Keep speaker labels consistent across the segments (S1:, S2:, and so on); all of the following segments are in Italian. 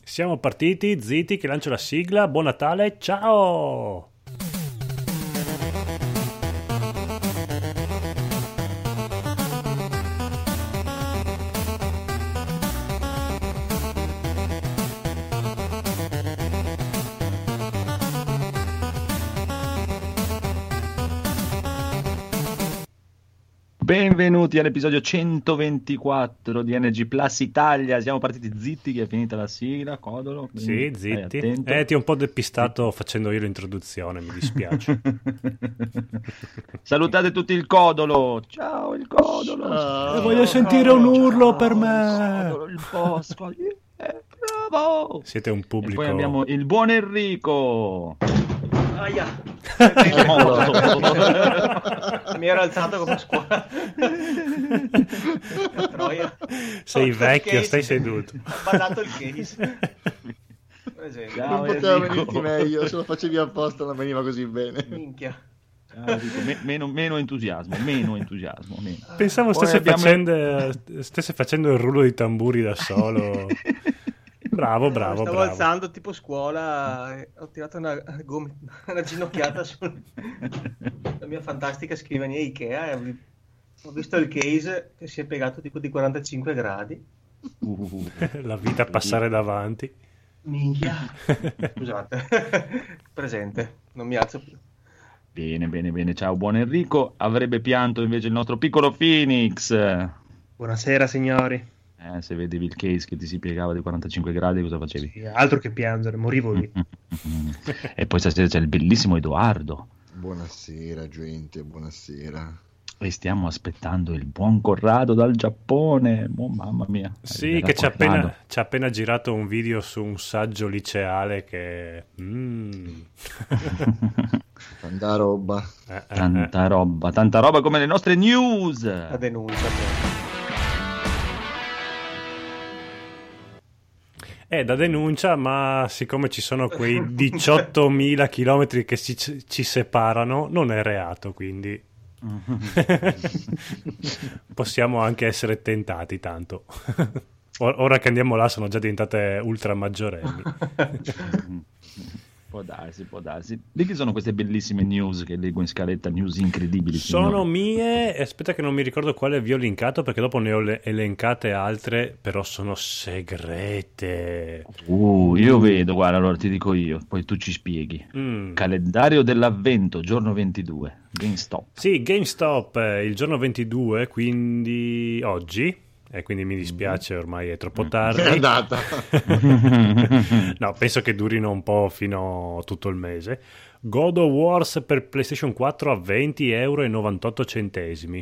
S1: Siamo partiti, zitti, che lancio la sigla. Buon Natale, ciao!
S2: Benvenuti all'episodio 124 di NG Plus Italia. Siamo partiti zitti che è finita la sigla, Codolo.
S1: Sì, zitti. Ti ho un po' depistato facendo io l'introduzione, mi dispiace.
S2: Salutate tutti il Codolo. Ciao il Codolo.
S1: Voglio sentire un urlo per me.
S2: Il Codolo, il Bosco. Bravo.
S1: Siete un pubblico.
S2: E poi abbiamo il buon Enrico.
S3: Aia. Mi ero alzato come a scuola. Troia.
S1: Sei vecchio, stai seduto.
S3: Ho ballato il case.
S4: Non poteva venirti meglio, se lo facevi apposta non veniva così bene.
S3: Minchia.
S2: Meno entusiasmo.
S1: Pensavo stesse facendo il rullo di tamburi da solo. Bravo.
S3: Stavo alzando tipo scuola, ho tirato una ginocchiata sulla mia fantastica scrivania Ikea e ho visto il case che si è piegato tipo di 45 gradi.
S1: La vita passare davanti.
S3: Minchia. Scusate. Presente, non mi alzo più.
S2: Bene, ciao buon Enrico. Avrebbe pianto invece il nostro piccolo Phoenix.
S5: Buonasera signori.
S2: Se vedevi il case che ti si piegava di 45 gradi, cosa facevi?
S5: Sì, altro che piangere, morivo lì.
S2: E poi stasera c'è il bellissimo Edoardo.
S4: Buonasera gente, buonasera.
S2: E stiamo aspettando il buon Corrado dal Giappone. Oh, mamma mia.
S1: Sì, che ci ha appena girato un video su un saggio liceale che...
S4: Tanta roba.
S2: Tanta roba come le nostre news.
S3: La denuncia.
S1: Da denuncia, ma siccome ci sono quei 18.000 chilometri che ci separano, non è reato, quindi possiamo anche essere tentati tanto. Ora che andiamo là sono già diventate ultra maggiorenni.
S2: Può darsi. Di chi sono queste bellissime news che leggo in scaletta, news incredibili?
S1: Sono mie, aspetta che non mi ricordo quale vi ho linkato, perché dopo ne ho elencate altre, però sono segrete.
S2: Io vedo, guarda, allora ti dico io, poi tu ci spieghi. Calendario dell'avvento, giorno 22, GameStop.
S1: Sì, GameStop, il giorno 22, quindi oggi. E quindi mi dispiace, ormai è troppo tardi.
S4: È andata.
S1: No, penso che durino un po' fino tutto il mese. God of Wars per PlayStation 4 a €20,98.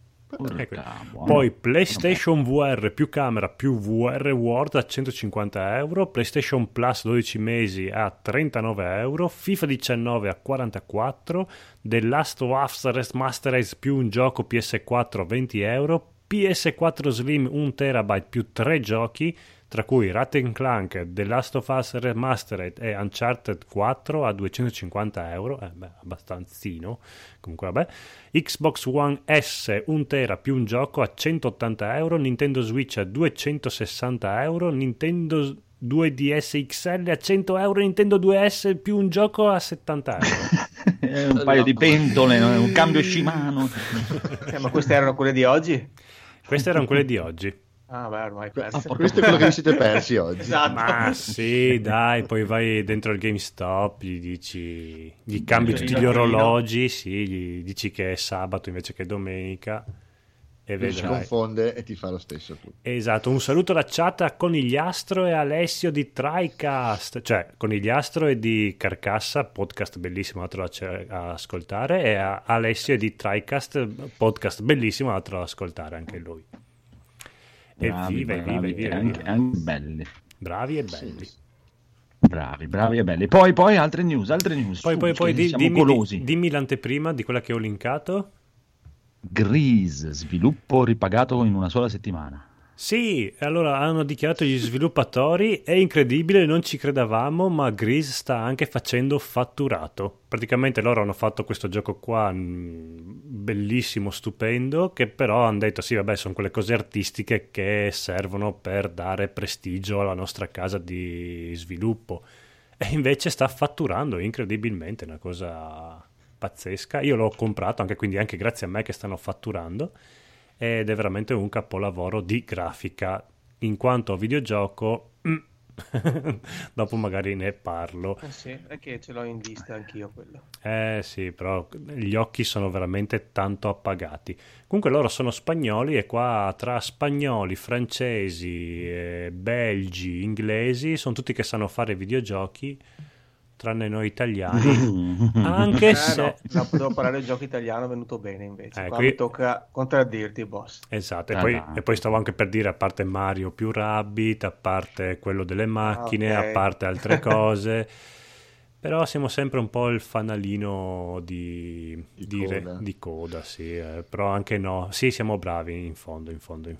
S1: Poi PlayStation VR più camera più VR World a €150, PlayStation Plus 12 mesi a €39, FIFA 19 a €44, The Last of Us Remastered più un gioco PS4 a €20, PS4 Slim 1 TB più 3 giochi, tra cui Ratchet & Clank, The Last of Us Remastered e Uncharted 4 a €250, abbastanzino, comunque vabbè. Xbox One S 1 tera più un gioco a €180, Nintendo Switch a €260, Nintendo 2DS XL a €100, Nintendo 2S più un gioco a €70.
S2: Un paio di pentole, un cambio Shimano.
S3: Ma queste erano quelle di oggi?
S1: Queste erano quelle di oggi.
S3: Ah, beh, ormai perse.
S4: Questo è quello che vi siete persi oggi.
S3: Esatto.
S1: Ma sì, dai, poi vai dentro il GameStop, gli cambi tutti gli orologi, sì, gli dici che è sabato invece che domenica e
S4: Si
S1: vedrai.
S4: confonde e ti fa lo stesso tu.
S1: Esatto, un saluto alla chat a Conigliastro e Alessio di TriCast, cioè Conigliastro e di Carcassa, podcast bellissimo, andatelo a ascoltare, e a Alessio di TriCast, podcast bellissimo, andatelo ad ascoltare anche lui. Evviva.
S2: Anche belli.
S1: Bravi e belli.
S2: Bravi e belli. Poi altre news.
S1: Poi dimmi l'anteprima di quella che ho linkato.
S2: Grease, sviluppo ripagato in una sola settimana.
S1: Sì, allora hanno dichiarato gli sviluppatori, è incredibile, non ci credevamo, ma Grease sta anche facendo fatturato. Praticamente loro hanno fatto questo gioco qua bellissimo, stupendo, che però hanno detto sì, vabbè, sono quelle cose artistiche che servono per dare prestigio alla nostra casa di sviluppo. E invece sta fatturando incredibilmente, una cosa pazzesca. Io l'ho comprato, anche quindi anche grazie a me che stanno fatturando. Ed è veramente un capolavoro di grafica. In quanto a videogioco, dopo magari ne parlo.
S3: Sì, è che ce l'ho in lista anch'io quello.
S1: Sì, però gli occhi sono veramente tanto appagati. Comunque loro sono spagnoli e qua tra spagnoli, francesi, belgi, inglesi, sono tutti che sanno fare videogiochi, tranne noi italiani. Anche se...
S3: No, potevo parlare del gioco italiano, è venuto bene invece. Qua
S1: qui...
S3: mi tocca contraddirti, boss.
S1: Esatto, e poi stavo anche per dire, a parte Mario più Rabbids, a parte quello delle macchine,
S3: okay.
S1: A parte altre cose... Però siamo sempre un po' il fanalino di coda, sì. Però anche no. Sì, siamo bravi in fondo.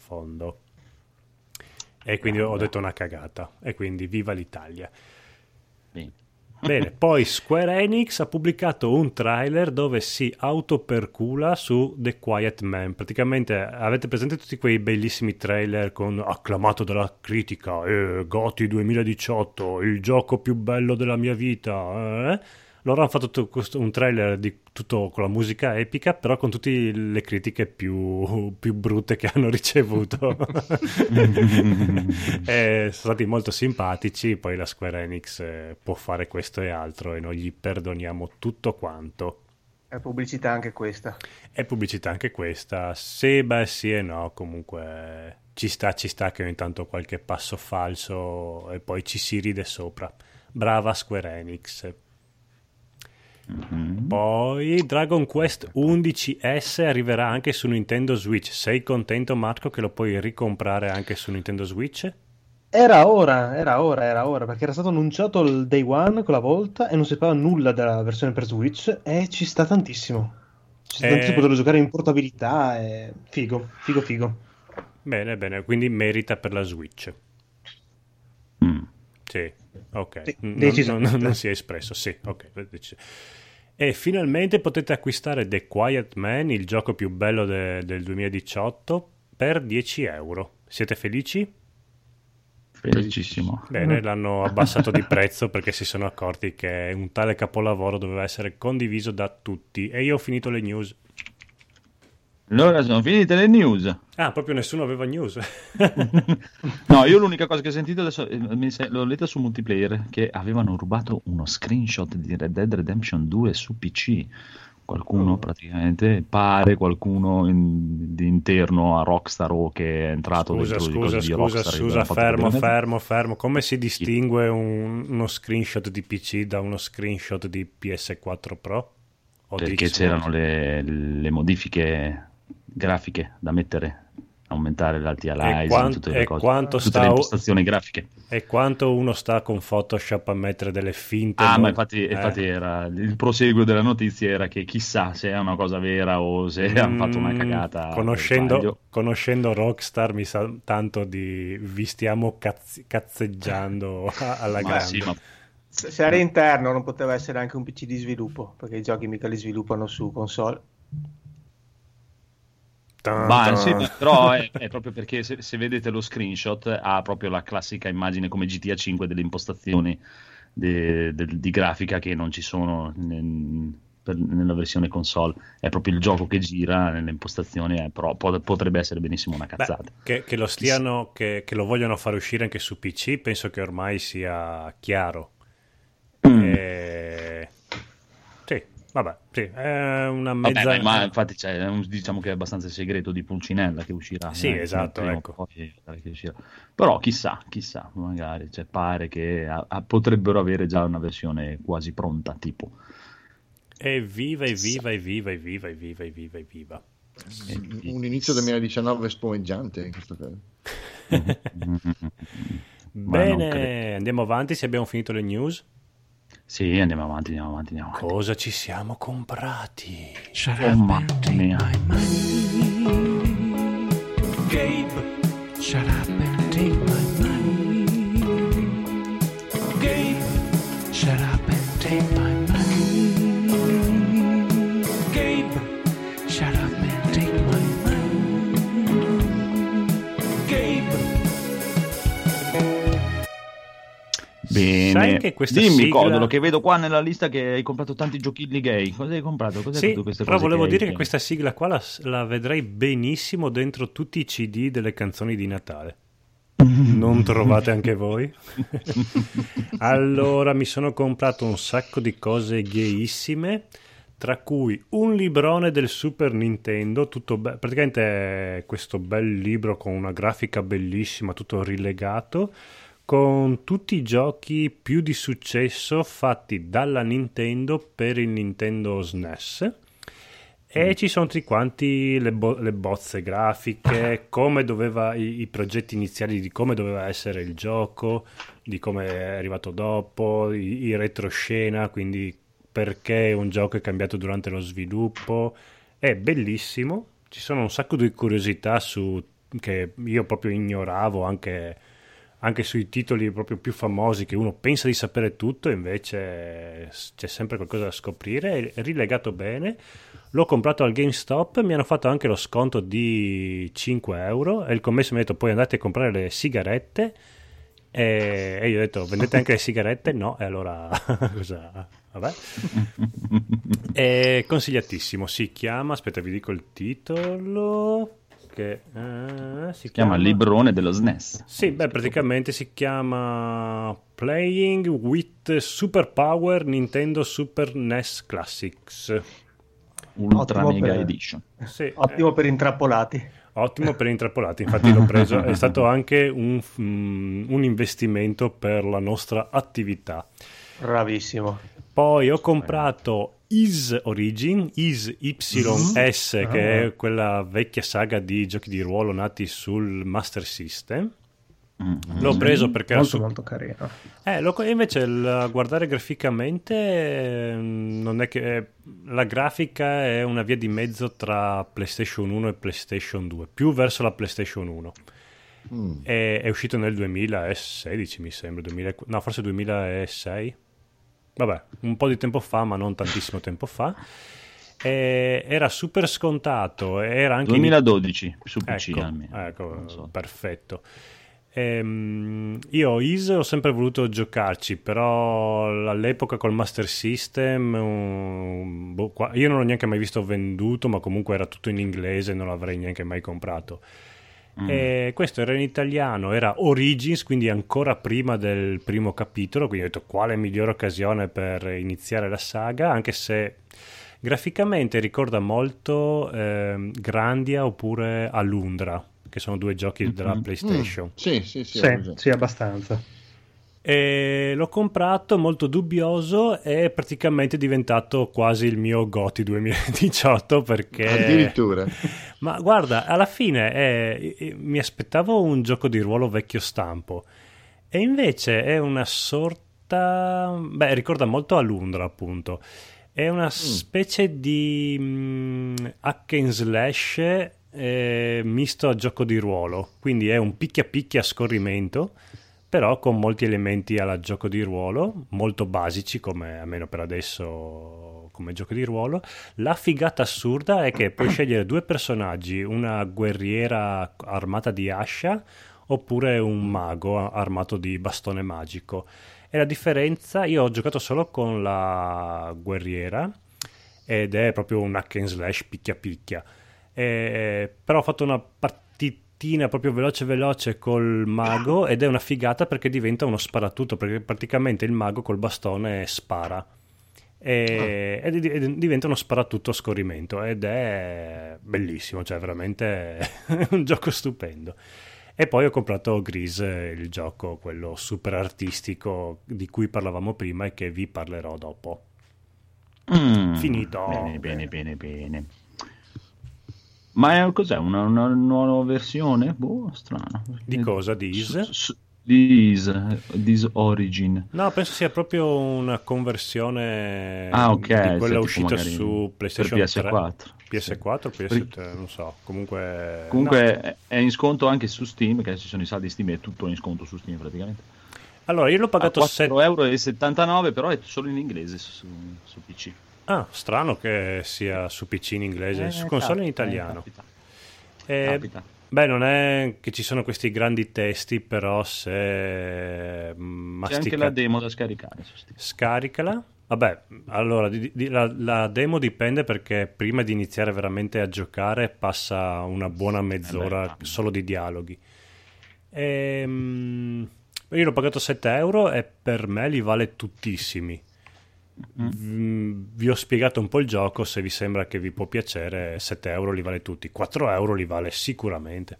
S1: E quindi ho detto una cagata. E quindi viva l'Italia. Bene, poi Square Enix ha pubblicato un trailer dove si autopercula su The Quiet Man. Praticamente avete presente tutti quei bellissimi trailer con acclamato dalla critica, GOTY 2018, il gioco più bello della mia vita. Loro hanno fatto un trailer di tutto con la musica epica, però con tutte le critiche più brutte che hanno ricevuto. Sono stati molto simpatici, poi la Square Enix può fare questo e altro e noi gli perdoniamo tutto quanto.
S3: È pubblicità anche questa.
S1: Sì, beh, sì e no, comunque ci sta che ogni tanto qualche passo falso e poi ci si ride sopra. Brava Square Enix. Poi Dragon Quest 11S arriverà anche su Nintendo Switch. Sei contento, Marco, che lo puoi ricomprare anche su Nintendo Switch?
S5: Era ora, perché era stato annunciato il Day One con la volta e non si sapeva nulla della versione per Switch e ci sta tantissimo. Poterlo giocare in portabilità, è figo.
S1: Bene, quindi merita per la Switch. Sì, ok.
S5: Sì,
S1: non si è espresso, sì, ok. E finalmente potete acquistare The Quiet Man, il gioco più bello del 2018, per 10 euro. Siete felici?
S2: Felicissimo.
S1: Bene, l'hanno abbassato di prezzo perché si sono accorti che un tale capolavoro doveva essere condiviso da tutti. E io ho finito le news.
S2: Allora sono finite le news.
S1: Ah, proprio nessuno aveva news.
S2: No, io l'unica cosa che ho sentito adesso l'ho letta su Multiplayer, che avevano rubato uno screenshot di Red Dead Redemption 2 su PC. Qualcuno praticamente qualcuno di interno a Rockstar o che è entrato
S1: Scusa, fermo. Come si distingue uno screenshot di PC da uno screenshot di PS4 Pro?
S2: Perché c'erano le modifiche grafiche da mettere, aumentare l'anti-aliasing, tutte le cose, tutte le impostazioni grafiche.
S1: E quanto uno sta con Photoshop a mettere delle finte?
S2: Ma infatti era il proseguo della notizia, era che chissà se è una cosa vera o se hanno fatto una cagata.
S1: Conoscendo Rockstar mi sa tanto di vi stiamo cazzeggiando alla grande.
S2: Sì, ma...
S3: Se era interno non poteva essere anche un PC di sviluppo, perché i giochi mica li sviluppano su console.
S2: Sì, però è proprio perché se vedete lo screenshot ha proprio la classica immagine come GTA 5 delle impostazioni di grafica che non ci sono nella versione console. È proprio il gioco che gira nelle impostazioni, però potrebbe essere benissimo una cazzata.
S1: Che lo vogliono fare uscire anche su PC penso che ormai sia chiaro. Sì, è una mezza...
S2: ma infatti diciamo che è abbastanza segreto di Pulcinella che uscirà.
S1: Sì, esatto, ecco.
S2: Però chissà, magari pare che potrebbero avere già una versione quasi pronta, tipo.
S1: Evviva.
S4: Un inizio 2019 spumeggiante in questo caso.
S1: Bene, andiamo avanti, se abbiamo finito le news.
S2: Sì, andiamo avanti.
S1: Cosa ci siamo comprati?
S2: Mamma mia.
S1: Gabe
S6: shut up and take my money. Gabe, shut up and take my money. Gabe, shut up and take my money. Gabe.
S2: Bene,
S1: Sai che questa
S2: dimmi
S1: sigla...
S2: Codolo, che vedo qua nella lista che hai comprato tanti giochini gay. Cosa hai comprato? Cos'è
S1: Sì,
S2: tutte queste
S1: però
S2: cose
S1: volevo
S2: che
S1: dire
S2: hai?
S1: che questa sigla qua la vedrei benissimo dentro tutti i CD delle canzoni di Natale. Non trovate anche voi? Allora, mi sono comprato un sacco di cose gayissime, tra cui un librone del Super Nintendo, praticamente è questo bel libro con una grafica bellissima, tutto rilegato, con tutti i giochi più di successo fatti dalla Nintendo per il Nintendo SNES. E ci sono tutti quanti le bozze grafiche, come doveva i progetti iniziali di come doveva essere il gioco, di come è arrivato dopo, i retroscena, quindi perché un gioco è cambiato durante lo sviluppo. È bellissimo, ci sono un sacco di curiosità che io proprio ignoravo, anche sui titoli proprio più famosi, che uno pensa di sapere tutto e invece c'è sempre qualcosa da scoprire. È rilegato bene. L'ho comprato al GameStop, mi hanno fatto anche lo sconto di 5 euro e il commesso mi ha detto poi andate a comprare le sigarette e io ho detto vendete anche le sigarette? No, e allora cosa? Vabbè. È consigliatissimo, si chiama, aspetta vi dico il titolo, che si
S2: chiama Librone dello SNES.
S1: Sì, beh, praticamente si chiama Playing with Superpower Nintendo Super NES Classics
S2: Ultra Mega Edition.
S1: Sì,
S3: Ottimo per intrappolati.
S1: Ottimo per intrappolati, infatti l'ho preso, è stato anche un investimento per la nostra attività.
S3: Bravissimo.
S1: Poi ho comprato Is Origin, Is YS, che è quella vecchia saga di giochi di ruolo nati sul Master System. L'ho preso perché
S5: molto carino.
S1: Invece guardare graficamente non è che la grafica è una via di mezzo tra PlayStation 1 e PlayStation 2, più verso la PlayStation 1. È uscito nel 2016 mi sembra, no forse 2006, vabbè un po' di tempo fa ma non tantissimo tempo fa. Era super scontato, era anche
S2: 2012 su PC almeno.
S1: Ecco, so. Perfetto. Io ho sempre voluto giocarci, però all'epoca col Master System io non l'ho neanche mai visto venduto, ma comunque era tutto in inglese, non l'avrei neanche mai comprato. E questo era in italiano, era Origins, quindi ancora prima del primo capitolo, quindi ho detto quale migliore occasione per iniziare la saga, anche se graficamente ricorda molto Grandia oppure Alundra, che sono due giochi della PlayStation.
S5: Sì, abbastanza.
S1: E l'ho comprato molto dubbioso e praticamente è diventato quasi il mio GOTY 2018 perché
S4: addirittura.
S1: Ma guarda, alla fine mi aspettavo un gioco di ruolo vecchio stampo e invece è una sorta, ricorda molto Alundra appunto, è una specie di hack and slash misto a gioco di ruolo, quindi è un picchia picchia a scorrimento, però con molti elementi alla gioco di ruolo, molto basici come almeno per adesso come gioco di ruolo. La figata assurda è che puoi scegliere due personaggi, una guerriera armata di ascia oppure un mago armato di bastone magico, e la differenza, io ho giocato solo con la guerriera ed è proprio un hack and slash picchia picchia. Però ho fatto una partitina proprio veloce col mago ed è una figata perché diventa uno sparatutto, perché praticamente il mago col bastone spara e diventa uno sparatutto a scorrimento ed è bellissimo, cioè veramente un gioco stupendo. E poi ho comprato Gris, il gioco quello super artistico di cui parlavamo prima e che vi parlerò dopo. Finito.
S2: Bene. Ma cos'è? Una nuova versione? Boh, strano.
S1: Di cosa? Di Is?
S2: Di Is Origin.
S1: No, penso sia proprio una conversione
S2: ok,
S1: di quella uscita su PlayStation
S2: per PS4.
S1: 3. PS4, PS3, non so. Comunque
S2: no. È in sconto anche su Steam, che ci sono i saldi Steam, è tutto in sconto su Steam praticamente.
S1: Allora, io l'ho pagato
S2: €4,79, però è solo in inglese su PC.
S1: Ah, strano che sia su PC in inglese, su console in italiano.
S2: Capita.
S1: Beh, non è che ci sono questi grandi testi, però se
S2: c'è anche la demo da scaricare su Steam.
S1: Scaricala. Vabbè, allora la demo dipende, perché prima di iniziare veramente a giocare passa una buona mezz'ora solo di dialoghi. Io l'ho pagato €7 e per me li vale tuttissimi. Vi ho spiegato un po' il gioco, se vi sembra che vi può piacere, €7 li vale tutti, €4 li vale sicuramente.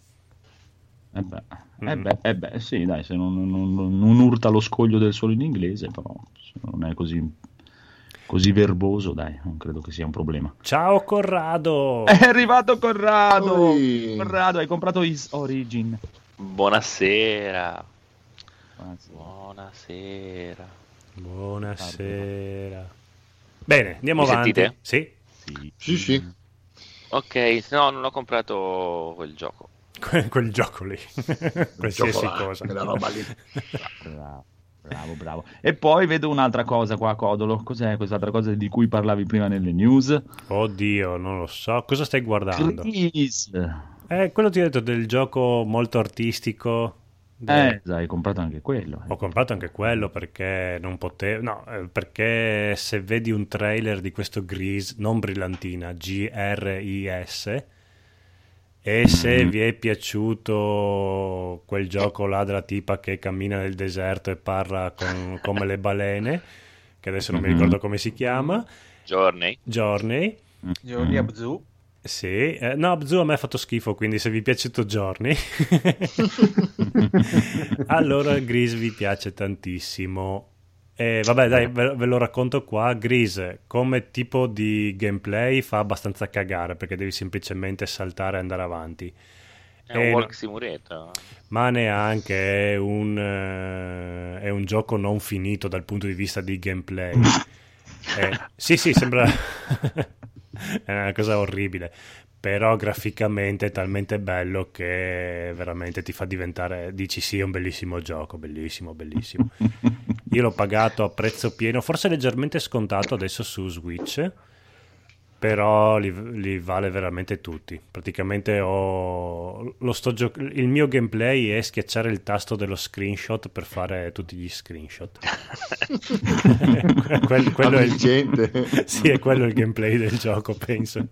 S2: Sì, dai, se non urta lo scoglio del solo in inglese, però non è così verboso, dai, non credo che sia un problema.
S1: Ciao Corrado!
S2: È arrivato Corrado! Corrado, hai comprato Is Origin.
S7: Buonasera.
S1: Bene, andiamo avanti.
S7: Sentite?
S4: Sì.
S7: Ok, no, non ho comprato quel gioco.
S1: Quel gioco lì. Qualsiasi cosa.
S4: Quella roba lì.
S2: Bravo. E poi vedo un'altra cosa qua, Codolo. Cos'è quest'altra cosa di cui parlavi prima nelle news?
S1: Oddio, non lo so. Cosa stai guardando?
S2: Grease.
S1: Quello ti ho detto, del gioco molto artistico.
S2: Hai comprato anche quello.
S1: Ho comprato anche quello perché non potevo. No, perché se vedi un trailer di questo Grease, non brillantina, GRIS, e se vi è piaciuto quel gioco là della tipa che cammina nel deserto e parla come le balene, che adesso non mi ricordo come si chiama. Journey
S3: Abzu.
S1: Sì, no, Abzu a me ha fatto schifo, quindi se vi è piaciuto Journey allora Grease vi piace tantissimo. Vabbè, dai, ve lo racconto qua. Grease come tipo di gameplay fa abbastanza cagare, perché devi semplicemente saltare e andare avanti.
S7: È un walk simulator.
S1: Ma neanche, è un gioco non finito dal punto di vista di gameplay. Sì, sembra è una cosa orribile, però graficamente è talmente bello che veramente ti fa diventare, dici sì, è un bellissimo gioco, bellissimo. Io l'ho pagato a prezzo pieno, forse leggermente scontato adesso su Switch, però li vale veramente tutti. Praticamente il mio gameplay è schiacciare il tasto dello screenshot per fare tutti gli screenshot. quello è sì, è quello il gameplay del gioco, penso.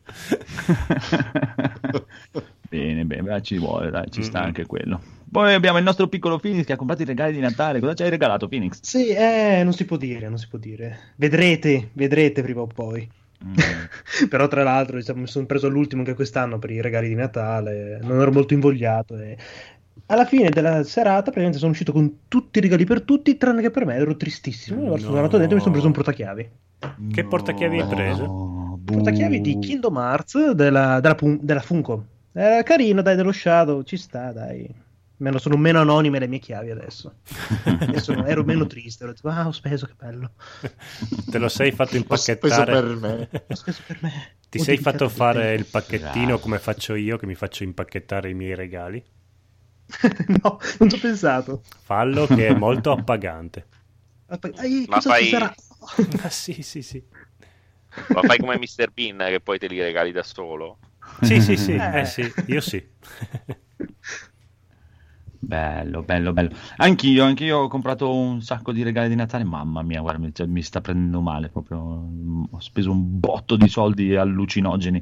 S2: Bene, ci vuole, dai, ci sta anche quello. Poi abbiamo il nostro piccolo Phoenix che ha comprato i regali di Natale. Cosa ci hai regalato, Phoenix?
S5: Sì, non si può dire. Vedrete prima o poi. Però tra l'altro mi sono preso l'ultimo anche quest'anno per i regali di Natale, non ero molto invogliato e alla fine della serata praticamente sono uscito con tutti i regali per tutti, tranne che per me. Ero tristissimo. Allora sono andato dentro e mi sono preso un portachiavi.
S1: Che portachiavi hai preso?
S5: Portachiavi di Kingdom Hearts della Funko. Era carino, dai, dello Shadow, ci sta, dai. Sono meno anonime le mie chiavi adesso. Ero meno triste, ero tipo, ho speso, che bello.
S1: Te lo sei fatto impacchettare?
S5: Ho speso per me.
S1: Ti sei fatto fare il pacchettino come faccio io, che mi faccio impacchettare i miei regali?
S5: No, non ci ho pensato.
S1: Fallo, che è molto appagante.
S7: Ma fai...
S1: Sì.
S7: Ma fai come Mr. Bean, che poi te li regali da solo?
S1: Sì. Sì, io sì.
S2: Bello. Anch'io ho comprato un sacco di regali di Natale. Mamma mia, guarda, mi sta prendendo male proprio. Ho speso un botto di soldi allucinogeni.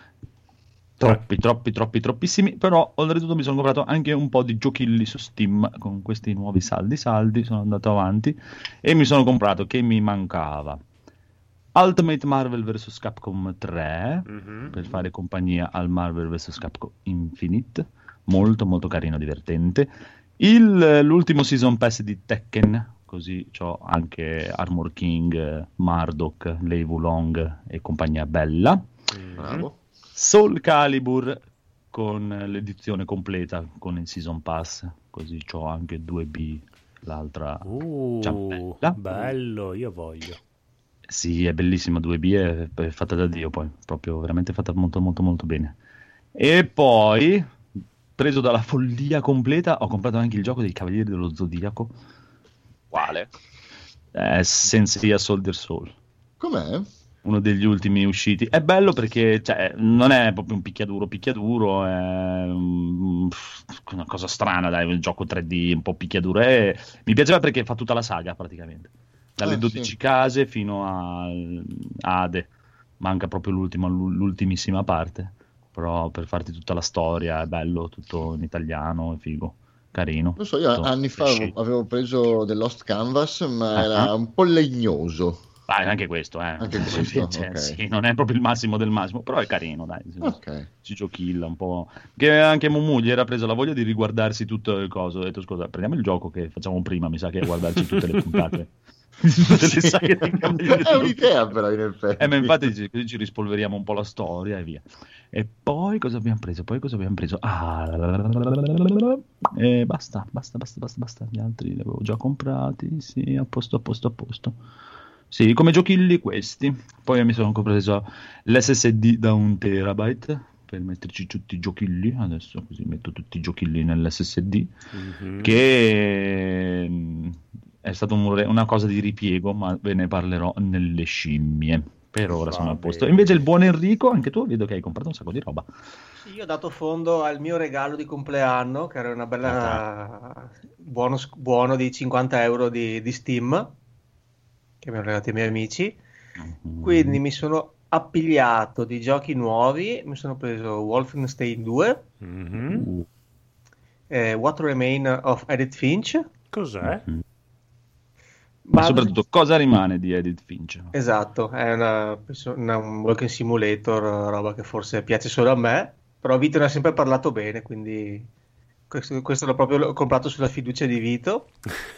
S2: Troppissimi. Però oltretutto mi sono comprato anche un po' di giochilli su Steam con questi nuovi saldi. Sono andato avanti e mi sono comprato, che mi mancava, Ultimate Marvel vs Capcom 3 per fare compagnia al Marvel vs Capcom Infinite. Molto carino, divertente. L'ultimo Season Pass di Tekken, così c'ho anche Armor King, Marduk, Lei Wulong e compagnia bella.
S4: Bravo.
S2: Soul Calibur con l'edizione completa con il Season Pass, così c'ho anche 2B, l'altra ciambella.
S1: Bello, io voglio.
S2: Sì, è bellissima, 2B è fatta da Dio poi, proprio veramente fatta molto molto molto bene. E poi, preso dalla follia completa, ho comprato anche il gioco dei Cavalieri dello Zodiaco.
S7: Quale?
S2: Senseiya Soldier Soul.
S4: Com'è?
S2: Uno degli ultimi usciti. È bello perché non è proprio un picchiaduro, è una cosa strana, dai, un gioco 3D un po' picchiaduro. Mi piaceva perché fa tutta la saga praticamente, dalle 12
S4: sì.
S2: case fino a Ade. Manca proprio l'ultimissima parte, però per farti tutta la storia è bello, tutto in italiano, è figo, carino.
S4: Non so, io anni fa avevo preso The Lost Canvas, ma era un po' legnoso.
S2: Anche questo,
S4: Anche questo, okay.
S2: Sì, non è proprio il massimo del massimo, però è carino, dai.
S4: Okay.
S2: Si giochilla un po'. Che anche Mumu gli era presa la voglia di riguardarsi tutto il coso. Ho detto, scusa, prendiamo il gioco che facciamo prima, mi sa che è guardarci tutte le puntate.
S4: È un'idea però in effetti.
S2: Ma infatti così ci rispolveriamo un po' la storia e via. E poi cosa abbiamo preso? E basta. Gli altri li avevo già comprati. Sì, a posto. Sì, come giochilli questi. Poi mi sono preso l'SSD da 1 terabyte per metterci tutti i giochilli. Adesso così metto tutti i giochilli nell'SSD, che è stata una cosa di ripiego, ma ve ne parlerò nelle scimmie. Per ora sono a posto. Invece il buon Enrico, anche tu vedo che hai comprato un sacco di roba.
S3: Sì, io ho dato fondo al mio regalo di compleanno, che era una bella buono di 50 euro di Steam, che mi hanno regalato i miei amici. Quindi mi sono appigliato di giochi nuovi. Mi sono preso Wolfenstein 2, What Remain of Edith Finch.
S1: Cos'è?
S2: Ma soprattutto cosa rimane di Edith Finch?
S3: Esatto, è un walking simulator, roba che forse piace solo a me, però Vito ne ha sempre parlato bene, quindi questo l'ho comprato sulla fiducia di Vito.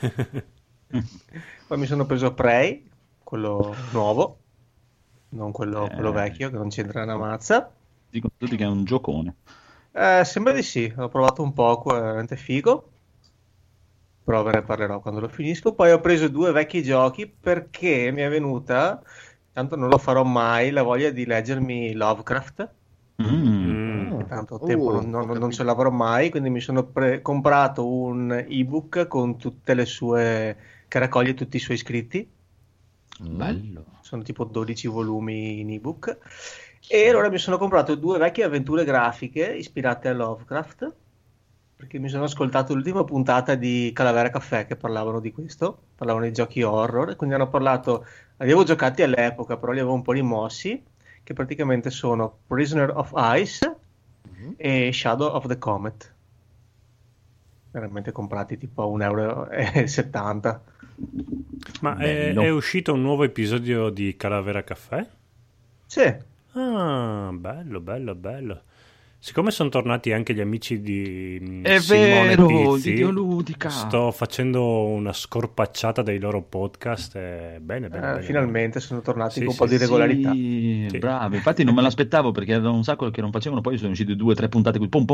S3: Poi mi sono preso Prey, quello nuovo, non quello vecchio, che non c'entra una mazza.
S2: Dicono tutti che è un giocone.
S3: Sembra di sì, l'ho provato un po', è veramente figo. Però ve ne parlerò quando lo finisco. Poi ho preso 2 vecchi giochi perché mi è venuta, tanto non lo farò mai, la voglia di leggermi Lovecraft. Tanto tempo non ce l'avrò mai, quindi mi sono comprato un ebook con tutte le sue, che raccoglie tutti i suoi scritti.
S2: Bello.
S3: Sono tipo 12 volumi in ebook. E allora mi sono comprato 2 vecchie avventure grafiche ispirate a Lovecraft, perché mi sono ascoltato l'ultima puntata di Calavera Caffè che parlavano di questo, parlavano di giochi horror, e quindi hanno parlato, li avevo giocati all'epoca, però li avevo un po' rimossi, che praticamente sono Prisoner of Ice e Shadow of the Comet. Veramente comprati tipo a €1,70.
S1: Ma è uscito un nuovo episodio di Calavera Caffè?
S3: Sì.
S1: Ah, bello. Siccome sono tornati anche gli amici di
S2: È
S1: Simone
S2: vero,
S1: Pizzi,
S2: Videoludica.
S1: sto facendo una scorpacciata dei loro podcast. Bene.
S3: Finalmente sono tornati con un
S1: Sì,
S3: po' di regolarità.
S2: Sì. Bravi, infatti non me l'aspettavo perché era un sacco che non facevano, poi sono usciti 2 o 3 puntate qui, pom.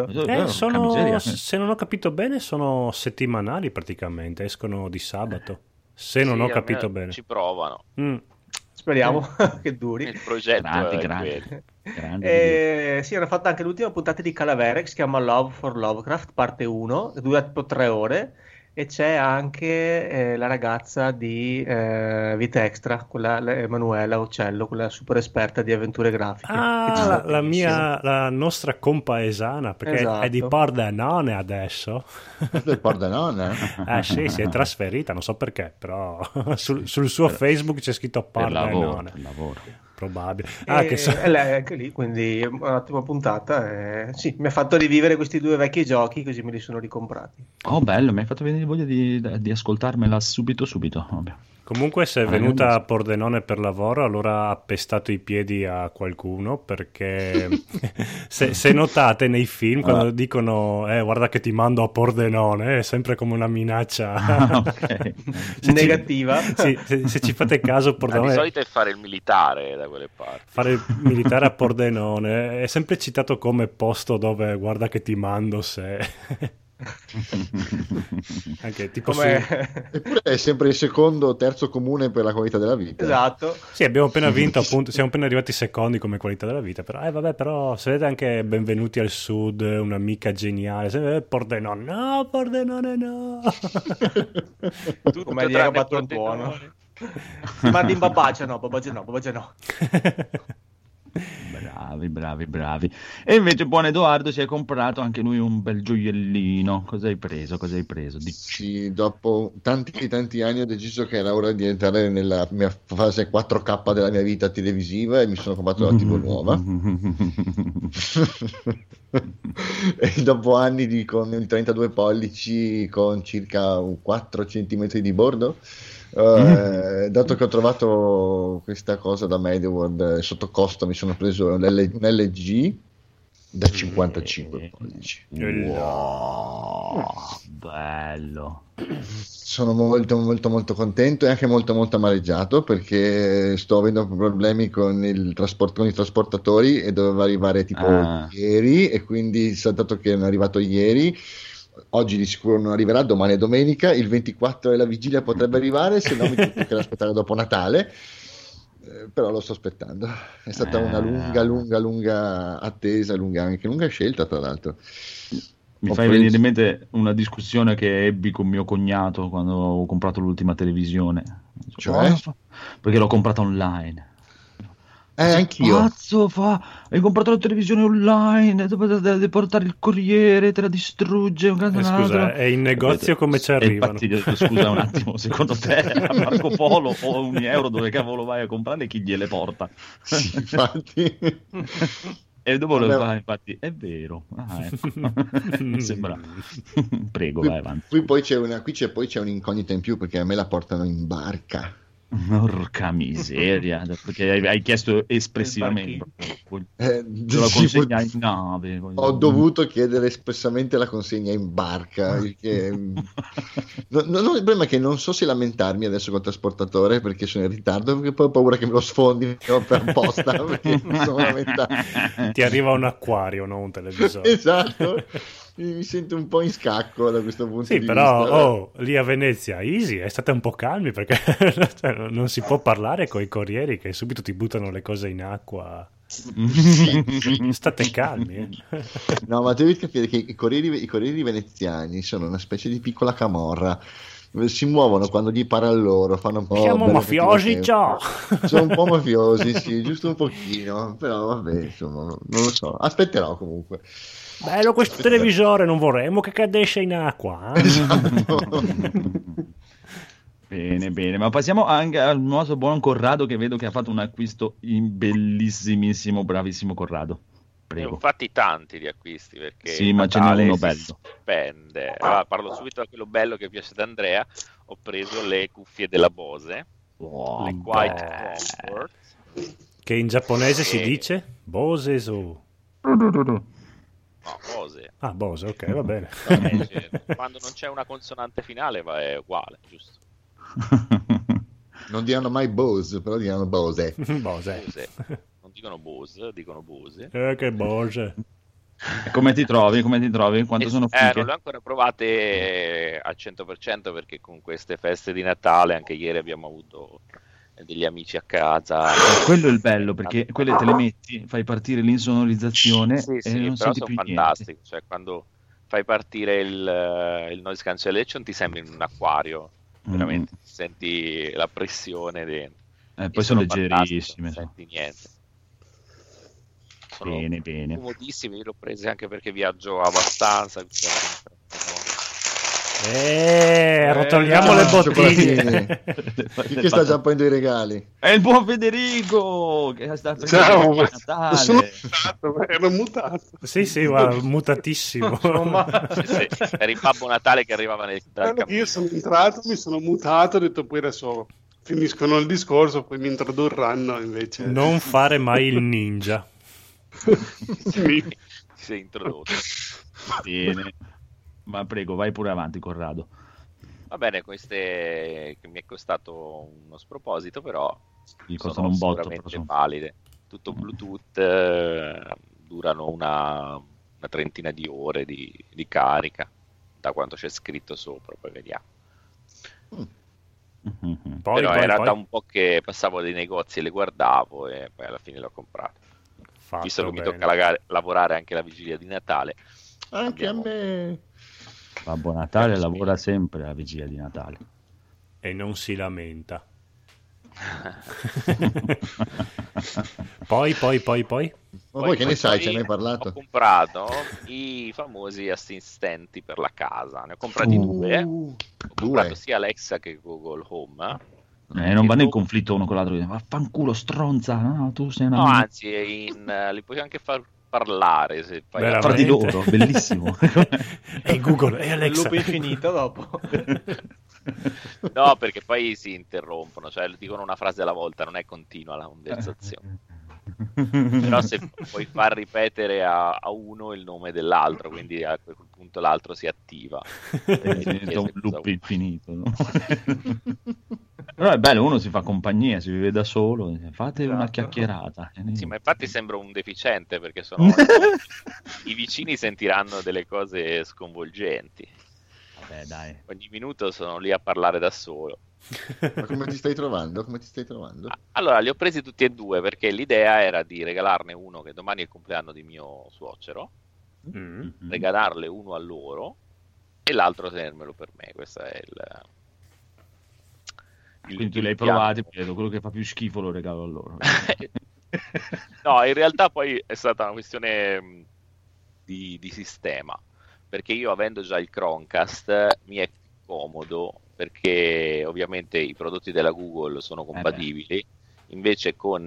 S2: Se non ho capito bene, sono settimanali praticamente, escono di sabato. Se non ho capito bene.
S7: Ci provano.
S3: Speriamo che duri.
S7: Il progetto
S2: grandi.
S3: Sì, hanno fatto anche l'ultima puntata di Calavera che si chiama Love for Lovecraft, parte 1, che dura tipo 3 ore, e c'è anche la ragazza di Vita Extra, quella Emanuela Uccello, quella super esperta di avventure grafiche.
S1: La nostra compaesana, perché è di Pordenone adesso.
S4: Del Pordenone?
S1: Sì, si è trasferita, non so perché, però sul suo Facebook c'è scritto Pordenone.
S2: Per lavoro.
S1: Probabile.
S3: Lei è anche lì, quindi un'ottima puntata. Sì, mi ha fatto rivivere questi 2 vecchi giochi, così me li sono ricomprati.
S2: Oh, bello, mi hai fatto venire voglia di ascoltarmela subito. Vabbè.
S1: Comunque, se è venuta a Pordenone per lavoro, allora ha pestato i piedi a qualcuno, perché se notate nei film, quando dicono guarda che ti mando a Pordenone, è sempre come una minaccia
S2: Okay.
S3: Negativa.
S1: Se ci fate caso, Pordenone...
S7: Di solito è fare il militare da quelle parti.
S1: Fare il militare a Pordenone è sempre citato come posto dove guarda che ti mando se... Anche tipo
S4: Eppure è sempre il secondo o terzo comune per la qualità della vita.
S3: Esatto.
S1: Sì, abbiamo appena vinto, appunto, siamo appena arrivati secondi come qualità della vita, però vabbè, però se vedete anche Benvenuti al Sud, un'amica geniale, Pordenone no.
S3: Come dire che batto un tuono. Mandi in Babagia no.
S2: Bravi. E invece buon Edoardo si è comprato anche lui un bel gioiellino. Cosa hai preso?
S4: Sì, dopo tanti anni ho deciso che era ora di entrare nella mia fase 4K della mia vita televisiva e mi sono comprato la TV nuova. E dopo anni con il 32 pollici con circa 4 centimetri di bordo, dato che ho trovato questa cosa da MediaWorld sotto costo, mi sono preso un LG da 55 pollici.
S2: Wow, bello.
S4: Sono molto contento e anche molto amareggiato, perché sto avendo problemi con i trasportatori e doveva arrivare tipo ieri, e quindi dato che non è arrivato ieri, oggi di sicuro non arriverà, domani è domenica, il 24 è la vigilia, potrebbe arrivare, se no mi toccherà aspettare dopo Natale, però lo sto aspettando. È stata una lunga attesa, anche lunga scelta, tra l'altro.
S2: Mi fai venire in mente una discussione che ebbi con mio cognato quando ho comprato l'ultima televisione.
S4: Cioè?
S2: Perché l'ho comprata online.
S4: Anch'io.
S2: Cazzo hai comprato la televisione online, devi portare il corriere, te la distrugge.
S1: Scusa, è in negozio come ci arrivano?
S2: Infatti, scusa un attimo, secondo te a Marco Polo o €1 dove cavolo vai a comprare, chi gliele porta?
S4: Sì, infatti.
S2: E dopo lo fa, infatti, è vero. Ecco. Mi sembra. Prego, vai avanti.
S4: Qui c'è un'incognita in più, perché a me la portano in barca.
S2: Porca miseria, perché hai chiesto espressivamente la consegna in nave.
S4: Ho dovuto chiedere espressamente la consegna in barca, perché il problema è che non so se lamentarmi adesso col trasportatore perché sono in ritardo, perché poi ho paura che me lo sfondi per apposta, perché mi sono lamentato.
S1: Ti arriva un acquario, non un televisore.
S4: Esatto. Mi sento un po' in scacco da questo punto di vista. Sì,
S1: però lì a Venezia, easy, state un po' calmi, perché non si può parlare con i corrieri che subito ti buttano le cose in acqua. State calmi.
S4: No, ma devi capire che i corrieri veneziani sono una specie di piccola camorra. Si muovono quando gli pare a loro, fanno un po'.
S1: Siamo mafiosi, ciao.
S4: Sono un po' mafiosi, sì, giusto un pochino, però vabbè, insomma, non lo so, aspetterò comunque.
S1: Bello questo televisore, non vorremmo che cadesse in acqua.
S4: Esatto.
S2: Bene, ma passiamo anche al nostro buon Corrado, che vedo che ha fatto un acquisto bellissimissimo, bravissimo Corrado. Prego.
S7: Infatti tanti di acquisti, perché
S2: sì, ma ce n'è uno bello.
S7: Spende. Allora, parlo subito da quello bello che piace ad Andrea. Ho preso le cuffie della Bose, le Quiet Comfort,
S1: che in giapponese si dice Bose o
S7: no, Bose.
S1: Ah, Bose, ok, va bene.
S7: Quando non c'è una consonante finale è uguale, giusto?
S4: Non diranno mai Bose, però diranno Bose.
S1: Bose.
S7: Non dicono Bose, dicono Bose.
S1: Che Bose.
S2: Come ti trovi? Quanto sono fighe?
S7: Non le ho ancora provate al 100%, perché con queste feste di Natale, anche ieri abbiamo avuto degli amici a casa.
S2: Quello è il bello, perché quelle te le metti, fai partire l'insonorizzazione
S7: sì,
S2: e non
S7: però
S2: senti
S7: sono
S2: più
S7: fantastico,
S2: niente.
S7: cioè quando fai partire il noise cancellation ti sembri in un acquario, veramente senti la pressione dentro.
S2: Poi sono leggerissime,
S7: non senti niente. Sono
S2: bene.
S7: comodissimi, io l'ho prese anche perché viaggio abbastanza.
S1: Rotoliamo le bottiglie.
S4: Chi sta già prendendo i regali?
S2: È il buon Federico che sta
S8: Ciao,
S2: Natale.
S8: sono ero mutato.
S1: Sì, guarda, mutatissimo.
S7: Sì, per il Babbo Natale che arrivava
S8: Io sono entrato, mi sono mutato, ho detto poi adesso finiscono il discorso, poi mi introdurranno invece.
S1: Non fare mai il ninja.
S8: Sì.
S7: Si è introdotto.
S2: Bene. Ma prego, vai pure avanti, Corrado.
S7: Va bene, queste che mi è costato uno sproposito, però
S2: gli costano un botto,
S7: sicuramente valide. Tutto Bluetooth, durano una trentina di ore di carica. da quanto c'è scritto sopra, poi vediamo.
S1: Poi,
S7: era da un po' che passavo dei negozi e le guardavo e poi alla fine l'ho comprato. Visto che mi tocca lavorare anche la vigilia di Natale.
S4: Anche a me.
S9: Babbo Natale lavora sempre la vigilia di Natale.
S1: E non si lamenta. Poi?
S4: Ma voi che ne sai? Ci hai mai parlato?
S7: Ho comprato i famosi assistenti per la casa. Ne ho comprati due. Ho comprato sia Alexa che Google Home.
S9: Non vanno in conflitto uno con l'altro. Vaffanculo, stronza. No, tu sei una...
S7: No, anzi, li puoi anche far parlare se fai
S9: fra di loro, bellissimo.
S1: E Google e Alexa.
S3: Il loop infinito dopo.
S7: No, perché poi si interrompono, cioè dicono una frase alla volta, non è continua la conversazione. Però se puoi far ripetere a uno il nome dell'altro, quindi a quel punto l'altro si attiva.
S9: È un loop infinito, no? Però è bello, uno si fa compagnia, si vive da solo, fate una chiacchierata.
S7: Sì, ma infatti sembra un deficiente, perché i vicini sentiranno delle cose sconvolgenti.
S9: Vabbè, dai.
S7: Ogni minuto sono lì a parlare da solo.
S4: Ma come ti stai trovando?
S7: Allora, li ho presi tutti e due perché l'idea era di regalarne uno, che domani è il compleanno di mio suocero, regalarle uno a loro e l'altro tenermelo per me. Questo è il
S9: quindi tu li hai provati, quello che fa più schifo lo regalo a loro.
S7: No, in realtà poi è stata una questione di sistema, perché io, avendo già il Chromecast, mi è comodo, perché ovviamente i prodotti della Google sono compatibili, invece con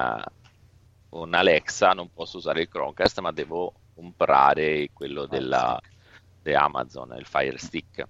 S7: Alexa non posso usare il Chromecast, ma devo comprare quello di Amazon, il Fire Stick.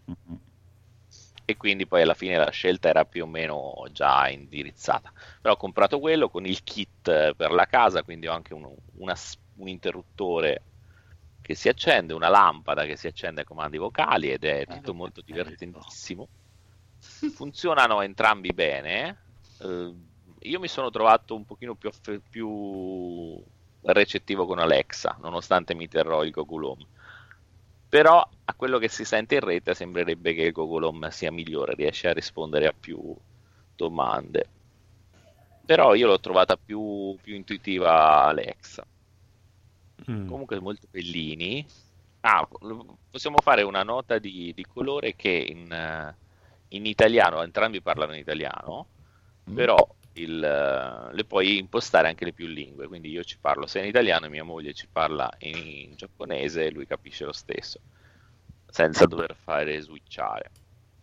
S7: E quindi poi alla fine la scelta era più o meno già indirizzata. Però ho comprato quello con il kit per la casa, quindi ho anche un interruttore che si accende, una lampada che si accende ai comandi vocali, ed è tutto molto divertentissimo. Funzionano entrambi bene. Io mi sono trovato un pochino più recettivo con Alexa, nonostante mi terrò il Google Home. Però a quello che si sente in rete sembrerebbe che il Google Home sia migliore, riesce a rispondere a più domande. Però io l'ho trovata più intuitiva Alexa. Comunque molto bellini. Possiamo fare una nota di colore, che in italiano, entrambi parlano in italiano, però le puoi impostare anche le più lingue, quindi io ci parlo sia in italiano e mia moglie ci parla in giapponese, e lui capisce lo stesso senza dover fare switchare.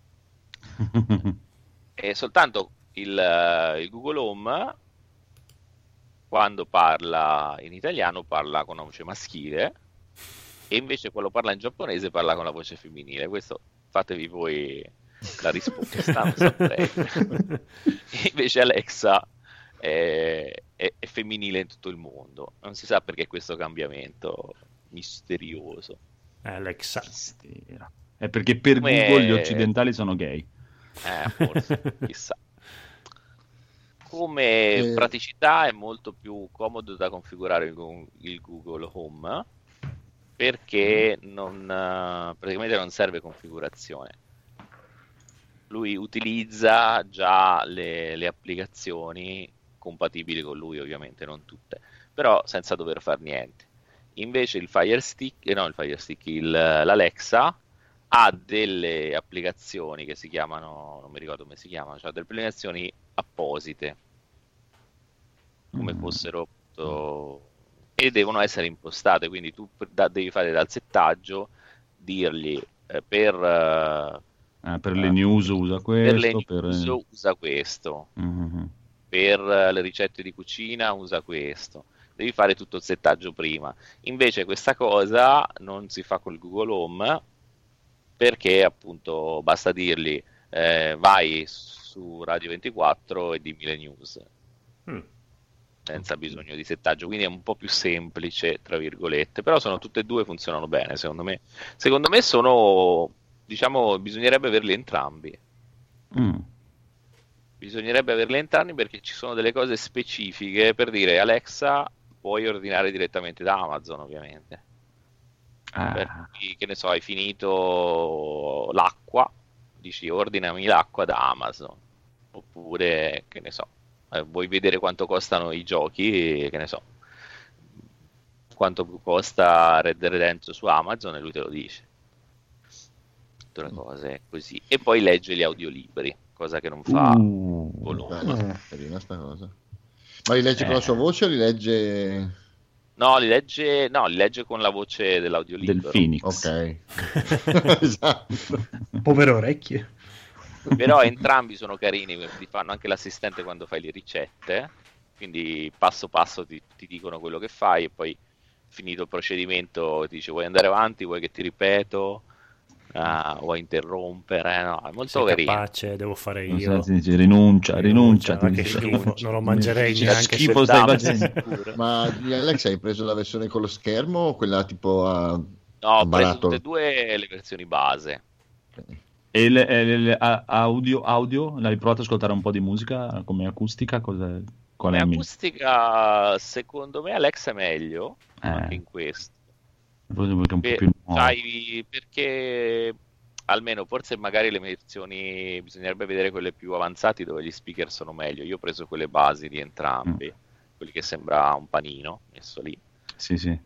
S7: E soltanto il Google Home, quando parla in italiano, parla con una voce maschile, e invece quando parla in giapponese parla con la voce femminile. Questo fatevi voi la risposta, non saprei. Invece Alexa è femminile in tutto il mondo, non si sa perché questo cambiamento misterioso.
S1: Alexa
S9: è perché per Google gli occidentali sono gay,
S7: forse, chissà. Come praticità è molto più comodo da configurare il Google Home, perché praticamente non serve configurazione. Lui utilizza già le applicazioni compatibili con lui, ovviamente non tutte, però senza dover fare niente. Invece l'Alexa ha delle applicazioni che si chiamano, non mi ricordo come si chiamano, cioè delle applicazioni apposite, come fossero, e devono essere impostate, quindi tu devi fare dal settaggio, dirgli per
S9: le news usa questo,
S7: usa questo, per le ricette di cucina usa questo. Devi fare tutto il settaggio prima. Invece questa cosa non si fa col Google Home, perché appunto basta dirgli vai su Radio 24 e dimmi le news, senza bisogno di settaggio, quindi è un po' più semplice, tra virgolette. Però tutte e due funzionano bene, secondo me. Secondo me bisognerebbe averli entrambi. Bisognerebbe averli entrambi, perché ci sono delle cose specifiche, per dire Alexa puoi ordinare direttamente da Amazon, ovviamente. Per cui, che ne so, hai finito l'acqua, dici ordinami l'acqua da Amazon, oppure che ne so, vuoi vedere quanto costano i giochi, che ne so, quanto costa Red Dead Redemption su Amazon e lui te lo dice. Tutte le cose così. E poi legge gli audiolibri, cosa che non fa
S4: carina sta cosa. Ma li legge con la sua voce o li legge...
S7: No, li legge con la voce dell'audiolibro.
S9: Del Phoenix.
S4: Ok. Esatto.
S5: Povere orecchie.
S7: Però entrambi sono carini, ti fanno anche l'assistente quando fai le ricette, quindi passo passo ti dicono quello che fai e poi finito il procedimento ti dice vuoi andare avanti, vuoi che ti ripeto, vuoi interrompere, no, è molto carino.
S1: Capace, devo fare io.
S9: Rinuncia.
S1: Che schifo, non lo mangerei neanche.
S9: Schifo stai facendo.
S4: Ma Alex, hai preso la versione con lo schermo o quella tipo
S7: No, ho preso tutte e due le versioni base.
S9: E audio? L'hai provato ad ascoltare un po' di musica come acustica?
S7: Come acustica, secondo me Alex è meglio anche in questo.
S9: Un po' più nuovo.
S7: Perché almeno forse magari le versioni bisognerebbe vedere quelle più avanzate dove gli speaker sono meglio. Io ho preso quelle basi di entrambi, quelli che sembra un panino messo lì.
S9: Sì.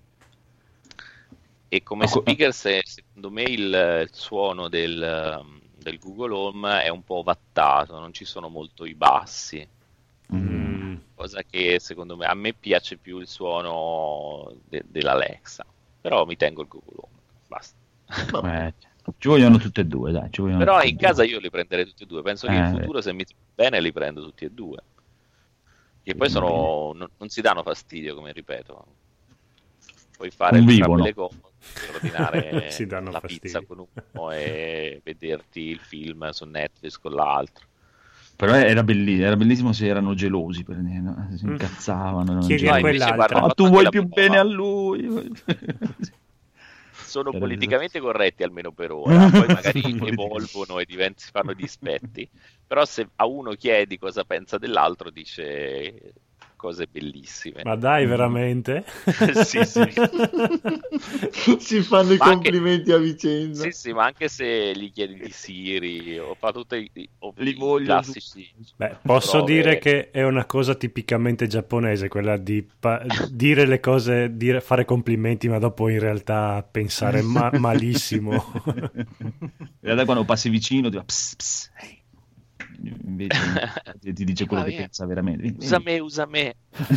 S7: E come speaker secondo me il suono del Google Home è un po' ovattato, non ci sono molto i bassi. Cosa che secondo me, a me piace più il suono dell'Alexa, però mi tengo il Google Home, basta.
S9: Ci vogliono tutte e due, dai.
S7: Però in casa io li prenderei tutti e due, penso che in futuro se mi trovo bene li prendo tutti e due, che poi non si danno fastidio, come ripeto, puoi fare le cose, ordinare la pizza con uno e vederti il film su Netflix con l'altro.
S9: Però era bellissimo se erano gelosi, si incazzavano.
S1: Chiedi a quell'altra.
S9: Tu vuoi più bene a lui.
S7: Sono politicamente corretti almeno per ora, poi magari evolvono e fanno dispetti, però se a uno chiedi cosa pensa dell'altro dice cose bellissime.
S1: Ma dai, veramente?
S7: Sì.
S4: Si fanno i complimenti a vicenda.
S7: Sì, ma anche se gli chiedi di Siri o fa tutti i classici.
S1: Beh, posso dire che è una cosa tipicamente giapponese, quella di dire le cose, fare complimenti, ma dopo in realtà pensare malissimo.
S9: In realtà quando passi vicino ti va pss, hey. Invece ti dice quello che pensa veramente.
S7: Usa me.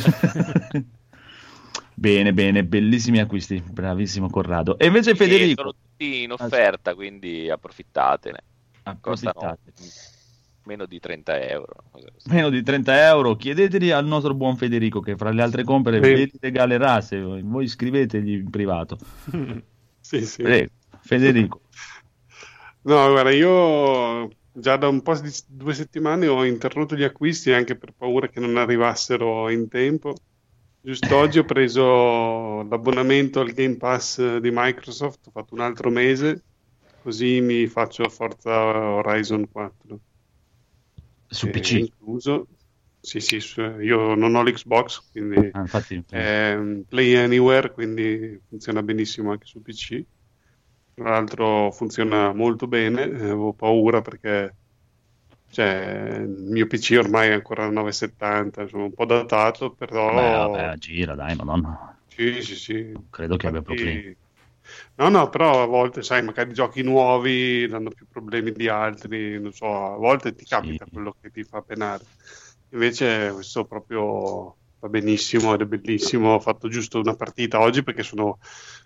S9: Bene, bellissimi acquisti, bravissimo Corrado. E invece Federico,
S7: sono tutti in offerta, quindi approfittatene. Costano meno di 30 euro.
S9: Meno di 30 euro, chiedeteli al nostro buon Federico che fra le altre compere ve li regalerà, se voi scrivetegli in privato.
S8: Sì.
S9: Prego, Federico.
S8: No, guarda, io già da un po' di 2 settimane ho interrotto gli acquisti anche per paura che non arrivassero in tempo. Giusto oggi ho preso l'abbonamento al Game Pass di Microsoft, ho fatto un altro mese, così mi faccio Forza Horizon 4.
S9: Su PC?
S8: Incluso. Sì, io non ho l'Xbox, quindi
S9: infatti.
S8: Play Anywhere, quindi funziona benissimo anche su PC. Tra l'altro funziona molto bene, avevo paura perché il mio PC ormai è ancora 970, insomma un po' datato, però...
S9: Vabbè, gira, dai, madonna.
S8: Sì.
S9: Credo che abbia problemi.
S8: No, però a volte, sai, magari giochi nuovi danno più problemi di altri, non so, a volte ti capita quello che ti fa penare. Invece questo proprio va benissimo ed è bellissimo. Ho fatto giusto una partita oggi perché sono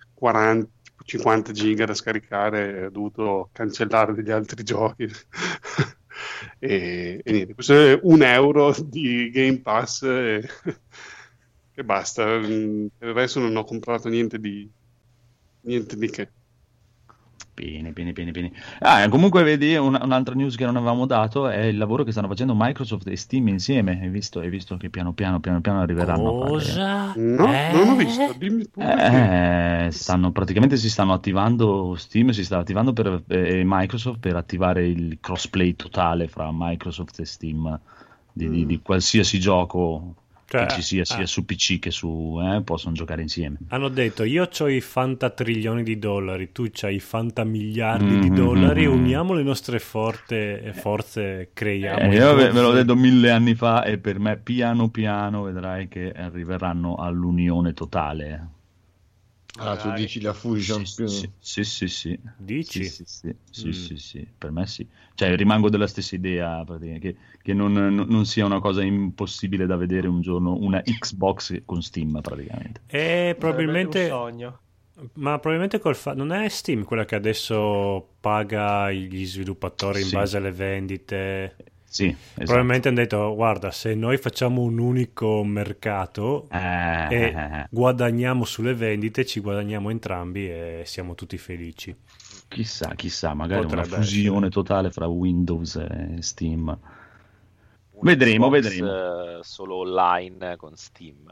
S8: 50 giga da scaricare, ho dovuto cancellare degli altri giochi. e niente, questo è €1 di Game Pass e basta. Per il resto non ho comprato niente di che.
S9: Bene. Comunque vedi un'altra news che non avevamo dato è il lavoro che stanno facendo Microsoft e Steam insieme. Hai visto che piano piano arriveranno
S1: Cosa?
S9: a fare...
S8: No, non ho visto. Dimmi pure.
S9: Si stanno attivando, Steam si sta attivando per Microsoft per attivare il crossplay totale fra Microsoft e Steam di qualsiasi gioco
S1: Cioè,
S9: che ci sia su PC che su possono giocare insieme.
S1: Hanno detto io c'ho i fantatrilioni di dollari, tu c'hai i fantamiliardi di dollari, uniamo le nostre forze, creiamo.
S9: Io ve l'ho detto 1000 anni fa e per me piano piano vedrai che arriveranno all'unione totale.
S4: Tu dici la fusion più...
S9: Sì.
S1: Dici?
S9: Sì, per me sì. Cioè rimango della stessa idea, praticamente, che non sia una cosa impossibile da vedere un giorno, una Xbox con Steam praticamente.
S1: E probabilmente...
S3: un sogno.
S1: Ma probabilmente non è Steam quella che adesso paga gli sviluppatori in base alle vendite?
S9: Sì, esatto.
S1: Probabilmente hanno detto guarda, se noi facciamo un unico mercato e guadagniamo sulle vendite, ci guadagniamo entrambi e siamo tutti felici.
S9: Chissà, magari
S1: Potrebbe
S9: una fusione totale fra Windows e Steam. Vedremo.
S7: Solo online con Steam.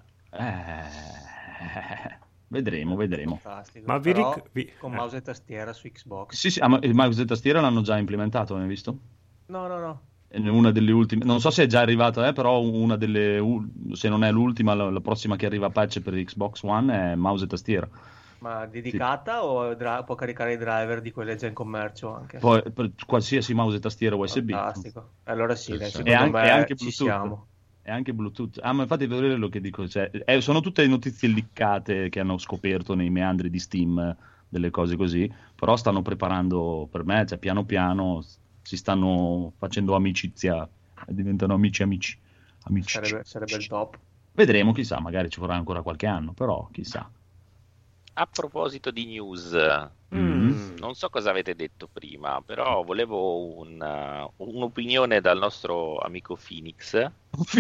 S9: Vedremo.
S3: Fantastico.
S1: Ma
S3: con mouse e tastiera su Xbox.
S9: Sì, ma il mouse e tastiera l'hanno già implementato, hai visto?
S3: No.
S9: Una delle ultime, non so se è già arrivata, però una delle, se non è l'ultima, la prossima che arriva a patch per Xbox One è mouse e tastiera.
S3: Ma dedicata o può caricare i driver di quelle già in commercio anche?
S9: Poi per qualsiasi mouse e tastiera USB.
S3: Fantastico. Allora sì, dai,
S9: e anche
S3: ci
S9: Bluetooth.
S3: siamo.
S9: E anche Bluetooth. Ma infatti vedere quello che dico, cioè, sono tutte notizie liccate che hanno scoperto nei meandri di Steam, delle cose così, però stanno preparando per me, cioè piano piano si stanno facendo amicizia, diventano amici.
S3: Sarebbe il top.
S9: Vedremo, chissà, magari ci vorrà ancora qualche anno, però chissà.
S7: A proposito di news, non so cosa avete detto prima, però volevo un'opinione dal nostro amico Phoenix,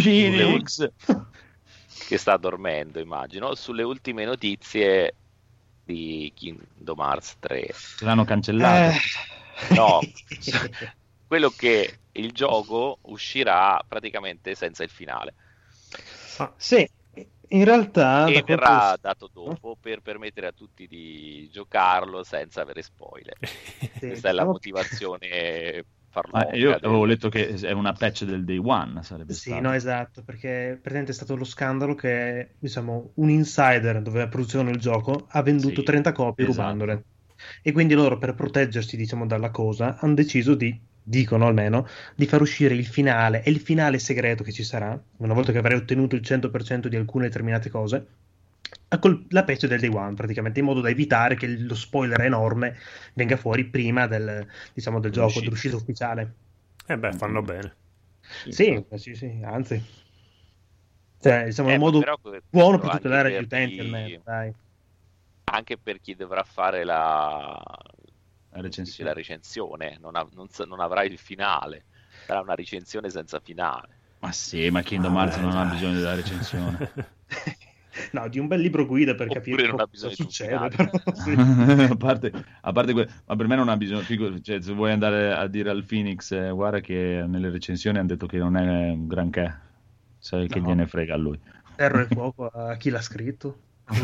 S7: che sta dormendo, immagino, sulle ultime notizie di Kingdom Hearts 3.
S9: L'hanno cancellato.
S7: No, quello che il gioco uscirà praticamente senza il finale.
S5: Sì, in realtà...
S7: E verrà dato dopo per permettere a tutti di giocarlo senza avere spoiler. Questa è la motivazione farlo.
S9: Io avevo letto che è una patch del day one, sarebbe stato.
S5: No, esatto, perché praticamente è stato lo scandalo che, diciamo, un insider dove produzione il gioco ha venduto 30 copie rubandole. E quindi loro, per proteggersi, diciamo, dalla cosa, hanno deciso dicono almeno, di far uscire il finale e il finale segreto che ci sarà, una volta che avrai ottenuto il 100% di alcune determinate cose, la patch del day one, praticamente, in modo da evitare che lo spoiler enorme venga fuori prima del gioco, dell'uscita ufficiale.
S1: Fanno bene.
S5: Sì, anzi. Cioè, diciamo, un modo buono per tutelare gli utenti, almeno, dai.
S7: Anche per chi dovrà fare la
S9: recensione,
S7: non avrà il finale, sarà una recensione senza finale.
S9: Ma sì, ma Kingdom Hearts non ha bisogno della recensione.
S5: No, di un bel libro guida per capire cosa succede. Però, sì.
S9: a parte ma per me non ha bisogno, cioè, se vuoi andare a dire al Phoenix, guarda che nelle recensioni hanno detto che non è un granché, sai che gliene frega a lui.
S5: Terra e fuoco a chi l'ha scritto.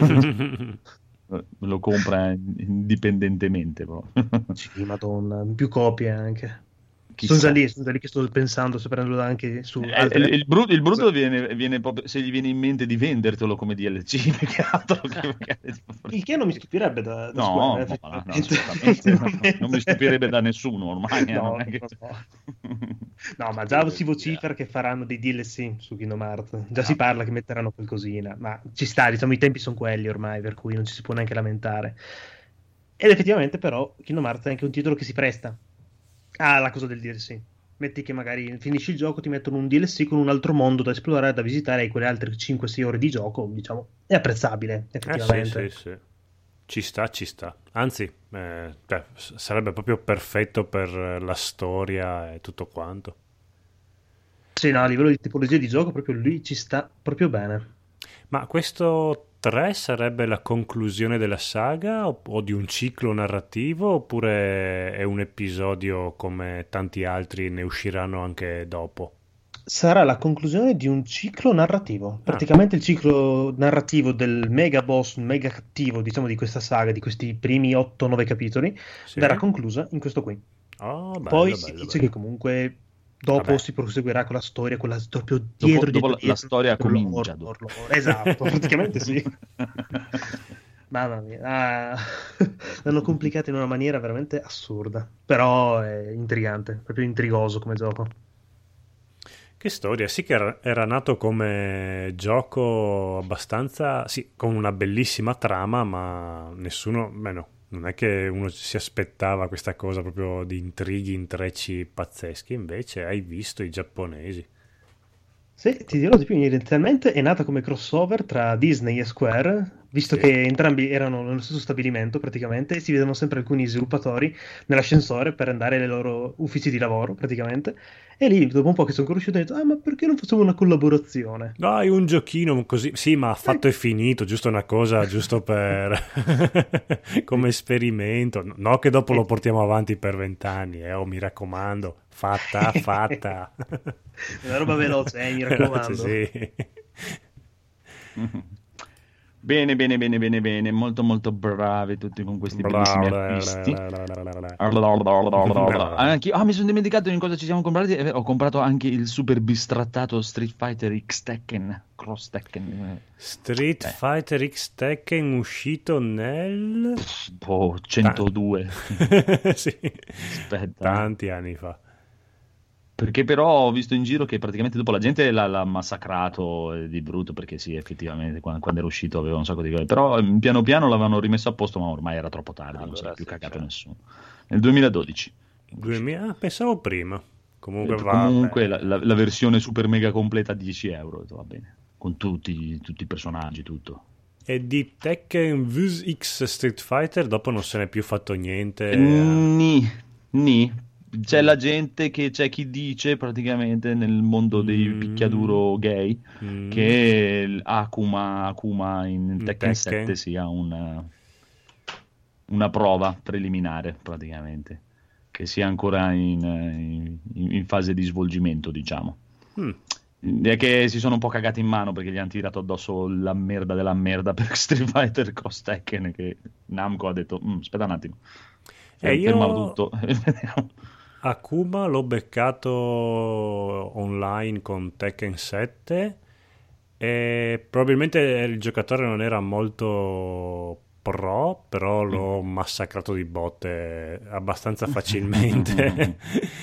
S9: Lo compra indipendentemente però.
S5: Sì, madonna, più copie anche. Sono già lì che sto pensando se prenderlo anche su altre...
S9: il brutto viene proprio se gli viene in mente di vendertelo come DLC che altro
S5: il che non mi stupirebbe da
S9: Square, non mi stupirebbe da nessuno ormai.
S5: No, ma già si vocifera che faranno dei DLC su Kingdom Hearts, già si parla che metteranno qualcosina, ma ci sta, diciamo, i tempi sono quelli ormai, per cui non ci si può neanche lamentare. Ed effettivamente però Kingdom Hearts è anche un titolo che si presta la cosa del DLC. Metti che magari finisci il gioco, ti mettono un DLC con un altro mondo da esplorare, da visitare, e quelle altre 5-6 ore di gioco, diciamo, è apprezzabile effettivamente.
S1: Sì. Ci sta. Anzi, sarebbe proprio perfetto per la storia e tutto quanto.
S5: Sì, no, a livello di tipologia di gioco proprio lui ci sta proprio bene.
S1: Ma questo 3 sarebbe la conclusione della saga o di un ciclo narrativo, oppure è un episodio come tanti altri e ne usciranno anche dopo?
S5: Sarà la conclusione di un ciclo narrativo. Praticamente il ciclo narrativo del mega boss, mega cattivo, diciamo, di questa saga, di questi primi 8-9 capitoli, verrà conclusa in questo qui.
S1: Bello,
S5: Poi si dice che comunque Dopo si proseguirà con la storia, con la proprio dietro,
S2: dopo la storia comincia.
S5: Esatto, praticamente sì. Mamma mia, l'hanno complicato in una maniera veramente assurda, però è intrigante, proprio intrigoso come gioco.
S1: Che storia, sì che era nato come gioco abbastanza, sì, con una bellissima trama, ma nessuno, no, non è che uno si aspettava questa cosa proprio di intrighi, intrecci pazzeschi, invece hai visto i giapponesi.
S5: Sì, ti dirò di più, inizialmente è nata come crossover tra Disney e Square, visto che entrambi erano nello stesso stabilimento praticamente, e si vedono sempre alcuni sviluppatori nell'ascensore per andare ai loro uffici di lavoro praticamente, e lì dopo un po' che sono conosciuti ho detto, ma perché non facciamo una collaborazione?
S1: Dai, un giochino così, sì, ma fatto e finito, giusto una cosa, giusto per come esperimento, no che dopo lo portiamo avanti per 20 anni, mi raccomando, fatta.
S5: Una roba veloce, mi raccomando.
S1: Sì.
S2: Bene, molto bravi tutti con questi bellissimi acquisti. Mi sono dimenticato di cosa ci siamo comprati. Ho comprato anche il super bistrattato Street Fighter X Tekken Cross Tekken.
S1: Street Fighter X Tekken uscito nel
S2: 102.
S1: Sì.
S2: Aspetta,
S1: tanti anni fa.
S2: Perché però ho visto in giro che praticamente dopo la gente l'ha massacrato di brutto, perché sì, effettivamente quando era uscito aveva un sacco di cose, però piano piano l'avevano rimesso a posto, ma ormai era troppo tardi, non si è più cagato nessuno. Nel 2012.
S1: Pensavo prima.
S2: Comunque la versione super mega completa a 10 euro, va bene, con tutti i personaggi, tutto.
S1: E di Tekken vs X Street Fighter dopo non se n'è più fatto niente.
S2: C'è la gente c'è chi dice praticamente nel mondo dei picchiaduro gay che Akuma in Tekken 7 sia una prova preliminare, praticamente, che sia ancora in fase di svolgimento, diciamo. È che si sono un po' cagati in mano perché gli hanno tirato addosso la merda della merda per Street Fighter Cross Tekken, che Namco ha detto aspetta un attimo, fermiamo tutto.
S1: Akuma l'ho beccato online con Tekken 7 e probabilmente il giocatore non era molto pro, però l'ho massacrato di botte abbastanza facilmente.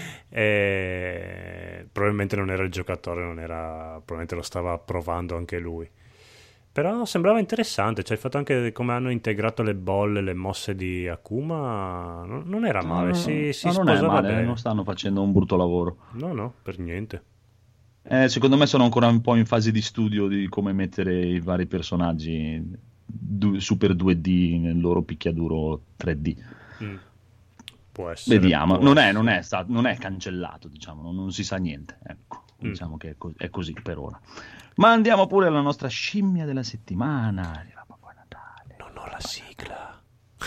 S1: E probabilmente non era il giocatore, probabilmente lo stava provando anche lui. Però sembrava interessante, cioè il fatto anche come hanno integrato le bolle, le mosse di Akuma non era male, si
S2: non è male,
S1: bene.
S2: Non stanno facendo un brutto lavoro.
S1: No, per niente.
S2: Secondo me sono ancora un po' in fase di studio di come mettere i vari personaggi super 2D nel loro picchiaduro 3D.
S1: Può essere.
S2: Vediamo, non è cancellato, diciamo, non si sa niente, ecco. Diciamo che è così per ora. Ma andiamo pure alla nostra scimmia della settimana. Arriva Babbo Natale.
S1: Non ho la sigla.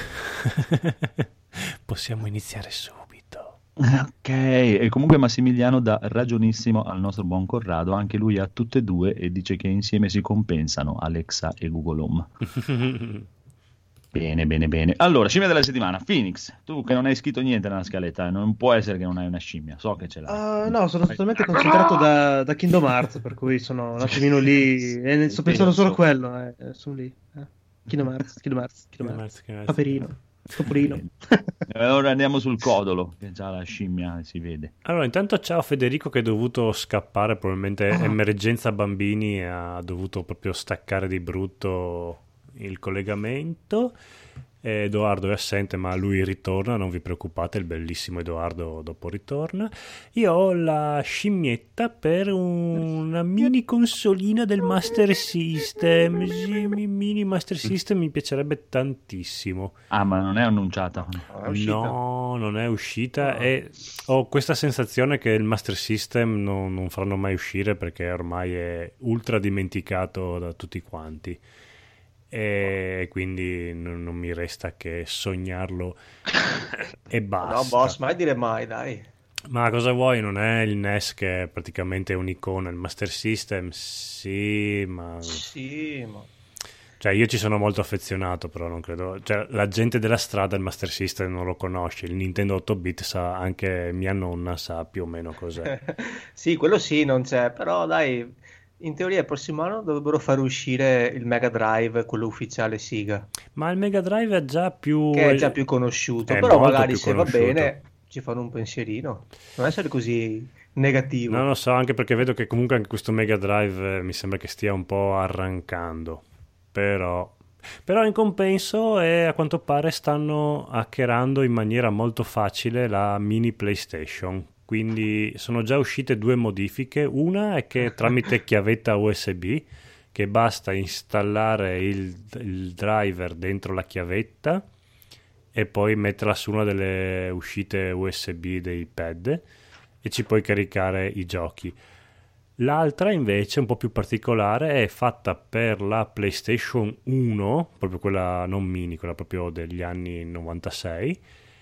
S1: Possiamo iniziare subito.
S2: Ok, e comunque Massimiliano dà ragionissimo al nostro buon Corrado, anche lui ha tutte e due e dice che insieme si compensano Alexa e Google Home. Bene. Allora, scimmia della settimana. Phoenix, tu che non hai scritto niente nella scaletta, non può essere che non hai una scimmia, so che ce l'hai.
S5: No, sono totalmente concentrato da Kingdom Hearts, per cui sono un attimino lì e sto pensando solo a quello, sono lì. Kingdom Hearts. Paperino, Topolino.
S2: Allora andiamo sul codolo, che già la scimmia si vede.
S1: Allora, intanto ciao Federico che è dovuto scappare, probabilmente emergenza bambini, e ha dovuto proprio staccare di brutto il collegamento. Edoardo è assente, ma lui ritorna, non vi preoccupate, il bellissimo Edoardo dopo ritorna. Io ho la scimmietta per una mini consolina del Master System. Sì, mini Master System mi piacerebbe tantissimo.
S2: Ma non è annunciata?
S1: No, non è uscita e ho questa sensazione che il Master System non faranno mai uscire perché ormai è ultra dimenticato da tutti quanti. E quindi non mi resta che sognarlo e basta.
S3: No, boss, mai dire mai, dai.
S1: Ma cosa vuoi? Non è il NES che è praticamente un'icona, il Master System sì, ma Cioè, io ci sono molto affezionato, però non credo... Cioè, la gente della strada il Master System non lo conosce, il Nintendo 8-bit sa, anche mia nonna sa più o meno cos'è.
S3: Sì, quello sì, non c'è, però dai, in teoria il prossimo anno dovrebbero far uscire il Mega Drive, quello ufficiale Sega,
S1: Ma il Mega Drive è già più...
S3: che è già più conosciuto,
S1: è
S3: però
S1: molto
S3: magari
S1: più
S3: se
S1: conosciuto.
S3: va bene ci fanno un pensierino, non essere così negativo.
S1: Non lo so, anche perché vedo che comunque anche questo Mega Drive mi sembra che stia un po' arrancando. Però in compenso a quanto pare stanno hackerando in maniera molto facile la mini PlayStation. Quindi sono già uscite 2 modifiche. Una è che tramite chiavetta USB, che basta installare il driver dentro la chiavetta e poi metterla su una delle uscite USB dei pad e ci puoi caricare i giochi. L'altra invece, un po' più particolare, è fatta per la PlayStation 1, proprio quella non mini, quella proprio degli anni 96.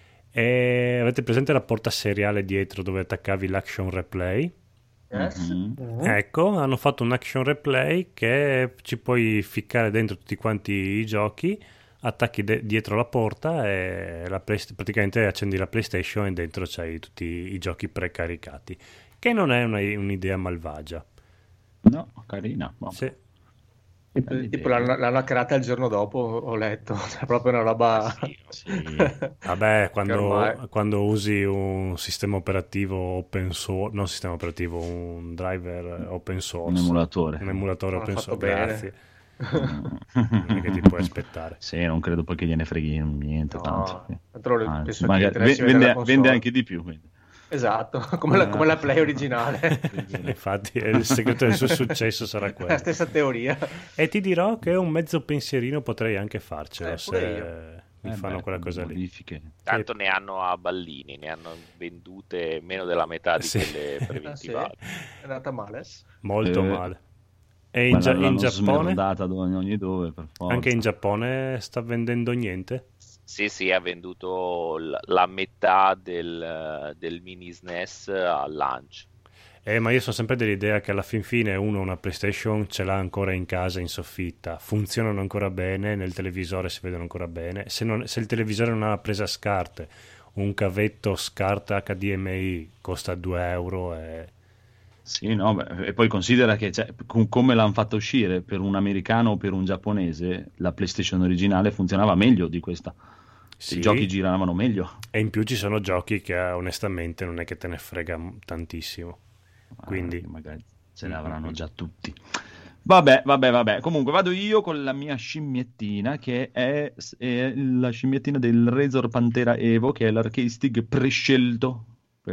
S1: E avete presente la porta seriale dietro dove attaccavi l'Action Replay?
S3: Yes.
S1: Ecco, hanno fatto un Action Replay che ci puoi ficcare dentro tutti quanti i giochi, attacchi dietro la porta e praticamente accendi la PlayStation e dentro c'hai tutti i giochi precaricati. Che non è un'idea malvagia.
S2: No, carina. No.
S1: Sì.
S3: Tipo l'hanno hackerata il giorno dopo, ho letto, cioè proprio una roba...
S7: Sì.
S1: Vabbè,
S3: ormai-
S1: quando usi un sistema operativo open source, non sistema operativo, un driver open source,
S2: Un emulatore.
S1: un emulatore
S3: L'hanno
S1: open
S3: fatto
S1: source,
S3: bene.
S1: grazie. Non è che ti puoi aspettare.
S2: Sì, non credo poi che gliene freghi niente
S3: No,
S2: tanto.
S3: tanto penso che
S2: Magari
S3: interessi vedere la console.
S2: vende anche di più. Quindi.
S3: Esatto, come la Play originale.
S1: Infatti il segreto del suo successo sarà
S3: La
S1: quello.
S3: stessa teoria.
S1: E ti dirò che un mezzo pensierino potrei anche farcelo
S3: Pure
S1: se
S3: io.
S1: mi fanno quella cosa lì.
S2: Modifiche.
S7: Tanto ne hanno a Ballini, ne hanno vendute meno della metà di
S1: Sì.
S7: quelle
S3: Ah, sì?
S7: preventivali.
S3: È andata male?
S1: Molto
S2: Eh,
S1: male. E
S2: Ma
S1: in
S2: l'hanno
S1: Giappone?
S2: smerdata ad ogni dove, per forza.
S1: Anche in Giappone sta vendendo niente?
S7: Sì, ha venduto la metà del mini SNES al lancio.
S1: Ma io sono sempre dell'idea che alla fin fine uno una PlayStation ce l'ha ancora in casa in soffitta, funzionano ancora bene, nel televisore si vedono ancora bene. Se il televisore non ha la presa a scarte, un cavetto SCART HDMI costa 2 euro e...
S2: Sì, no, beh, e poi considera che come l'hanno fatta uscire per un americano o per un giapponese, la PlayStation originale funzionava meglio di questa.
S1: Sì.
S2: I giochi giravano meglio.
S1: E in più ci sono giochi che onestamente non è che te ne frega tantissimo. Quindi
S2: magari ce ne avranno già tutti. Vabbè. Comunque vado io con la mia scimmiettina, che è la scimmiettina del Razer Pantera Evo, che è l'arcade stick prescelto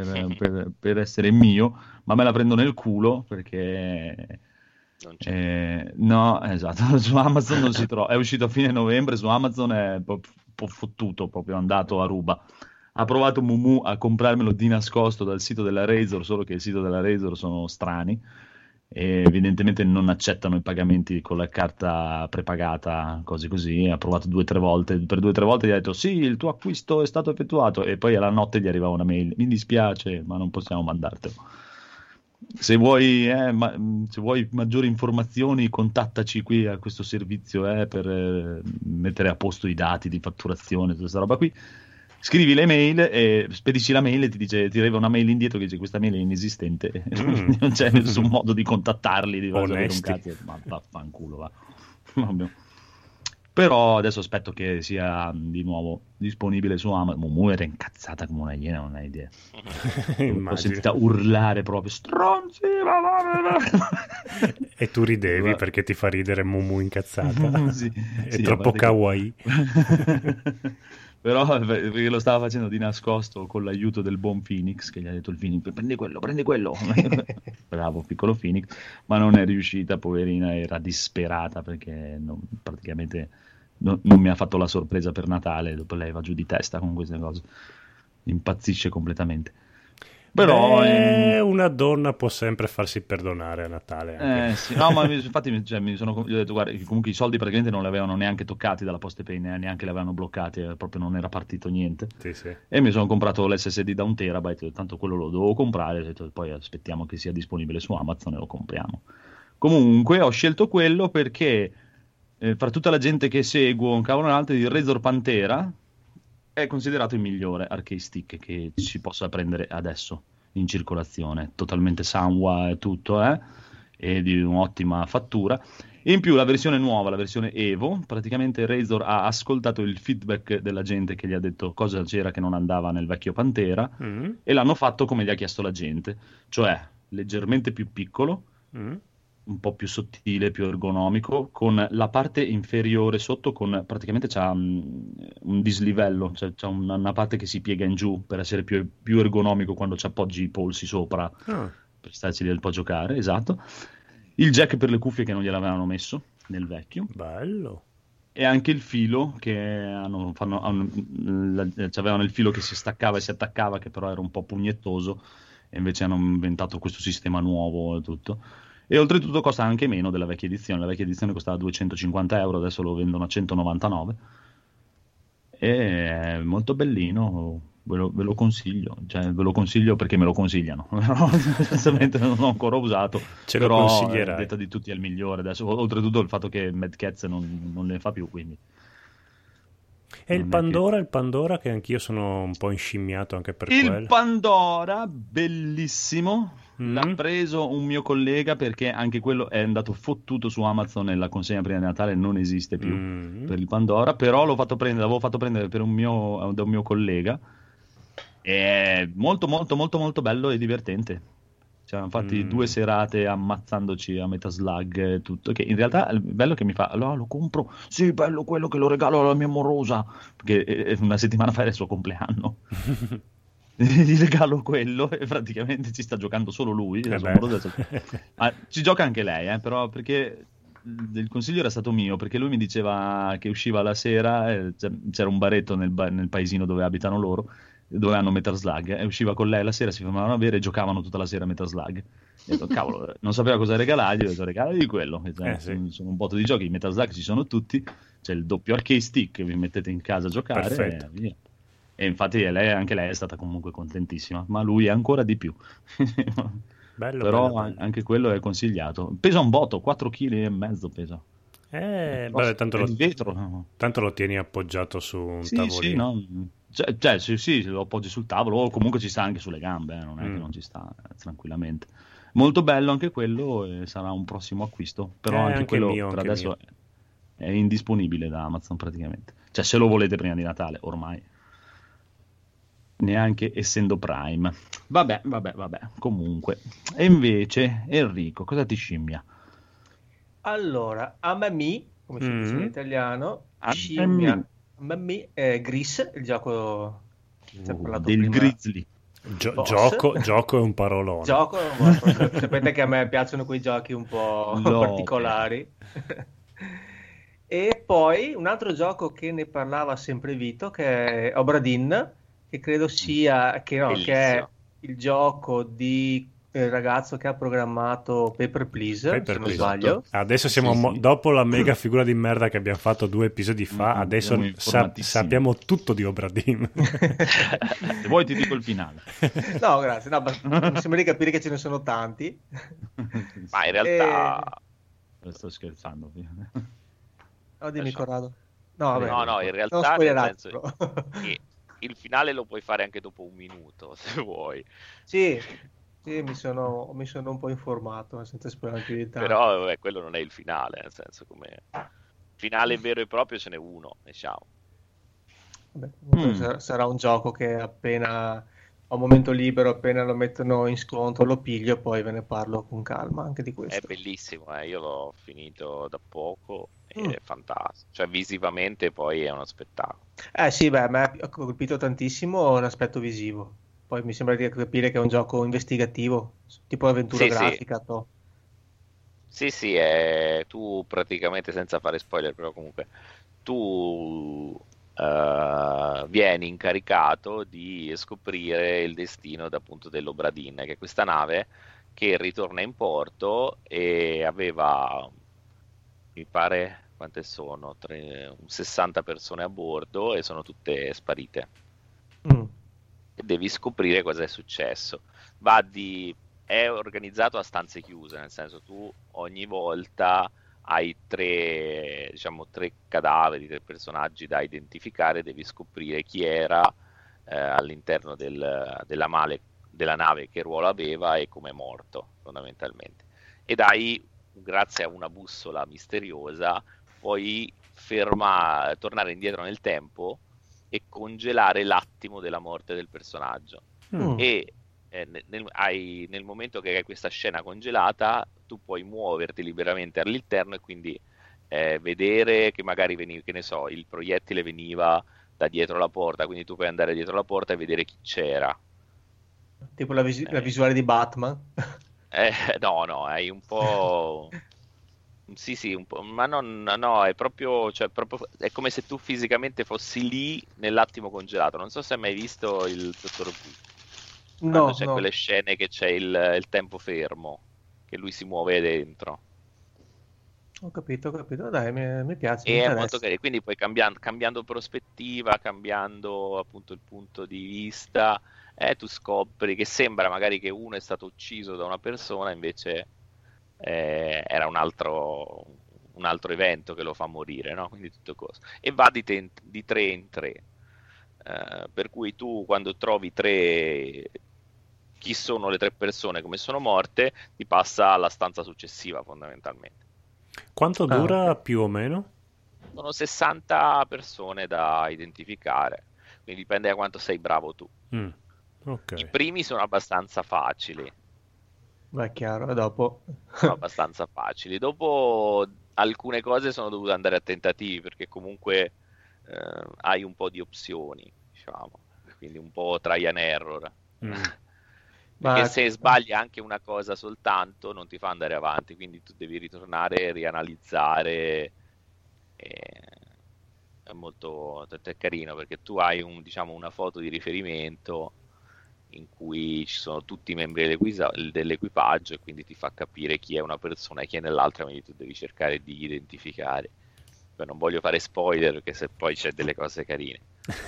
S2: per essere mio, ma me la prendo nel culo perché...
S7: Non c'è.
S2: No, esatto, su Amazon non si trova, è uscito a fine novembre, su Amazon è un po' fottuto, proprio andato a ruba. Ha provato Mumu a comprarmelo di nascosto dal sito della Razer, solo che il sito della Razer sono strani e evidentemente non accettano i pagamenti con la carta prepagata, cose così. Ha provato 2 o 3 volte, per 2 o 3 volte gli ha detto sì, il tuo acquisto è stato effettuato, e poi alla notte gli arrivava una mail: mi dispiace, ma non possiamo mandartelo. Se vuoi maggiori informazioni, contattaci qui a questo servizio per mettere a posto i dati di fatturazione, tutta questa roba qui. Scrivi le mail e spedisci la mail e ti arriva una mail indietro che dice questa mail è inesistente. Non c'è nessun modo di contattarli, di fare un cazzo. Ma vaffanculo, va. Vabbè. Però adesso aspetto che sia di nuovo disponibile su Amazon. Mumu era incazzata come una iena, non hai idea. L'ho sentita urlare proprio: stronzi!
S1: E tu ridevi perché ti fa ridere Mumu incazzata.
S2: Sì,
S1: è troppo kawaii.
S2: Però perché lo stava facendo di nascosto con l'aiuto del buon Phoenix, che gli ha detto: il Phoenix, prendi quello. Bravo piccolo Phoenix, ma non è riuscita, poverina, era disperata perché praticamente non mi ha fatto la sorpresa per Natale. Dopo lei va giù di testa con queste cose, impazzisce completamente. Però
S1: una donna può sempre farsi perdonare a Natale anche.
S2: Sì. No, ma infatti gli ho detto: guarda, comunque i soldi praticamente non li avevano neanche toccati dalla PostePay, neanche li avevano bloccati, proprio non era partito niente.
S1: Sì.
S2: E mi sono comprato l'SSD da 1 terabyte, tanto quello lo dovevo comprare, ho detto, poi aspettiamo che sia disponibile su Amazon e lo compriamo. Comunque ho scelto quello perché
S9: fra tutta la gente che seguo, un cavolo altro, il Razor Pantera è considerato il migliore arcade stick che si possa prendere adesso in circolazione, totalmente Sanwa e tutto, e di un'ottima fattura. E in più la versione nuova, la versione Evo, praticamente Razor ha ascoltato il feedback della gente che gli ha detto cosa c'era che non andava nel vecchio Pantera, e l'hanno fatto come gli ha chiesto la gente, cioè leggermente più piccolo, un po' più sottile, più ergonomico, con la parte inferiore sotto con praticamente c'ha un dislivello, cioè c'ha una parte che si piega in giù per essere più ergonomico quando ci appoggi i polsi sopra per starci lì un po' a giocare, esatto. Il jack per le cuffie che non gliel'avevano messo nel vecchio.
S1: Bello.
S9: E anche il filo che avevano il filo che si staccava e si attaccava, che però era un po' pugnettoso, e invece hanno inventato questo sistema nuovo e tutto. E oltretutto costa anche meno della vecchia edizione. La vecchia edizione costava 250 euro, adesso lo vendono a 199. È molto bellino, ve lo consiglio. Cioè, ve lo consiglio perché me lo consigliano. Onestamente non l'ho ancora usato.
S1: Ce
S9: però
S1: lo consiglierai.
S9: Detta di tutti è il migliore adesso. Oltretutto il fatto che Mad Catz non ne fa più, quindi.
S1: E il Pandora che anch'io sono un po' inscimmiato anche per quello.
S9: Il Pandora, bellissimo. L'ha preso un mio collega perché anche quello è andato fottuto su Amazon e la consegna prima di Natale non esiste più per il Pandora, però l'avevo fatto prendere da un mio collega. È molto molto molto molto bello e divertente. Ci hanno fatti 2 serate ammazzandoci a Metal Slug e tutto, che in realtà è bello che mi fa, allora lo compro, sì, bello quello che lo regalo alla mia morosa, perché una settimana fa era il suo compleanno. Gli regalo quello e praticamente ci sta giocando solo lui, ci gioca anche lei, però perché il consiglio era stato mio, perché lui mi diceva che usciva la sera, c'era un baretto nel paesino dove abitano loro, dove hanno Metal Slug, e usciva con lei la sera, si fermavano a bere e giocavano tutta la sera a Metal Slug. E ho detto, cavolo, non sapeva cosa regalargli, ho detto regalagli quello, sono un botto di giochi, i Metal Slug ci sono tutti, c'è il doppio arcade stick, vi mettete in casa a giocare e via. E infatti anche lei è stata comunque contentissima, ma lui è ancora di più.
S1: Bello,
S9: però
S1: bello.
S9: Anche quello è consigliato. Pesa un botto, 4,5 kg pesa.
S1: Tanto lo tieni appoggiato su un tavolino.
S9: Sì, lo appoggi sul tavolo o comunque ci sta anche sulle gambe, non è che non ci sta, tranquillamente. Molto bello anche quello, e sarà un prossimo acquisto, però anche quello per adesso è indisponibile da Amazon praticamente. Cioè, se lo volete prima di Natale, ormai neanche essendo Prime. Vabbè. Comunque, e invece Enrico, cosa ti scimmia?
S3: Allora, come si dice in italiano, scimmia. Gris, il gioco
S9: del prima. Grizzly.
S1: Gioco è un parolone.
S3: Sapete che a me piacciono quei giochi un po' particolari. E poi un altro gioco che ne parlava sempre Vito, che è Obra Dinn, che credo sia che è il gioco di ragazzo che ha programmato Paper Please, se non sbaglio.
S1: Adesso siamo dopo la mega figura di merda che abbiamo fatto 2 episodi fa, adesso sappiamo tutto di Obra Dinn.
S9: Se vuoi ti dico il finale.
S3: No, grazie, mi sembra di capire che ce ne sono tanti.
S7: Ma in realtà
S9: sto scherzando.
S3: Dimmi Corrado. No,
S7: in realtà nel senso che il finale lo puoi fare anche dopo 1 minuto se vuoi.
S3: Sì, mi sono un po' informato senza spoilerare più di tanto.
S7: Però quello non è il finale, nel senso come finale vero e proprio ce n'è uno e ciao.
S3: Sarà un gioco che appena ho un momento libero, appena lo mettono in sconto lo piglio e poi ve ne parlo con calma anche di questo.
S7: È bellissimo, io l'ho finito da poco. È fantastico, cioè visivamente poi è uno spettacolo.
S3: Sì, a me ha colpito tantissimo l'aspetto visivo. Poi mi sembra di capire che è un gioco investigativo, tipo avventura grafica.
S7: Sì, tu praticamente, senza fare spoiler, però comunque tu vieni incaricato di scoprire il destino appunto dell'Obra Dinn, che è questa nave che ritorna in porto e aveva, mi pare, quante sono? 60 persone a bordo e sono tutte sparite. E devi scoprire cosa è successo. È organizzato a stanze chiuse, nel senso tu ogni volta hai tre cadaveri, tre personaggi da identificare, devi scoprire chi era all'interno della nave, che ruolo aveva e come è morto, fondamentalmente. Ed grazie a una bussola misteriosa, puoi tornare indietro nel tempo e congelare l'attimo della morte del personaggio. E nel momento che hai questa scena congelata, tu puoi muoverti liberamente all'interno e quindi vedere che magari che ne so, il proiettile veniva da dietro la porta, quindi tu puoi andare dietro la porta e vedere chi c'era.
S3: Tipo la visuale di Batman.
S7: No, hai un po'... Sì, un po', ma no, è proprio è come se tu fisicamente fossi lì nell'attimo congelato. Non so se hai mai visto il Dottor Who. Quando c'è quelle scene che c'è il tempo fermo, che lui si muove dentro.
S3: Ho capito, dai, mi piace.
S7: E è molto carino, quindi poi cambiando prospettiva, cambiando appunto il punto di vista, tu scopri che sembra magari che uno è stato ucciso da una persona, invece era un altro evento che lo fa morire, no? Quindi tutto coso. E va di 3 in 3, per cui tu quando trovi chi sono le 3 persone, come sono morte, ti passa alla stanza successiva fondamentalmente.
S1: Quanto dura più o meno?
S7: Sono 60 persone da identificare, quindi dipende da quanto sei bravo tu.
S1: Okay.
S7: I primi sono abbastanza facili.
S3: Beh, chiaro, dopo...
S7: Sono abbastanza facili. Dopo alcune cose sono dovute andare a tentativi, perché comunque hai un po' di opzioni, diciamo, quindi un po' try and error. Perché se sbagli anche una cosa soltanto non ti fa andare avanti, quindi tu devi ritornare, rianalizzare. È molto carino, perché tu hai una foto di riferimento in cui ci sono tutti i membri dell'equipaggio, e quindi ti fa capire chi è una persona e chi è nell'altra, quindi tu devi cercare di identificare. Poi non voglio fare spoiler, perché se poi c'è delle cose carine.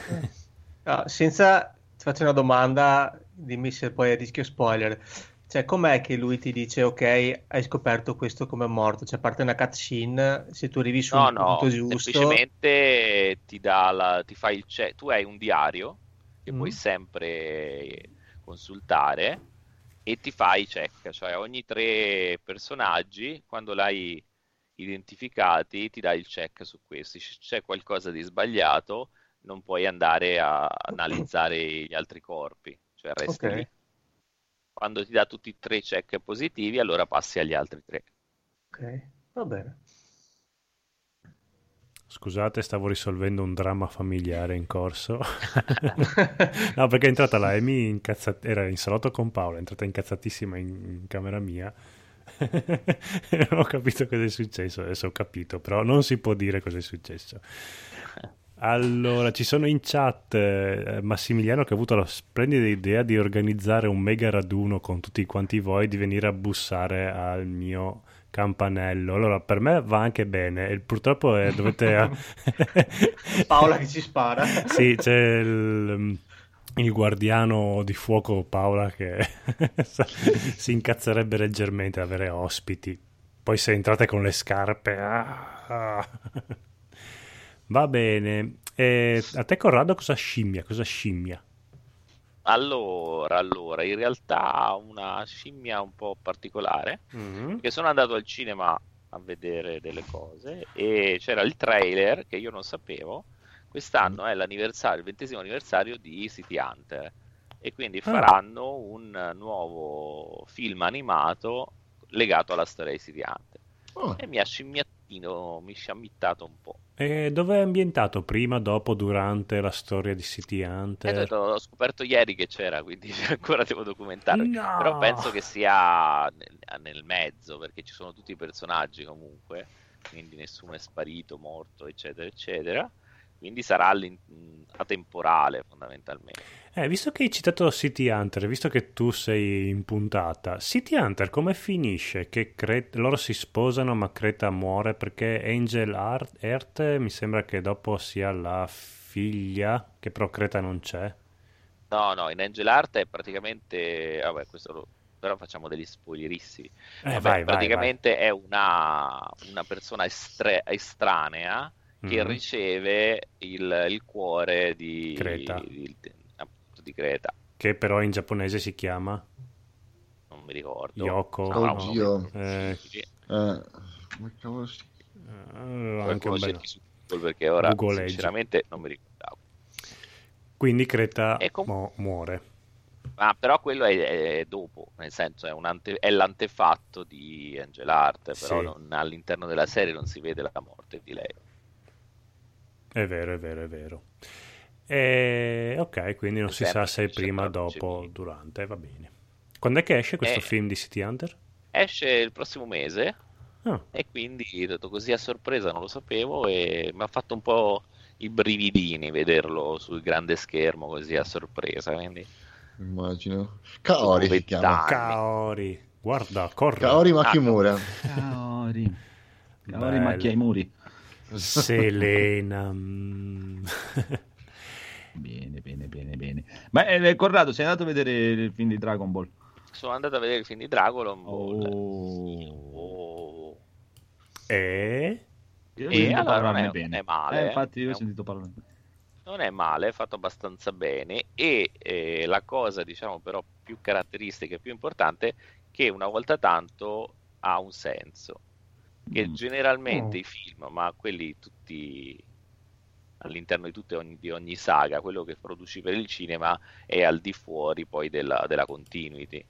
S3: Ti faccio una domanda, dimmi se poi è a rischio spoiler. Cioè, com'è che lui ti dice, ok, hai scoperto questo come è morto? Cioè, parte una cutscene, se tu arrivi sul punto giusto...
S7: semplicemente ti fa il check. Tu hai un diario che puoi sempre consultare e ti fai i check, cioè ogni 3 personaggi, quando l'hai identificati, ti dà il check su questi. Se c'è qualcosa di sbagliato, non puoi andare a analizzare gli altri corpi, cioè resti lì. Quando ti dà tutti i 3 check positivi, allora passi agli altri 3.
S3: Ok, va bene.
S1: Scusate, stavo risolvendo un dramma familiare in corso. No, perché è entrata la Amy era in salotto con Paola, è entrata incazzatissima in camera mia. Non ho capito cosa è successo, adesso ho capito, però non si può dire cosa è successo. Allora, ci sono in chat Massimiliano, che ha avuto la splendida idea di organizzare un mega raduno con tutti quanti voi, di venire a bussare al mio campanello. Allora, per me va anche bene, e purtroppo dovete...
S3: Paola che ci spara.
S1: Sì, c'è il guardiano di fuoco Paola che si incazzerebbe leggermente ad avere ospiti. Poi se entrate con le scarpe... Va bene. A te, Corrado, cosa scimmia?
S7: Allora, in realtà una scimmia un po' particolare, perché sono andato al cinema a vedere delle cose e c'era il trailer che io non sapevo. Quest'anno è il 20° anniversario di City Hunter, e quindi faranno un nuovo film animato legato alla storia di City Hunter. E mi ha scimmittato un po'.
S1: E dove è ambientato? Prima, dopo, durante la storia di City Hunter?
S7: L'ho scoperto ieri che c'era, quindi ancora devo documentarmi.
S1: No!
S7: Però penso che sia nel mezzo, perché ci sono tutti i personaggi comunque, quindi nessuno è sparito, morto, eccetera, eccetera. Quindi sarà atemporale fondamentalmente.
S1: Visto che hai citato City Hunter, visto che tu sei in puntata, City Hunter come finisce? Che loro si sposano ma Creta muore, perché Angel Earth mi sembra che dopo sia la figlia, che però Creta non c'è.
S7: No, in Angel Heart è praticamente... Vabbè, questo però facciamo degli spoilerissimi.
S1: Vai,
S7: praticamente è una persona estranea che riceve il cuore di
S1: Creta.
S7: Di Creta.
S1: Che però in giapponese si chiama?
S7: Non mi ricordo.
S1: Yoko.
S4: Come cavolo si...
S1: anche un bello
S7: perché ora
S1: Google
S7: sinceramente non mi ricordavo.
S1: Quindi Creta muore.
S7: Però quello è dopo, nel senso è l'antefatto di Angel Heart, però all'interno della serie non si vede la morte di lei.
S1: È vero. Ok, quindi non si sa se è prima, dopo, durante, va bene. Quando è che esce questo film di City Hunter?
S7: Esce il prossimo mese. E quindi ho detto così a sorpresa, non lo sapevo, e mi ha fatto un po' i brividini vederlo sul grande schermo così a sorpresa, quindi
S4: immagino. Kaori si chiama.
S1: Kaori, guarda, corre.
S4: Kaori Makimura.
S9: Kaori macchia i muri.
S1: Selena.
S9: Bene. Ma Corrado, sei andato a vedere il film di Dragon Ball?
S7: Sono andato a vedere il film di Dragon Ball. Allora non è male.
S9: Infatti io ho sentito parlare.
S7: Non è male, è fatto abbastanza bene, e la cosa, diciamo, però più caratteristica e più importante, che una volta tanto ha un senso. Che generalmente i film, ma quelli tutti all'interno di ogni saga, quello che produci per il cinema è al di fuori poi della continuity.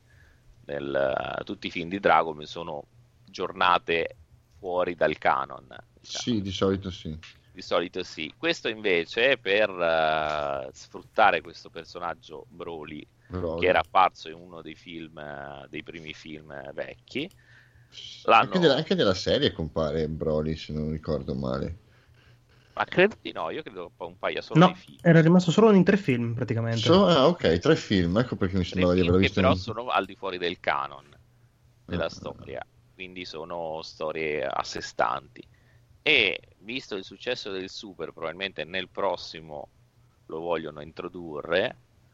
S7: Tutti i film di Dragon sono giornate fuori dal canon, diciamo.
S4: Sì, di solito sì.
S7: Di solito sì. Questo invece, per sfruttare questo personaggio Broly, che era apparso in uno dei film, dei primi film vecchi,
S4: anche nella serie compare Broly, se non ricordo male.
S7: Ma credo di no, io credo un paio solo nei film.
S5: Era rimasto solo in 3 film praticamente.
S4: Ok, 3 film, ecco perché mi sembrava di averlo visto.
S7: Che però sono al di fuori del canon della storia, quindi sono storie a sé stanti. E visto il successo del Super, probabilmente nel prossimo lo vogliono introdurre,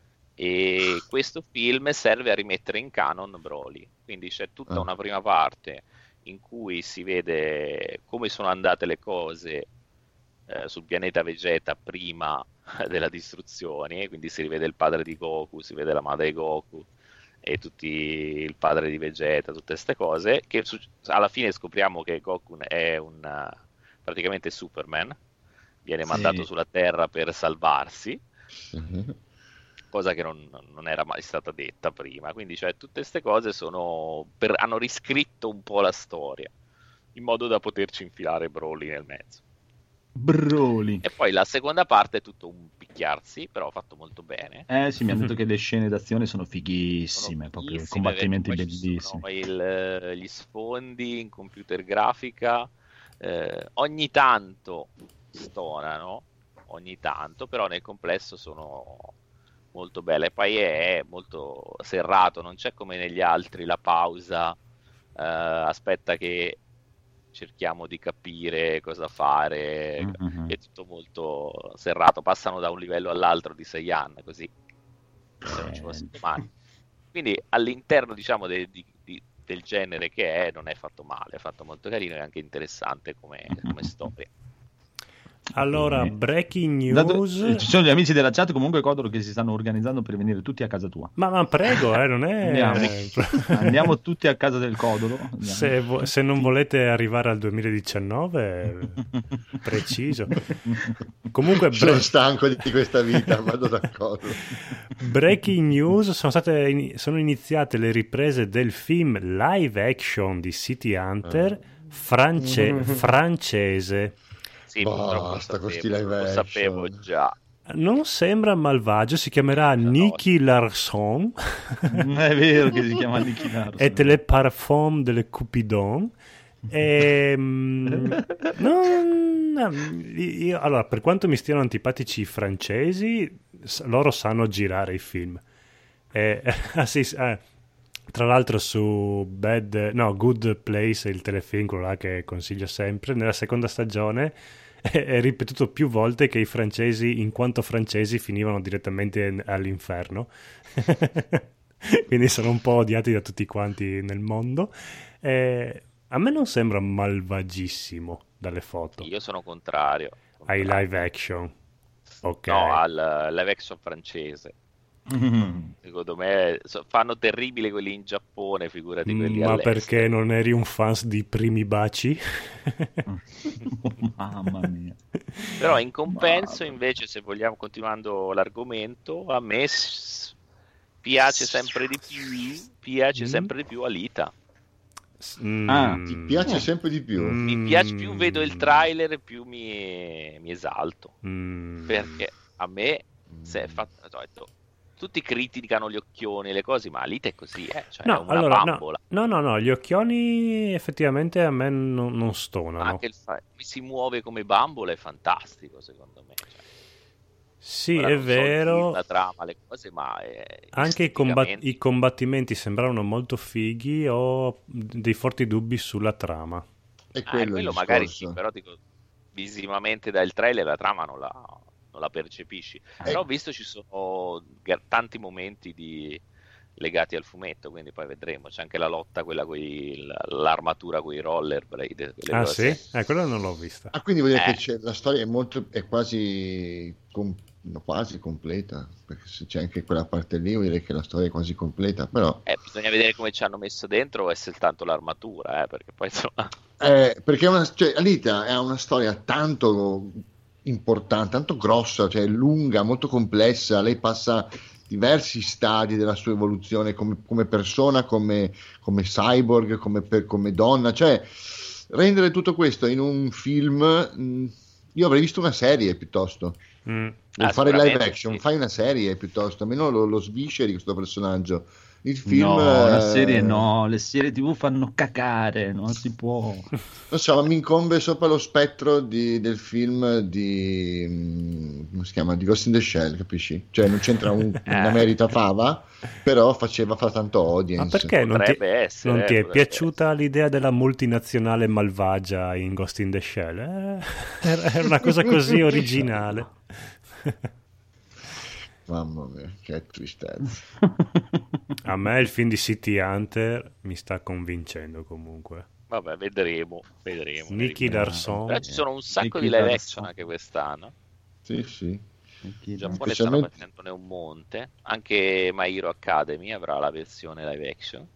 S7: e questo film serve a rimettere in canon Broly. Quindi c'è tutta una prima parte in cui si vede come sono andate le cose sul pianeta Vegeta prima della distruzione, quindi si rivede il padre di Goku, si vede la madre di Goku e il padre di Vegeta, tutte queste cose, che alla fine scopriamo che Goku è praticamente Superman, viene mandato sulla Terra per salvarsi, cosa che non era mai stata detta prima. Quindi tutte queste cose hanno riscritto un po' la storia in modo da poterci infilare Broly nel mezzo.
S9: Broly.
S7: E poi la seconda parte è tutto un picchiarsi, però fatto molto bene.
S9: Sì, mi hanno detto che le scene d'azione sono fighissime, proprio combattimenti bellissimi.
S7: Gli sfondi in computer grafica ogni tanto stonano, però nel complesso sono molto belle. Poi è molto serrato, non c'è come negli altri la pausa, aspetta che cerchiamo di capire cosa fare, è tutto molto serrato, passano da un livello all'altro di 6 anni, così non ci fosse domani. Quindi all'interno, diciamo, del genere che non è fatto male, è fatto molto carino e anche interessante come storia.
S1: Allora, breaking news.
S9: Ci sono gli amici della chat comunque Codolo che si stanno organizzando per venire tutti a casa tua.
S1: Ma prego, non è...
S9: Andiamo tutti a casa del Codolo.
S1: Se non volete arrivare al 2019, preciso. Comunque
S4: sono stanco di questa vita, vado d'accordo.
S1: Breaking news, sono iniziate le riprese del film live action di City Hunter francese.
S7: Sì,
S4: basta con sti live action.
S7: Lo sapevo già.
S1: Non sembra malvagio, si chiamerà Nicky Larson.
S9: È vero che si chiama Nicky Larson.
S1: Et le parfum de le Cupidon. Allora, per quanto mi stiano antipatici i francesi, loro sanno girare i film. Tra l'altro su Good Place, il telefilm, quello là che consiglio sempre, nella seconda stagione è ripetuto più volte che i francesi, in quanto francesi, finivano direttamente all'inferno. quindi sono un po' odiati da tutti quanti nel mondo. A me non sembra malvagissimo dalle foto.
S7: Io sono contrario.
S1: Ai live action. Ok.
S7: No, al live action francese. Secondo me fanno terribili quelli in Giappone, figurati quelli
S1: ma
S7: all'estero.
S1: Perché non eri un fan di Primi Baci?
S9: Mamma mia.
S7: Però in compenso invece, se vogliamo, continuando l'argomento, a me piace sempre di più Alita.
S4: Ti piace sempre di più?
S7: Mi piace più, vedo il trailer più mi esalto, perché a me se è fatto, tutti criticano gli occhioni e le cose, ma Alita è così, cioè
S1: no,
S7: è una bambola.
S1: No, gli occhioni effettivamente a me non stonano.
S7: Anche mi si muove come bambola, è fantastico secondo me. Cioè,
S1: sì, è vero.
S7: La trama, le cose, ma
S1: anche i combattimenti sembravano molto fighi. Ho dei forti dubbi sulla trama.
S4: È quello
S7: magari sì, però dico, visivamente dal trailer la trama non la percepisci. Però ho visto ci sono tanti momenti legati al fumetto, quindi poi vedremo. C'è anche la lotta, quella con l'armatura con i rollerblade.
S1: Sì? Quella non l'ho vista.
S4: Quindi vuol dire che la storia è quasi completa, perché se c'è anche quella parte lì vuol dire che la storia è quasi completa, però
S7: bisogna vedere come ci hanno messo dentro o è soltanto l'armatura, perché poi insomma
S4: perché Alita è una storia tanto importante, tanto grossa, cioè lunga, molto complessa. Lei passa diversi stadi della sua evoluzione come persona, come cyborg, come donna, cioè rendere tutto questo in un film, io avrei visto una serie piuttosto. Fare live action,
S7: sì.
S4: Fai una serie piuttosto, almeno lo svisceri questo personaggio. Il film,
S9: la serie no, le serie TV fanno cacare, non si può.
S4: Non so, ma mi incombe sopra lo spettro del film di come si chiama? Di Ghost in the Shell, capisci? Cioè non c'entra una merita fava, però fa tanto audience.
S1: Ma perché non ti è piaciuta l'idea della multinazionale malvagia in Ghost in the Shell? Era una cosa così originale.
S4: Mamma mia, che tristezza.
S1: A me il film di City Hunter mi sta convincendo comunque.
S7: Vabbè, vedremo.
S1: Nicky Larson.
S7: Però ci sono un sacco di live action anche quest'anno.
S4: Sì.
S7: In Giappone stanno facendone un monte. Anche My Hero Academy avrà la versione live action.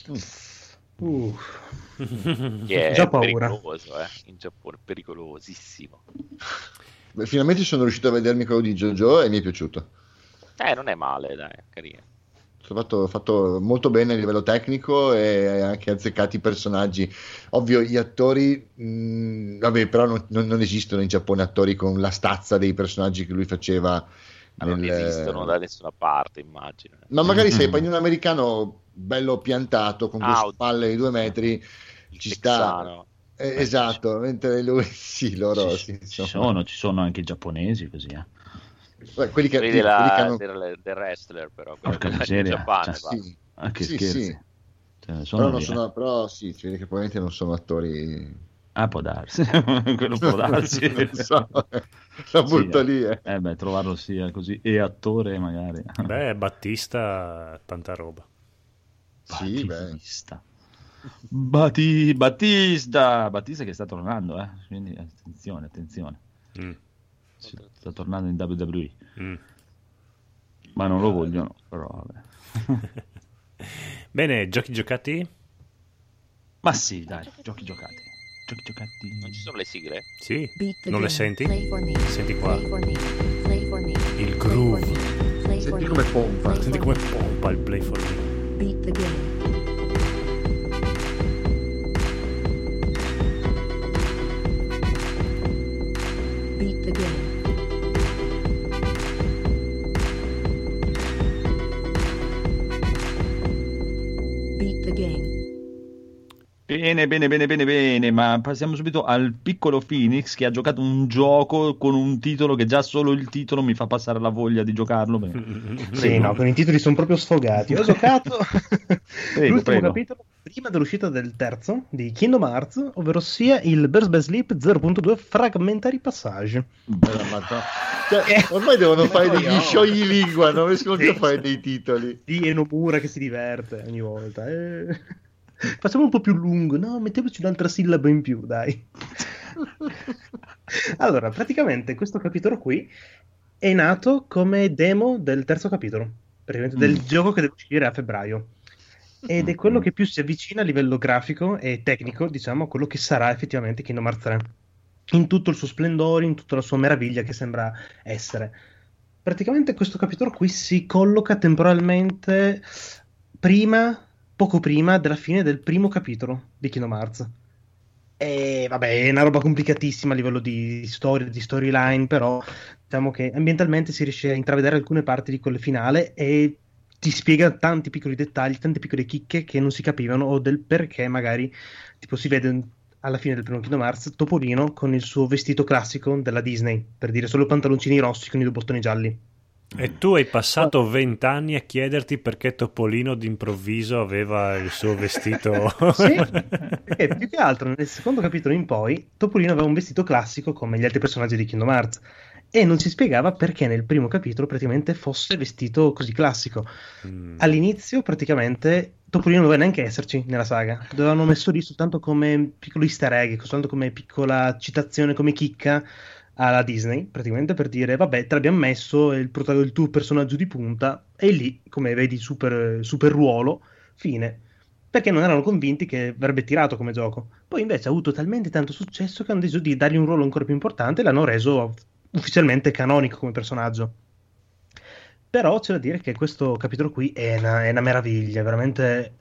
S7: Che è pericoloso, in Giappone, pericolosissimo.
S4: Beh, finalmente sono riuscito a vedermi quello di JoJo e mi è piaciuto.
S7: Non è male, dai, carino.
S4: Fatto molto bene a livello tecnico e anche azzeccati i personaggi. Ovvio, gli attori, però non esistono in Giappone attori con la stazza dei personaggi che lui faceva.
S7: Non esistono da nessuna parte, immagino.
S4: Ma magari se prendi un americano bello piantato con queste spalle di 2 metri, ci sta. Esatto, mentre lui ci
S9: sono anche i giapponesi così.
S4: Quelli che
S7: del wrestler, però
S9: in
S7: Giappone,
S9: anche scherzi.
S4: Però si vede che probabilmente non sono attori.
S9: Può darsi. Quello può darsi.
S4: La butto lì.
S9: Trovarlo sia così e attore magari.
S1: Battista, tanta roba.
S9: Battista che sta tornando, quindi attenzione. Sta tornando in WWE, ma non lo vogliono, però vabbè.
S1: Bene, giochi giocati?
S7: Ma sì, dai, giochi giocati. Non ci sono le sigle?
S1: Sì, non le senti? Senti qua il groove.
S4: Senti come pompa
S1: il Play for Me.
S10: Beat the game. Beat the game. Beat the game.
S9: Bene, ma passiamo subito al piccolo Phoenix che ha giocato un gioco con un titolo che già solo il titolo mi fa passare la voglia di giocarlo.
S5: Sì, no, con i titoli sono proprio sfogati. Ho giocato l'ultimo
S9: prego.
S5: capitolo prima dell'uscita del terzo di Kingdom Hearts, ovvero sia il Birth by Sleep 0.2 Fragmentary Passage.
S4: Cioè, ormai devono fare degli scioglilingua, non riescono più a fare dei titoli.
S5: Di Enomura che si diverte ogni volta. Facciamo un po' più lungo, no, mettiamoci un'altra sillaba in più, dai. Allora, praticamente questo capitolo qui è nato come demo del terzo capitolo, praticamente del gioco che deve uscire a febbraio. Ed è quello che più si avvicina a livello grafico e tecnico, diciamo, a quello che sarà effettivamente Kingdom Hearts 3. In tutto il suo splendore, in tutta la sua meraviglia che sembra essere. Praticamente questo capitolo qui si colloca temporalmente poco prima della fine del primo capitolo di Kingdom Hearts. E vabbè, è una roba complicatissima a livello di storia, di storyline, però diciamo che ambientalmente si riesce a intravedere alcune parti di quelle finale e ti spiega tanti piccoli dettagli, tante piccole chicche che non si capivano o del perché magari tipo si vede alla fine del primo Kingdom Hearts Topolino con il suo vestito classico della Disney, per dire solo pantaloncini rossi con i due bottoni gialli.
S1: E tu hai passato 20 anni a chiederti perché Topolino d'improvviso aveva il suo vestito.
S5: Sì, perché più che altro nel secondo capitolo in poi Topolino aveva un vestito classico come gli altri personaggi di Kingdom Hearts e non si spiegava perché nel primo capitolo praticamente fosse vestito così classico. All'inizio praticamente Topolino non doveva neanche esserci nella saga, dovevano messo lì soltanto come piccolo easter egg, soltanto come piccola citazione, come chicca alla Disney, praticamente per dire vabbè, te l'abbiamo messo, è il tuo personaggio di punta, e lì, come vedi, super ruolo, fine. Perché non erano convinti che avrebbe tirato come gioco. Poi invece ha avuto talmente tanto successo che hanno deciso di dargli un ruolo ancora più importante e l'hanno reso ufficialmente canonico come personaggio. Però c'è da dire che questo capitolo qui è una meraviglia, veramente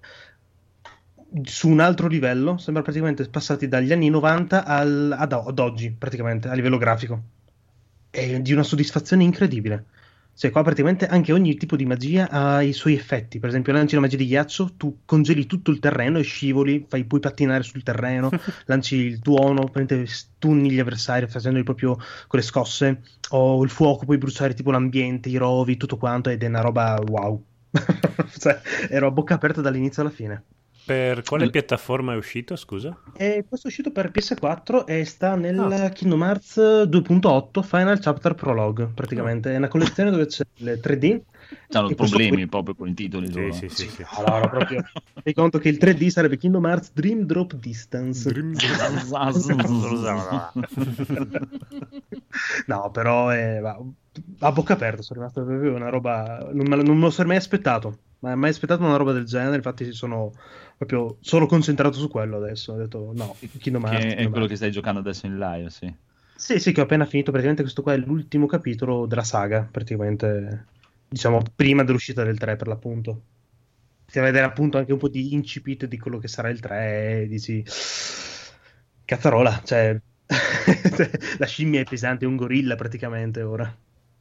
S5: su un altro livello, sembra praticamente passati dagli anni 90 ad oggi, praticamente, a livello grafico. È di una soddisfazione incredibile. Cioè, qua praticamente anche ogni tipo di magia ha i suoi effetti. Per esempio, lanci la magia di ghiaccio, tu congeli tutto il terreno e scivoli, puoi pattinare sul terreno, lanci il tuono, stunni gli avversari facendoli proprio con le scosse, o il fuoco, puoi bruciare tipo l'ambiente, i rovi, tutto quanto, ed è una roba wow. Cioè, ero a bocca aperta dall'inizio alla fine.
S1: Per quale piattaforma è uscito, scusa?
S5: Questo è uscito per PS4 e sta nel Kingdom Hearts 2.8 Final Chapter Prologue, praticamente. È una collezione dove c'è le 3D.
S9: C'hanno problemi proprio con i titoli.
S1: Sì.
S5: Allora, proprio fai conto che il 3D sarebbe Kingdom Hearts Dream Drop Distance. No, però a bocca aperta sono rimasto proprio una roba. Non me lo sono mai aspettato. Ma mai aspettato una roba del genere, infatti sono proprio solo concentrato su quello adesso. Ho detto no, Kingdom Hearts.
S9: È quello che stai giocando adesso in live, sì.
S5: Sì, che ho appena finito. Praticamente questo qua è l'ultimo capitolo della saga, praticamente, diciamo, prima dell'uscita del 3 per l'appunto. Si va a vedere appunto anche un po' di incipit di quello che sarà il 3 e dici cazzarola, cioè la scimmia è pesante, è un gorilla praticamente ora.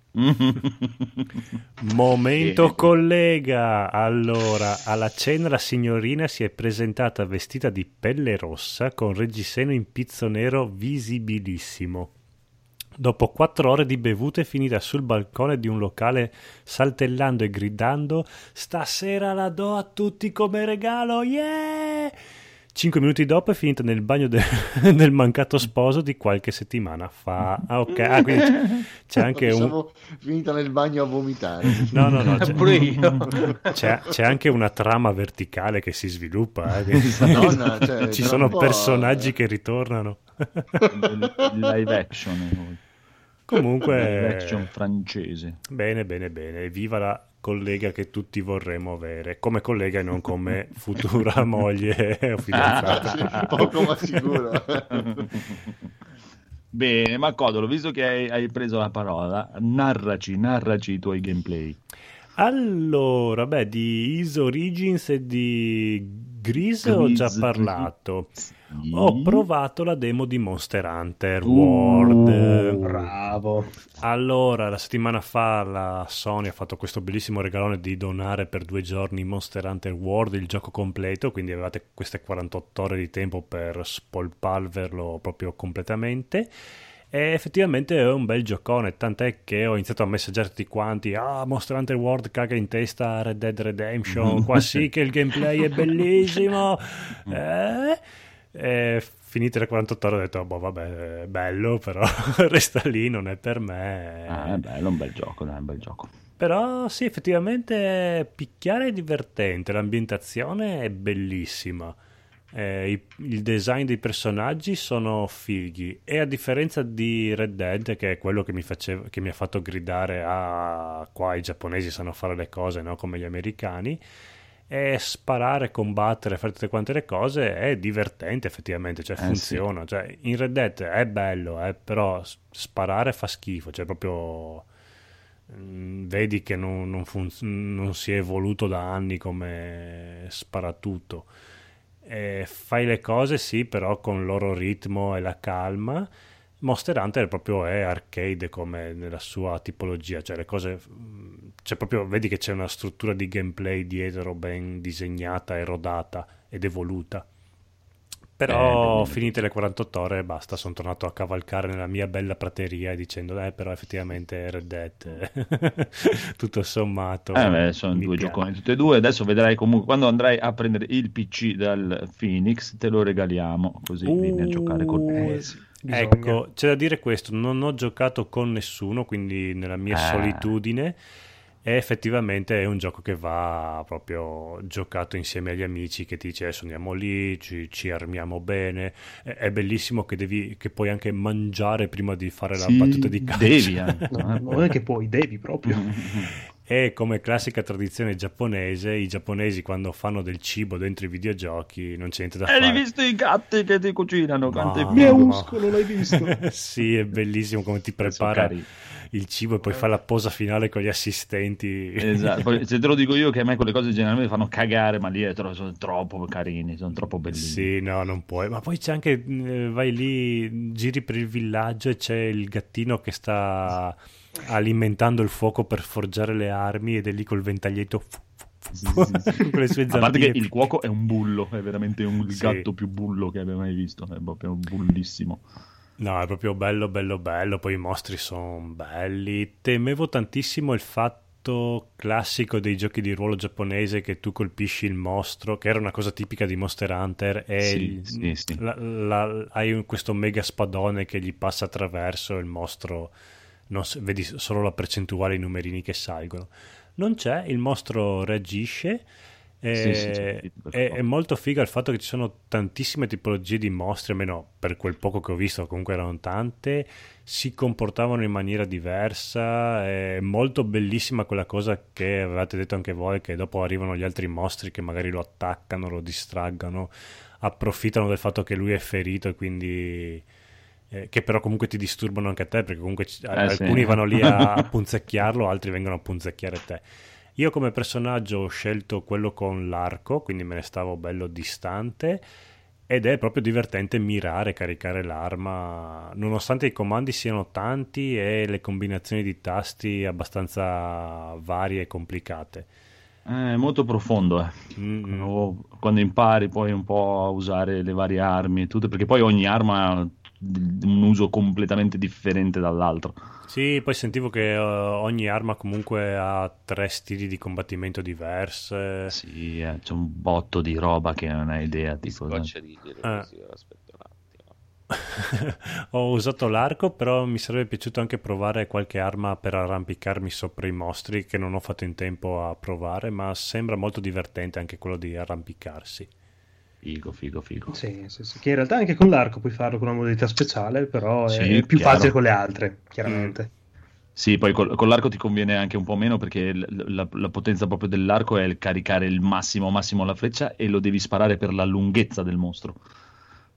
S1: Momento collega. Allora, alla cena la signorina si è presentata vestita di pelle rossa con reggiseno in pizzo nero visibilissimo. Dopo 4 ore di bevute è finita sul balcone di un locale saltellando e gridando "Stasera la do a tutti come regalo, yeah!" 5 minuti dopo è finita nel bagno del mancato sposo di qualche settimana fa. Ok, quindi c'è anche
S4: finita nel bagno a vomitare.
S1: No,
S5: pure io.
S1: C'è anche una trama verticale che si sviluppa. Ci sono personaggi che ritornano.
S9: Live action.
S1: Comunque,
S9: live action francese.
S1: Bene. Viva la collega che tutti vorremmo avere come collega e non come futura moglie o fidanzata.
S4: Poco ma sicuro.
S9: Bene, ma Codolo, visto che hai preso la parola, narraci i tuoi gameplay.
S1: Allora, di Is Origins e di Gris ho già parlato. Ho provato la demo di Monster Hunter World.
S5: Bravo.
S1: Allora, la settimana fa la Sony ha fatto questo bellissimo regalone di donare per 2 giorni Monster Hunter World, il gioco completo, quindi avevate queste 48 ore di tempo per spolpalverlo proprio completamente. E effettivamente è un bel giocone, tant'è che ho iniziato a messaggiare tutti quanti: Monster Hunter World caga in testa a Red Dead Redemption, qua sì che il gameplay è bellissimo. E finite le 48 ore ho detto boh, vabbè, è bello, però resta lì, non è per me.
S2: È bello, un bel gioco, dai, un bel gioco.
S1: Però sì, effettivamente picchiare è divertente, l'ambientazione è bellissima. Il design dei personaggi sono fighi, e a differenza di Red Dead, che è quello che mi ha fatto gridare qua i giapponesi sanno fare le cose, no? Come gli americani, e sparare, combattere, fare tutte quante le cose è divertente effettivamente, cioè funziona.
S2: Sì.
S1: Cioè, in Red Dead è bello, però sparare fa schifo, cioè proprio vedi che non si è evoluto da anni come sparatutto. Fai le cose sì, però con il loro ritmo e la calma. Monster Hunter proprio è arcade come nella sua tipologia, cioè le cose, cioè proprio vedi che c'è una struttura di gameplay dietro ben disegnata e rodata ed evoluta. Però finite le 48 ore basta, sono tornato a cavalcare nella mia bella prateria dicendo però effettivamente Red Dead tutto sommato
S2: sono 2
S1: piace.
S2: gioconi tutti e 2. Adesso vedrai comunque quando andrai a prendere il PC dal Phoenix te lo regaliamo, così vieni a giocare con me.
S1: Ecco, c'è da dire questo, non ho giocato con nessuno, quindi nella mia solitudine, e effettivamente è un gioco che va proprio giocato insieme agli amici, che ti dice adesso andiamo lì, ci armiamo bene. È bellissimo che puoi anche mangiare prima di fare la battuta di calcio.
S2: Devi anche.
S5: Non è che devi proprio.
S1: E come classica tradizione giapponese, i giapponesi quando fanno del cibo dentro i videogiochi non c'è niente da fare.
S2: Hai visto i gatti che ti cucinano?
S5: Muscolo, l'hai visto?
S1: Sì, è bellissimo come ti prepara il cibo e poi fa la posa finale con gli assistenti.
S2: Esatto. Poi, se te lo dico io che a me quelle cose generalmente fanno cagare, ma lì sono troppo carini, sono troppo bellini.
S1: Sì, no, non puoi. Ma poi c'è anche, vai lì, giri per il villaggio e c'è il gattino che sta alimentando il fuoco per forgiare le armi ed è lì col ventaglietto con le sue zampine.
S2: A parte che il cuoco è un bullo, è veramente il gatto più bullo che abbia mai visto, è proprio bullissimo.
S1: No, è proprio bello, poi i mostri sono belli. Temevo tantissimo il fatto classico dei giochi di ruolo giapponese che tu colpisci il mostro, che era una cosa tipica di Monster Hunter, e hai questo mega spadone che gli passa attraverso il mostro, vedi solo la percentuale, i numerini che salgono. Non c'è, il mostro reagisce. È molto figo il fatto che ci sono tantissime tipologie di mostri, almeno per quel poco che ho visto, comunque erano tante, si comportavano in maniera diversa. È molto bellissima quella cosa che avevate detto anche voi, che dopo arrivano gli altri mostri che magari lo attaccano, lo distraggono, approfittano del fatto che lui è ferito e quindi che però comunque ti disturbano anche a te, perché comunque alcuni vanno lì a punzecchiarlo, altri vengono a punzecchiare te. Io come personaggio ho scelto quello con l'arco, quindi me ne stavo bello distante, ed è proprio divertente mirare, caricare l'arma, nonostante i comandi siano tanti e le combinazioni di tasti abbastanza varie e complicate.
S2: È molto profondo, quando impari poi un po' a usare le varie armi e tutto, perché poi ogni arma ha un uso completamente differente dall'altro.
S1: Sì, poi sentivo che ogni arma comunque ha 3 stili di combattimento diverse.
S2: Sì, c'è un botto di roba che non hai idea.
S7: Scoccia di dire così, aspetta un attimo.
S1: Ho usato l'arco, però mi sarebbe piaciuto anche provare qualche arma per arrampicarmi sopra i mostri, che non ho fatto in tempo a provare, ma sembra molto divertente anche quello di arrampicarsi.
S2: Figo.
S5: Sì. Che in realtà anche con l'arco puoi farlo con una modalità speciale, però è più
S2: chiaro.
S5: facile con le altre, chiaramente.
S2: Sì, poi con l'arco ti conviene anche un po' meno, perché la potenza proprio dell'arco è il caricare il massimo la freccia e lo devi sparare per la lunghezza del mostro.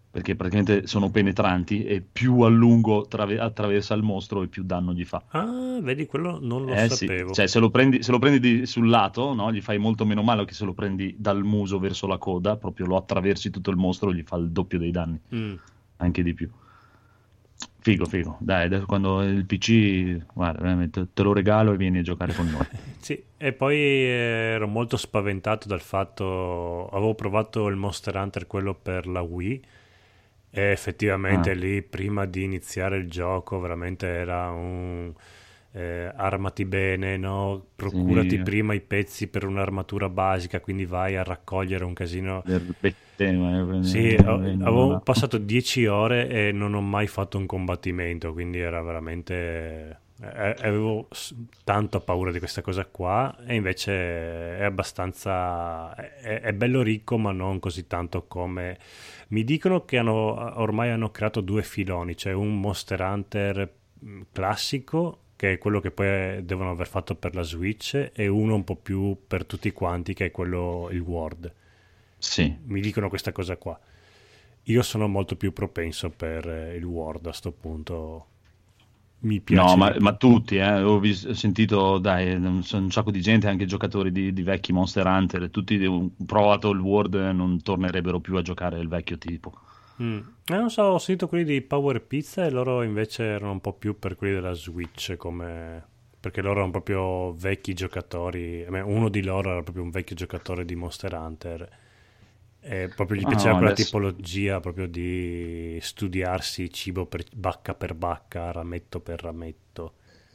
S9: perché praticamente sono penetranti e più a lungo attraversa il mostro e più danno gli fa.
S1: Ah, vedi, quello non lo sapevo.
S9: Sì. Cioè, se lo prendi sul lato, no, gli fai molto meno male che se lo prendi dal muso verso la coda, proprio lo attraversi tutto il mostro, gli fa il doppio dei danni, anche di più. Figo. Dai, adesso quando il PC, guarda, veramente te lo regalo e vieni a giocare con noi.
S1: Sì, e poi ero molto spaventato dal fatto, avevo provato il Monster Hunter, quello per la Wii, e effettivamente lì, prima di iniziare il gioco, veramente era un armati bene, no? Procurati prima i pezzi per un'armatura basica, quindi vai a raccogliere un casino. Sì, avevo passato 10 ore e non ho mai fatto un combattimento, quindi era veramente... avevo tanto paura di questa cosa qua, e invece è abbastanza... è bello ricco, ma non così tanto come... Mi dicono che ormai hanno creato 2 filoni, cioè un Monster Hunter classico, che è quello che poi devono aver fatto per la Switch, e uno un po' più per tutti quanti, che è quello, il World.
S9: Sì.
S1: Mi dicono questa cosa qua. Io sono molto più propenso per il World a sto punto. Mi piace.
S9: No, ma tutti, ho sentito, dai, un sacco di gente, anche giocatori di vecchi Monster Hunter, tutti provato il World e non tornerebbero più a giocare il vecchio tipo.
S1: Non so, ho sentito quelli di Power Pizza e loro invece erano un po' più per quelli della Switch, perché loro erano proprio vecchi giocatori. Uno di loro era proprio un vecchio giocatore di Monster Hunter e proprio gli piaceva quella tipologia proprio di studiarsi cibo bacca per bacca, rametto per rametto.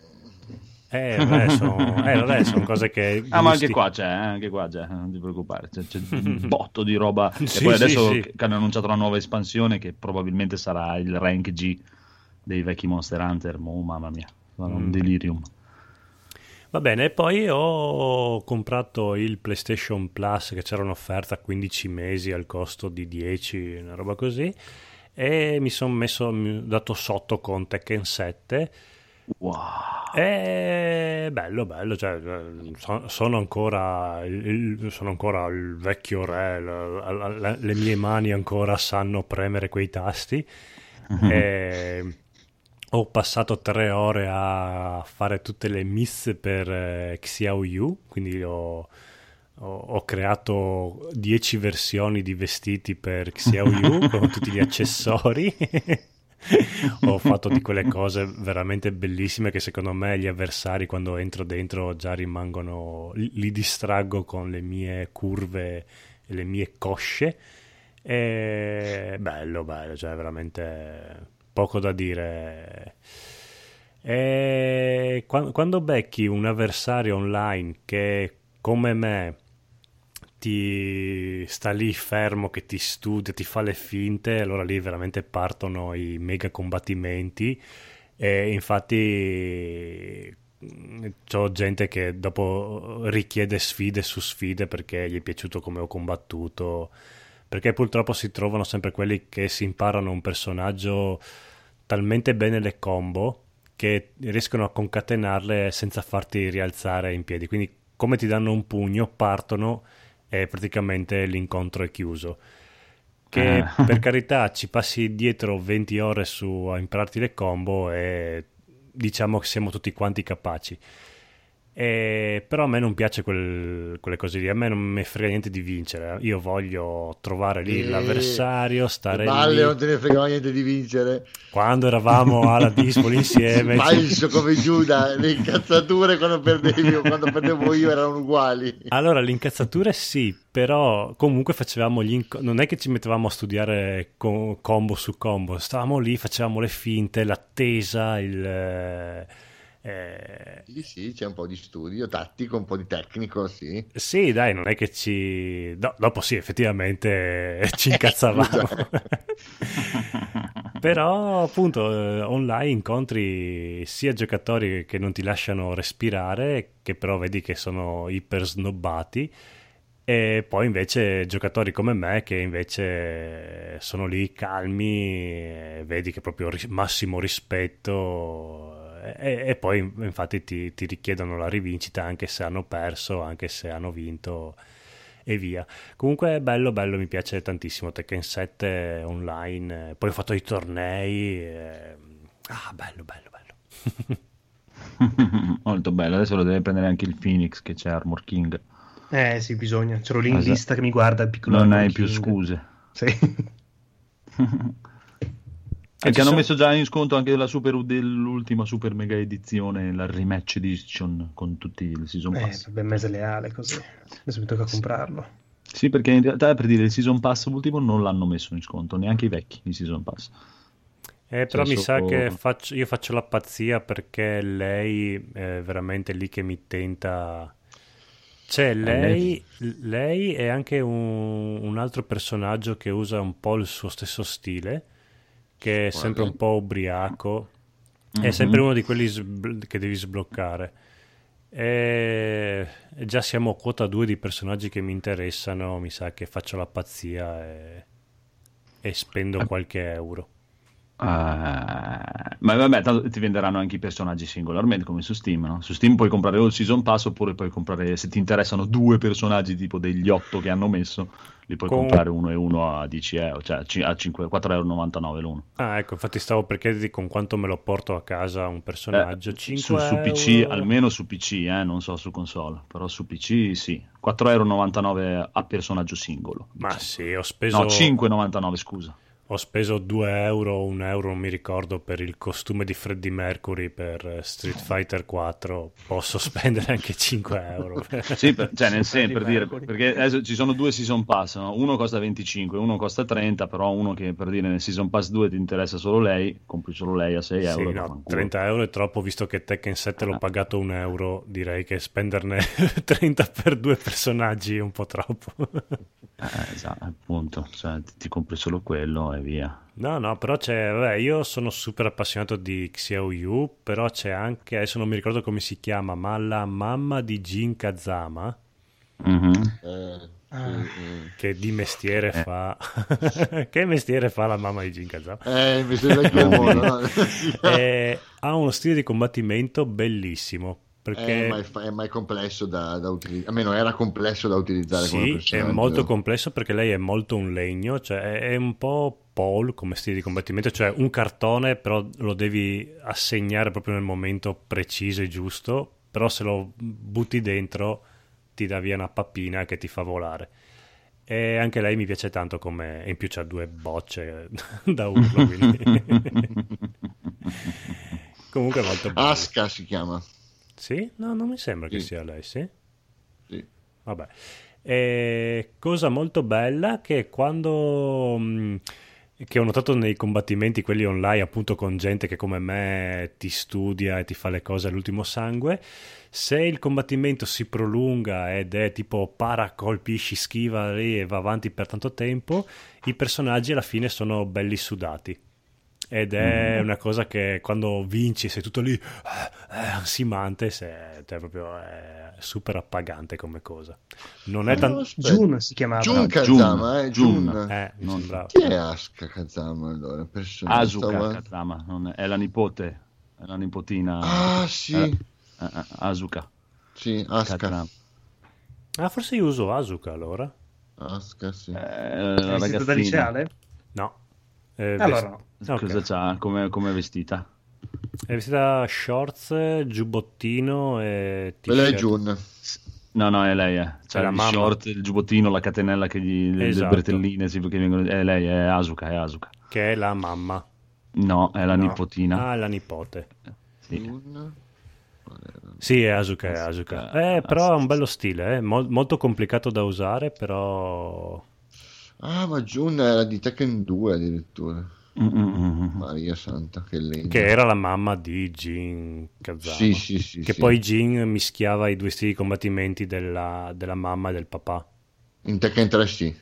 S1: Sono cose che
S9: ma anche qua c'è, non ti preoccupare, c'è un botto di roba.
S1: Sì,
S9: e poi adesso
S1: sì.
S9: che hanno annunciato la nuova espansione, che probabilmente sarà il rank G dei vecchi Monster Hunter. Mamma mia, sarà un delirium.
S1: Va bene, poi ho comprato il PlayStation Plus, che c'era un'offerta 15 mesi al costo di 10, una roba così, e mi sono dato sotto con Tekken 7.
S9: Wow.
S1: È bello, cioè, sono ancora il vecchio re, le mie mani ancora sanno premere quei tasti. Ho passato 3 ore a fare tutte le miss per Xiao Yu, quindi ho creato 10 versioni di vestiti per Xiao Yu con tutti gli accessori. Ho fatto di quelle cose veramente bellissime che secondo me gli avversari, quando entro dentro, già rimangono, li distraggo con le mie curve e le mie cosce. E bello, cioè veramente poco da dire. E quando becchi un avversario online che come me ti sta lì fermo, che ti studia, ti fa le finte, allora lì veramente partono i mega combattimenti. E infatti c'ho gente che dopo richiede sfide su sfide perché gli è piaciuto come ho combattuto, perché purtroppo si trovano sempre quelli che si imparano un personaggio talmente bene, le combo, che riescono a concatenarle senza farti rialzare in piedi, quindi come ti danno un pugno partono e praticamente l'incontro è chiuso. Che per carità ci passi dietro 20 ore a impararti le combo e diciamo che siamo tutti quanti capaci. Però a me non piace quelle cose lì, a me non mi frega niente di vincere, io voglio trovare lì l'avversario, stare lì.
S4: Non te ne frega niente di vincere.
S1: Quando eravamo alla Dispoli insieme,
S4: falso come Giuda, le incazzature quando perdevi o quando perdevo io erano uguali.
S1: Allora le incazzature sì, però comunque facevamo non è che ci mettevamo a studiare combo su combo, stavamo lì, facevamo le finte, l'attesa,
S4: Sì, c'è un po' di studio tattico, un po' di tecnico, sì.
S1: Sì, dai, non è che dopo sì, effettivamente ci incazzavamo. Però appunto online incontri sia giocatori che non ti lasciano respirare, che però vedi che sono iper snobbati, e poi invece giocatori come me che invece sono lì calmi, vedi che proprio massimo rispetto. E poi infatti ti richiedono la rivincita anche se hanno perso, anche se hanno vinto, e via. Comunque è bello, mi piace tantissimo Tekken 7 online, poi ho fatto i tornei, bello.
S9: Molto bello, adesso lo deve prendere anche il Phoenix che c'è Armor King.
S5: Sì, bisogna, ce l'ho lì in lista che mi guarda il piccolo
S9: non
S5: Armor
S9: hai
S5: King.
S9: più scuse.
S5: Sì.
S9: E che hanno messo già in sconto anche dell'ultima super mega edizione, la rematch edition con tutti i season pass.
S5: Vabbè, mese leale così. Adesso mi tocca comprarlo.
S9: Sì, perché in realtà per dire il season pass ultimo non l'hanno messo in sconto, neanche i vecchi di season pass.
S1: Però mi sa che io faccio la pazzia perché lei è veramente lì che mi tenta. C'è lei e anche un altro personaggio che usa un po' il suo stesso stile, che è sempre un po' ubriaco, è sempre uno di quelli che devi sbloccare. E già siamo a quota 2 di personaggi che mi interessano, mi sa che faccio la pazzia e spendo qualche euro.
S9: Ma vabbè, tanto ti venderanno anche i personaggi singolarmente come su Steam, no? Su Steam puoi comprare o il season pass oppure puoi comprare, se ti interessano 2 personaggi tipo degli 8 che hanno messo, li puoi comprare uno e uno a 10 euro, cioè a 4,99 € l'uno.
S1: Ecco, infatti stavo per chiederti con quanto me lo porto a casa un personaggio. 5
S9: su PC, almeno su PC, non so su console, però su PC sì, 4,99 € a personaggio singolo.
S1: Ma sì, ho speso...
S9: No, 5,99, scusa.
S1: Ho speso 2 euro, 1 euro, non mi ricordo, per il costume di Freddie Mercury per Street Fighter 4. Posso spendere anche 5 euro.
S9: Sì, cioè nel senso, per dire, perché adesso ci sono 2 season pass, no? Uno costa 25, uno costa 30, però uno che per dire nel season pass 2 ti interessa solo lei, compri solo lei a 6 euro.
S1: Sì, no, 30 euro è troppo, visto che Tekken 7 l'ho pagato 1 euro, direi che spenderne 30 per 2 personaggi è un po' troppo.
S9: Esatto, appunto, cioè, ti compri solo quello e via.
S1: No, però io sono super appassionato di Xiaoyu, però c'è anche, adesso non mi ricordo come si chiama, ma la mamma di Jin Kazama, che di mestiere fa... che mestiere fa la mamma di Jin Kazama? Ha uno stile di combattimento bellissimo. Perché
S4: è mai complesso da utilizzare, almeno era complesso da utilizzare come personaggio.
S1: È molto complesso perché lei è molto un legno, cioè è un po' Paul come stile di combattimento, cioè un cartone però lo devi assegnare proprio nel momento preciso e giusto, però se lo butti dentro ti dà via una pappina che ti fa volare. E anche lei mi piace tanto come, e in più c'ha 2 bocce da urlo, quindi... comunque è molto bello.
S4: Asuka si chiama.
S1: Sì? No, non mi sembra che sia lei, sì?
S4: Sì.
S1: Vabbè. Cosa molto bella che quando... che ho notato nei combattimenti, quelli online, appunto con gente che come me ti studia e ti fa le cose all'ultimo sangue, se il combattimento si prolunga ed è tipo para, colpisci, schiva lì e va avanti per tanto tempo, i personaggi alla fine sono belli sudati. Ed è una cosa che quando vinci sei tutto lì ansimante, cioè proprio è super appagante come cosa. Non è tanto...
S5: Jun si chiamava.
S4: Jun Kazama, Jun.
S1: Mi sembrava.
S4: Chi è Asuka Kazama allora?
S9: Asuka Kazama, è la nipote, è la nipotina.
S4: Ah sì.
S9: Asuka.
S4: Sì, Asuka.
S1: Forse io uso Asuka allora.
S4: Asuka, sì.
S9: La
S5: vestita da liceale?
S1: No.
S5: Allora no.
S9: Cosa c'ha? Come è vestita?
S1: È vestita shorts, giubbottino e t-shirt.
S4: Quella è Jun.
S9: No, è lei. C'ha
S1: la
S9: il
S1: mamma.
S9: short, il giubbottino, la catenella che le bretelline, sì, che vengono... È lei, è Asuka.
S1: Che è la mamma.
S9: No, è la nipotina.
S1: È la nipote.
S9: Sì.
S1: Sì, è Asuka. Però ha un bello stile, molto complicato da usare, però...
S4: Ah, ma Jun era di Tekken 2 addirittura. Maria Santa, che legno.
S1: Che era la mamma di Jin Kazama.
S4: Sì.
S1: Che poi Jin mischiava i 2 stili di combattimenti della mamma e del papà.
S4: In Tekken 3 sì.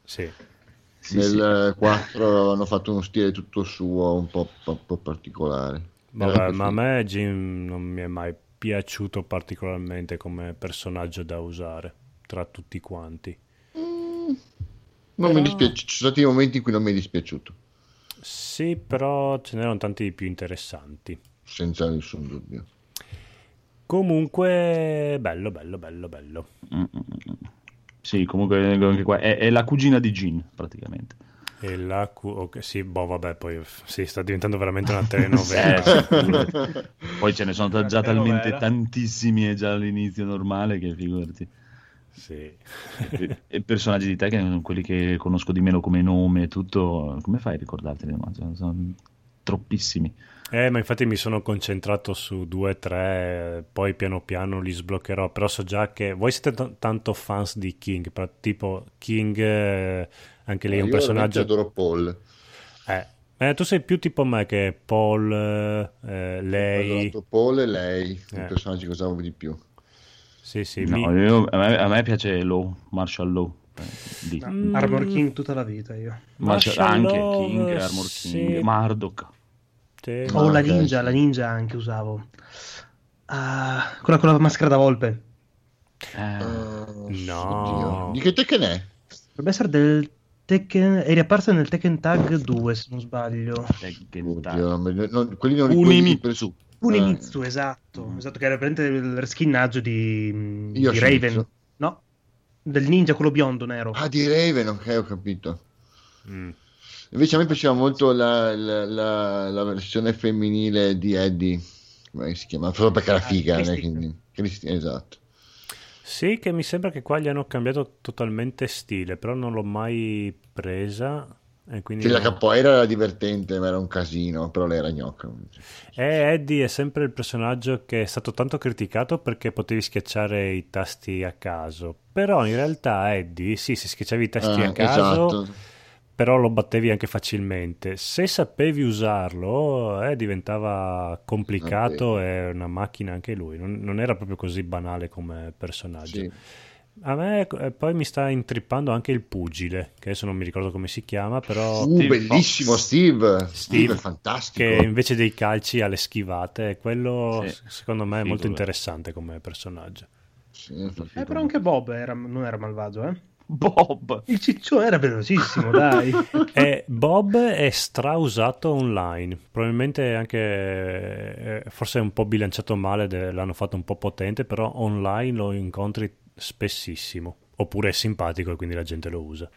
S4: Nel 4 hanno fatto uno stile tutto suo, un po' particolare.
S1: Vabbè, ma a me Jin non mi è mai piaciuto particolarmente come personaggio da usare tra tutti quanti.
S4: Non mi dispiace, ci sono stati momenti in cui non mi è dispiaciuto.
S1: Sì, però ce n'erano tanti di più interessanti.
S4: Senza nessun dubbio.
S1: Comunque, bello.
S9: Sì, comunque anche qua è la cugina di Jean, praticamente.
S1: E sì, vabbè, poi sì, sta diventando veramente una telenovela.
S9: Poi ce ne sono già talmente tantissimi già all'inizio normale che figurati.
S1: Sì.
S9: E personaggi di te che sono quelli che conosco di meno come nome e tutto, come fai a ricordarteli? Sono troppissimi.
S1: Ma infatti mi sono concentrato su 2 o 3, poi piano piano li sbloccherò, però so già che voi siete tanto fans di King, però tipo King, anche lì è un personaggio...
S4: Io adoro Paul.
S1: Tu sei più tipo me che Paul, lei...
S4: Paul e lei, i personaggi che usavo di più.
S1: Sì,
S9: a me piace Marshall Law.
S5: Armor King tutta la vita io.
S9: Anche King, Armor King, Marduk.
S5: La ninja anche usavo. Con la maschera da volpe.
S1: No.
S4: Oddio. Di che Tekken è?
S5: Dovrebbe essere del Tekken. Eri apparso nel Tekken Tag 2, se non sbaglio.
S4: Quelli non
S9: Unimitsu.
S5: Unimitsu, esatto, che era praticamente il reskinnaggio di Raven. No, del ninja, quello biondo nero.
S4: Di Raven, ok, ho capito. Invece a me piaceva molto la versione femminile di Eddie, come si chiama? Solo perché era figa, esatto.
S1: Sì, che mi sembra che qua gli hanno cambiato totalmente stile, però non l'ho mai presa. E quindi
S4: la capoeira era divertente, ma era un casino, però lei era gnocca.
S1: Eddie è sempre il personaggio che è stato tanto criticato perché potevi schiacciare i tasti a caso, però in realtà Eddie, sì, se schiacciavi i tasti a caso, esatto, però lo battevi anche facilmente. Se sapevi usarlo, diventava complicato e una macchina anche lui, non era proprio così banale come personaggio. Sì. A me poi mi sta intrippando anche il pugile, che adesso non mi ricordo come si chiama, però...
S4: bellissimo Steve è fantastico.
S1: Che invece dei calci ha le schivate, quello secondo me è molto interessante come personaggio.
S5: Però anche Bob non era malvagio,
S9: Bob!
S5: Il ciccione era velocissimo, dai!
S1: Bob è strausato online, probabilmente anche forse è un po' bilanciato male, l'hanno fatto un po' potente, però online lo incontri spessissimo, oppure è simpatico e quindi la gente lo usa.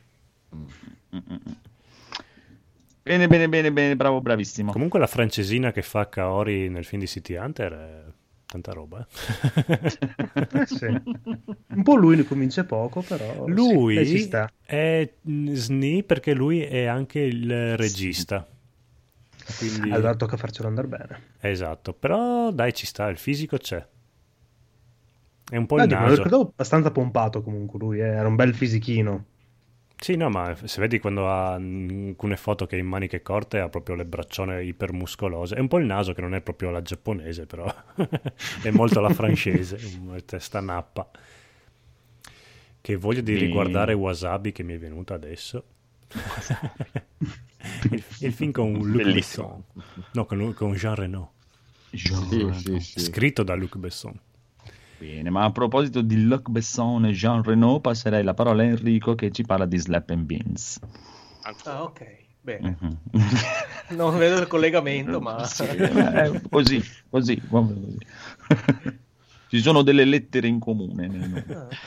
S9: Bene, bravo, bravissimo.
S1: Comunque la francesina che fa Kaori nel film di City Hunter è tanta roba.
S5: Sì. Un po' lui ne convince poco, però
S1: lui
S5: ci sta.
S1: È SNI perché lui è anche il regista. Quindi...
S5: Allora tocca farcelo andare bene.
S1: Esatto, però dai, ci sta, il fisico c'è. È un po' il naso.
S5: Lo ricordavo abbastanza pompato comunque lui, era un bel fisichino.
S1: Sì, no, ma se vedi quando ha alcune foto che è in maniche corte ha proprio le braccione ipermuscolose. È un po' il naso che non è proprio la giapponese, però è molto la francese, una testa nappa. Che voglio di riguardare Wasabi che mi è venuto adesso. il film con Luc Besson. No, con Jean Reno.
S4: Sì.
S1: Scritto da Luc Besson.
S9: Bene, ma a proposito di Luc Besson e Jean Reno, passerei la parola a Enrico che ci parla di Slap and Beans.
S3: Ok, bene. Non vedo il collegamento, ma...
S9: Così. Ci sono delle lettere in comune.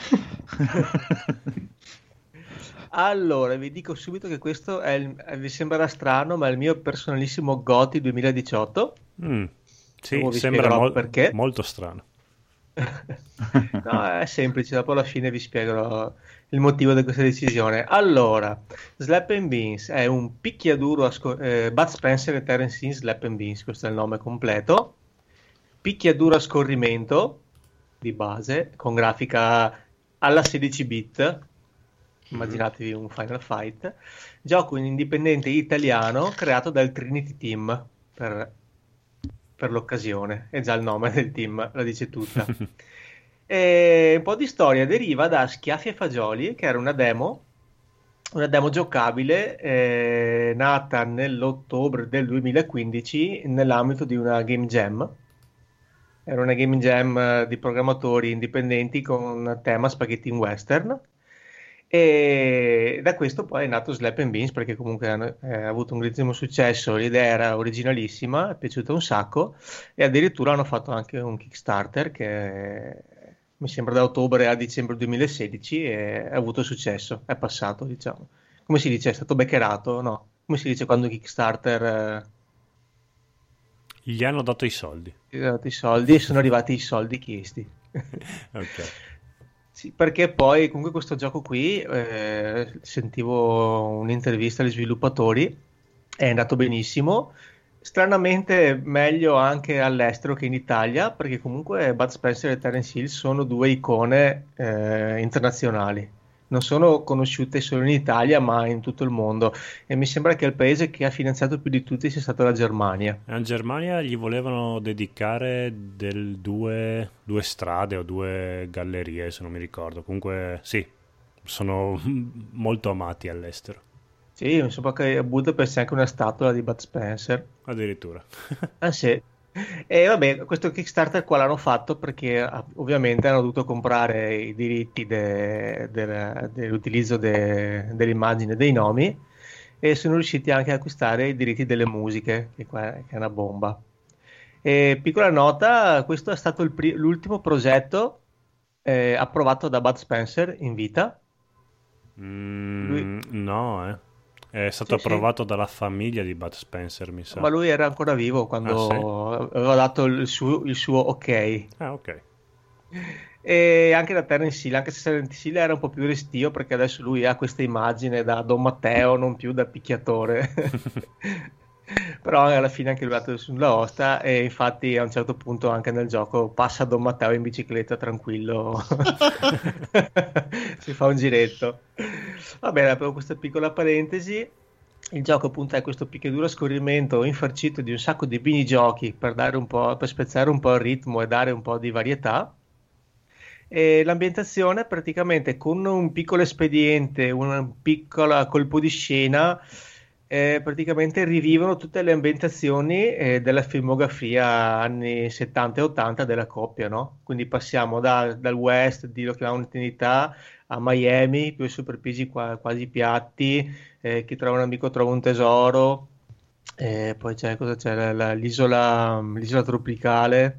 S3: Allora, vi dico subito che questo vi sembrerà strano, ma è il mio personalissimo GOTY 2018.
S1: Sì, sembra perché. Molto strano.
S3: No, è semplice, dopo alla fine vi spiegherò il motivo di questa decisione. Allora, Slap and Beans è un picchiaduro Bud Spencer e Terence Hill Slap and Beans, questo è il nome completo. Picchiaduro a scorrimento di base con grafica alla 16 bit, immaginatevi un Final Fight, gioco indipendente italiano creato dal Trinity Team per l'occasione, e già il nome del team la dice tutta. E un po' di storia deriva da Schiaffi e Fagioli, che era una demo giocabile nata nell'ottobre del 2015 nell'ambito di una game jam. Era una game jam di programmatori indipendenti con tema spaghetti in western. E da questo poi è nato Slap and Beans, perché comunque ha avuto un grandissimo successo, l'idea era originalissima, è piaciuta un sacco, e addirittura hanno fatto anche un Kickstarter che mi sembra da ottobre a dicembre 2016 e ha avuto successo, è passato, diciamo. Come si dice? È stato backerato? No. Come si dice quando Kickstarter
S1: gli hanno dato i soldi.
S3: gli ha dato i soldi e sono arrivati i soldi chiesti.
S1: Ok.
S3: Sì, perché poi comunque questo gioco qui, sentivo un'intervista agli sviluppatori, è andato benissimo, stranamente meglio anche all'estero che in Italia, perché comunque Bud Spencer e Terence Hill sono due icone internazionali. Non sono conosciute solo in Italia, ma in tutto il mondo. E mi sembra che il paese che ha finanziato più di tutti sia stata la Germania.
S1: In Germania gli volevano dedicare due strade o 2 gallerie, se non mi ricordo. Comunque, sì, sono molto amati all'estero.
S3: Sì, mi sembra che a Budapest c'è anche una statua di Bud Spencer.
S1: Addirittura.
S3: Ah sì. E vabbè, questo Kickstarter qua l'hanno fatto perché ovviamente hanno dovuto comprare i diritti dell'utilizzo dell'immagine dei nomi e sono riusciti anche a acquistare i diritti delle musiche, che è una bomba. E piccola nota, questo è stato l'ultimo progetto approvato da Bud Spencer in vita.
S1: No, È stato approvato dalla famiglia di Bud Spencer, mi sa.
S3: Ma lui era ancora vivo quando aveva dato il suo ok.
S1: Ah, ok.
S3: E anche da Terence Hill, anche se Terence Hill era un po' più restio perché adesso lui ha questa immagine da Don Matteo, non più da picchiatore. Però alla fine anche lui ha dato sulla osta e infatti a un certo punto anche nel gioco passa Don Matteo in bicicletta tranquillo. Si fa un giretto. Va bene, avevo questa piccola parentesi. Il gioco appunto è questo picchiaduro a scorrimento infarcito di un sacco di minigiochi per dare un po', per spezzare un po' il ritmo e dare un po' di varietà. E l'ambientazione praticamente con un piccolo espediente, un piccolo colpo di scena, praticamente rivivono tutte le ambientazioni della filmografia anni 70 e 80 della coppia, no? Quindi passiamo dal West di Lo chiamavano eternità a Miami, più superpigi quasi piatti, chi trova un amico trova un tesoro, poi c'è l'isola tropicale.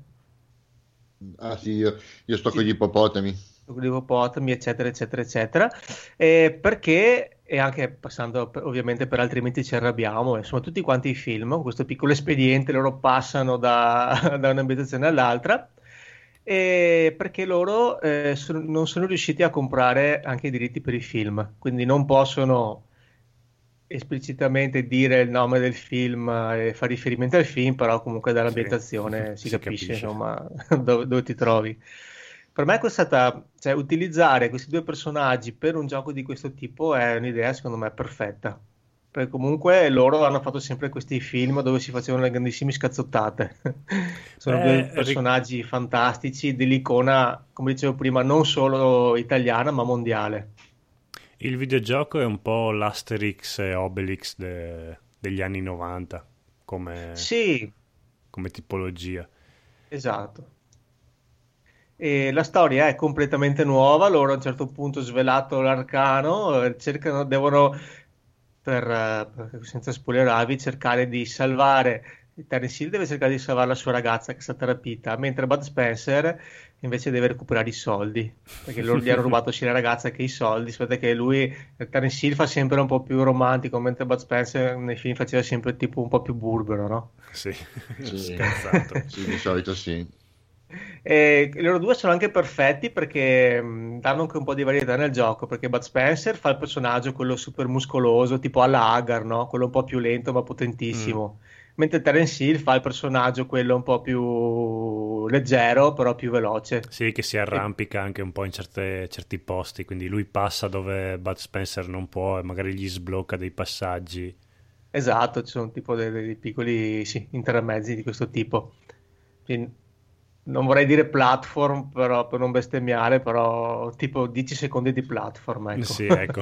S4: Ah sì, io sto con gli ippopotami.
S3: Con gli ippopotami, eccetera, eccetera, eccetera. Perché, e anche passando ovviamente per altrimenti ci arrabbiamo, insomma tutti quanti i film, con questo piccolo espediente, loro passano da un'ambientazione all'altra, perché loro non sono riusciti a comprare anche i diritti per i film, quindi non possono esplicitamente dire il nome del film e fare riferimento al film, però comunque dall'ambientazione si capisce insomma dove ti trovi. Per me questa è stata, cioè, utilizzare questi due personaggi per un gioco di questo tipo è un'idea secondo me perfetta, perché comunque loro hanno fatto sempre questi film dove si facevano le grandissime scazzottate. Sono due personaggi fantastici dell'icona, come dicevo prima, non solo italiana ma mondiale.
S1: Il videogioco è un po' l'Asterix e Obelix degli anni 90 come tipologia.
S3: Esatto. E la storia è completamente nuova, loro a un certo punto svelato l'arcano, devono, senza spoilerarvi, cercare di salvare. Terence Hill deve cercare di salvare la sua ragazza che è stata rapita, mentre Bud Spencer invece deve recuperare i soldi, perché loro gli hanno rubato sia la ragazza che i soldi. Aspetta che Terence Hill fa sempre un po' più romantico, mentre Bud Spencer nei film faceva sempre tipo un po' più burbero, no?
S1: Sì. Scherzato.
S4: Sì, di solito sì.
S3: E loro due sono anche perfetti perché danno anche un po' di varietà nel gioco, perché Bud Spencer fa il personaggio quello super muscoloso tipo alla Hagar, no? Quello un po' più lento ma potentissimo, mentre Terence Hill fa il personaggio quello un po' più leggero però più veloce.
S1: Sì, che si arrampica anche un po' in certi posti, quindi lui passa dove Bud Spencer non può e magari gli sblocca dei passaggi.
S3: Esatto, ci sono tipo dei piccoli intermezzi di questo tipo. Quindi, non vorrei dire platform, però per non bestemmiare, però tipo 10 secondi di platform, ecco.
S1: Sì, ecco.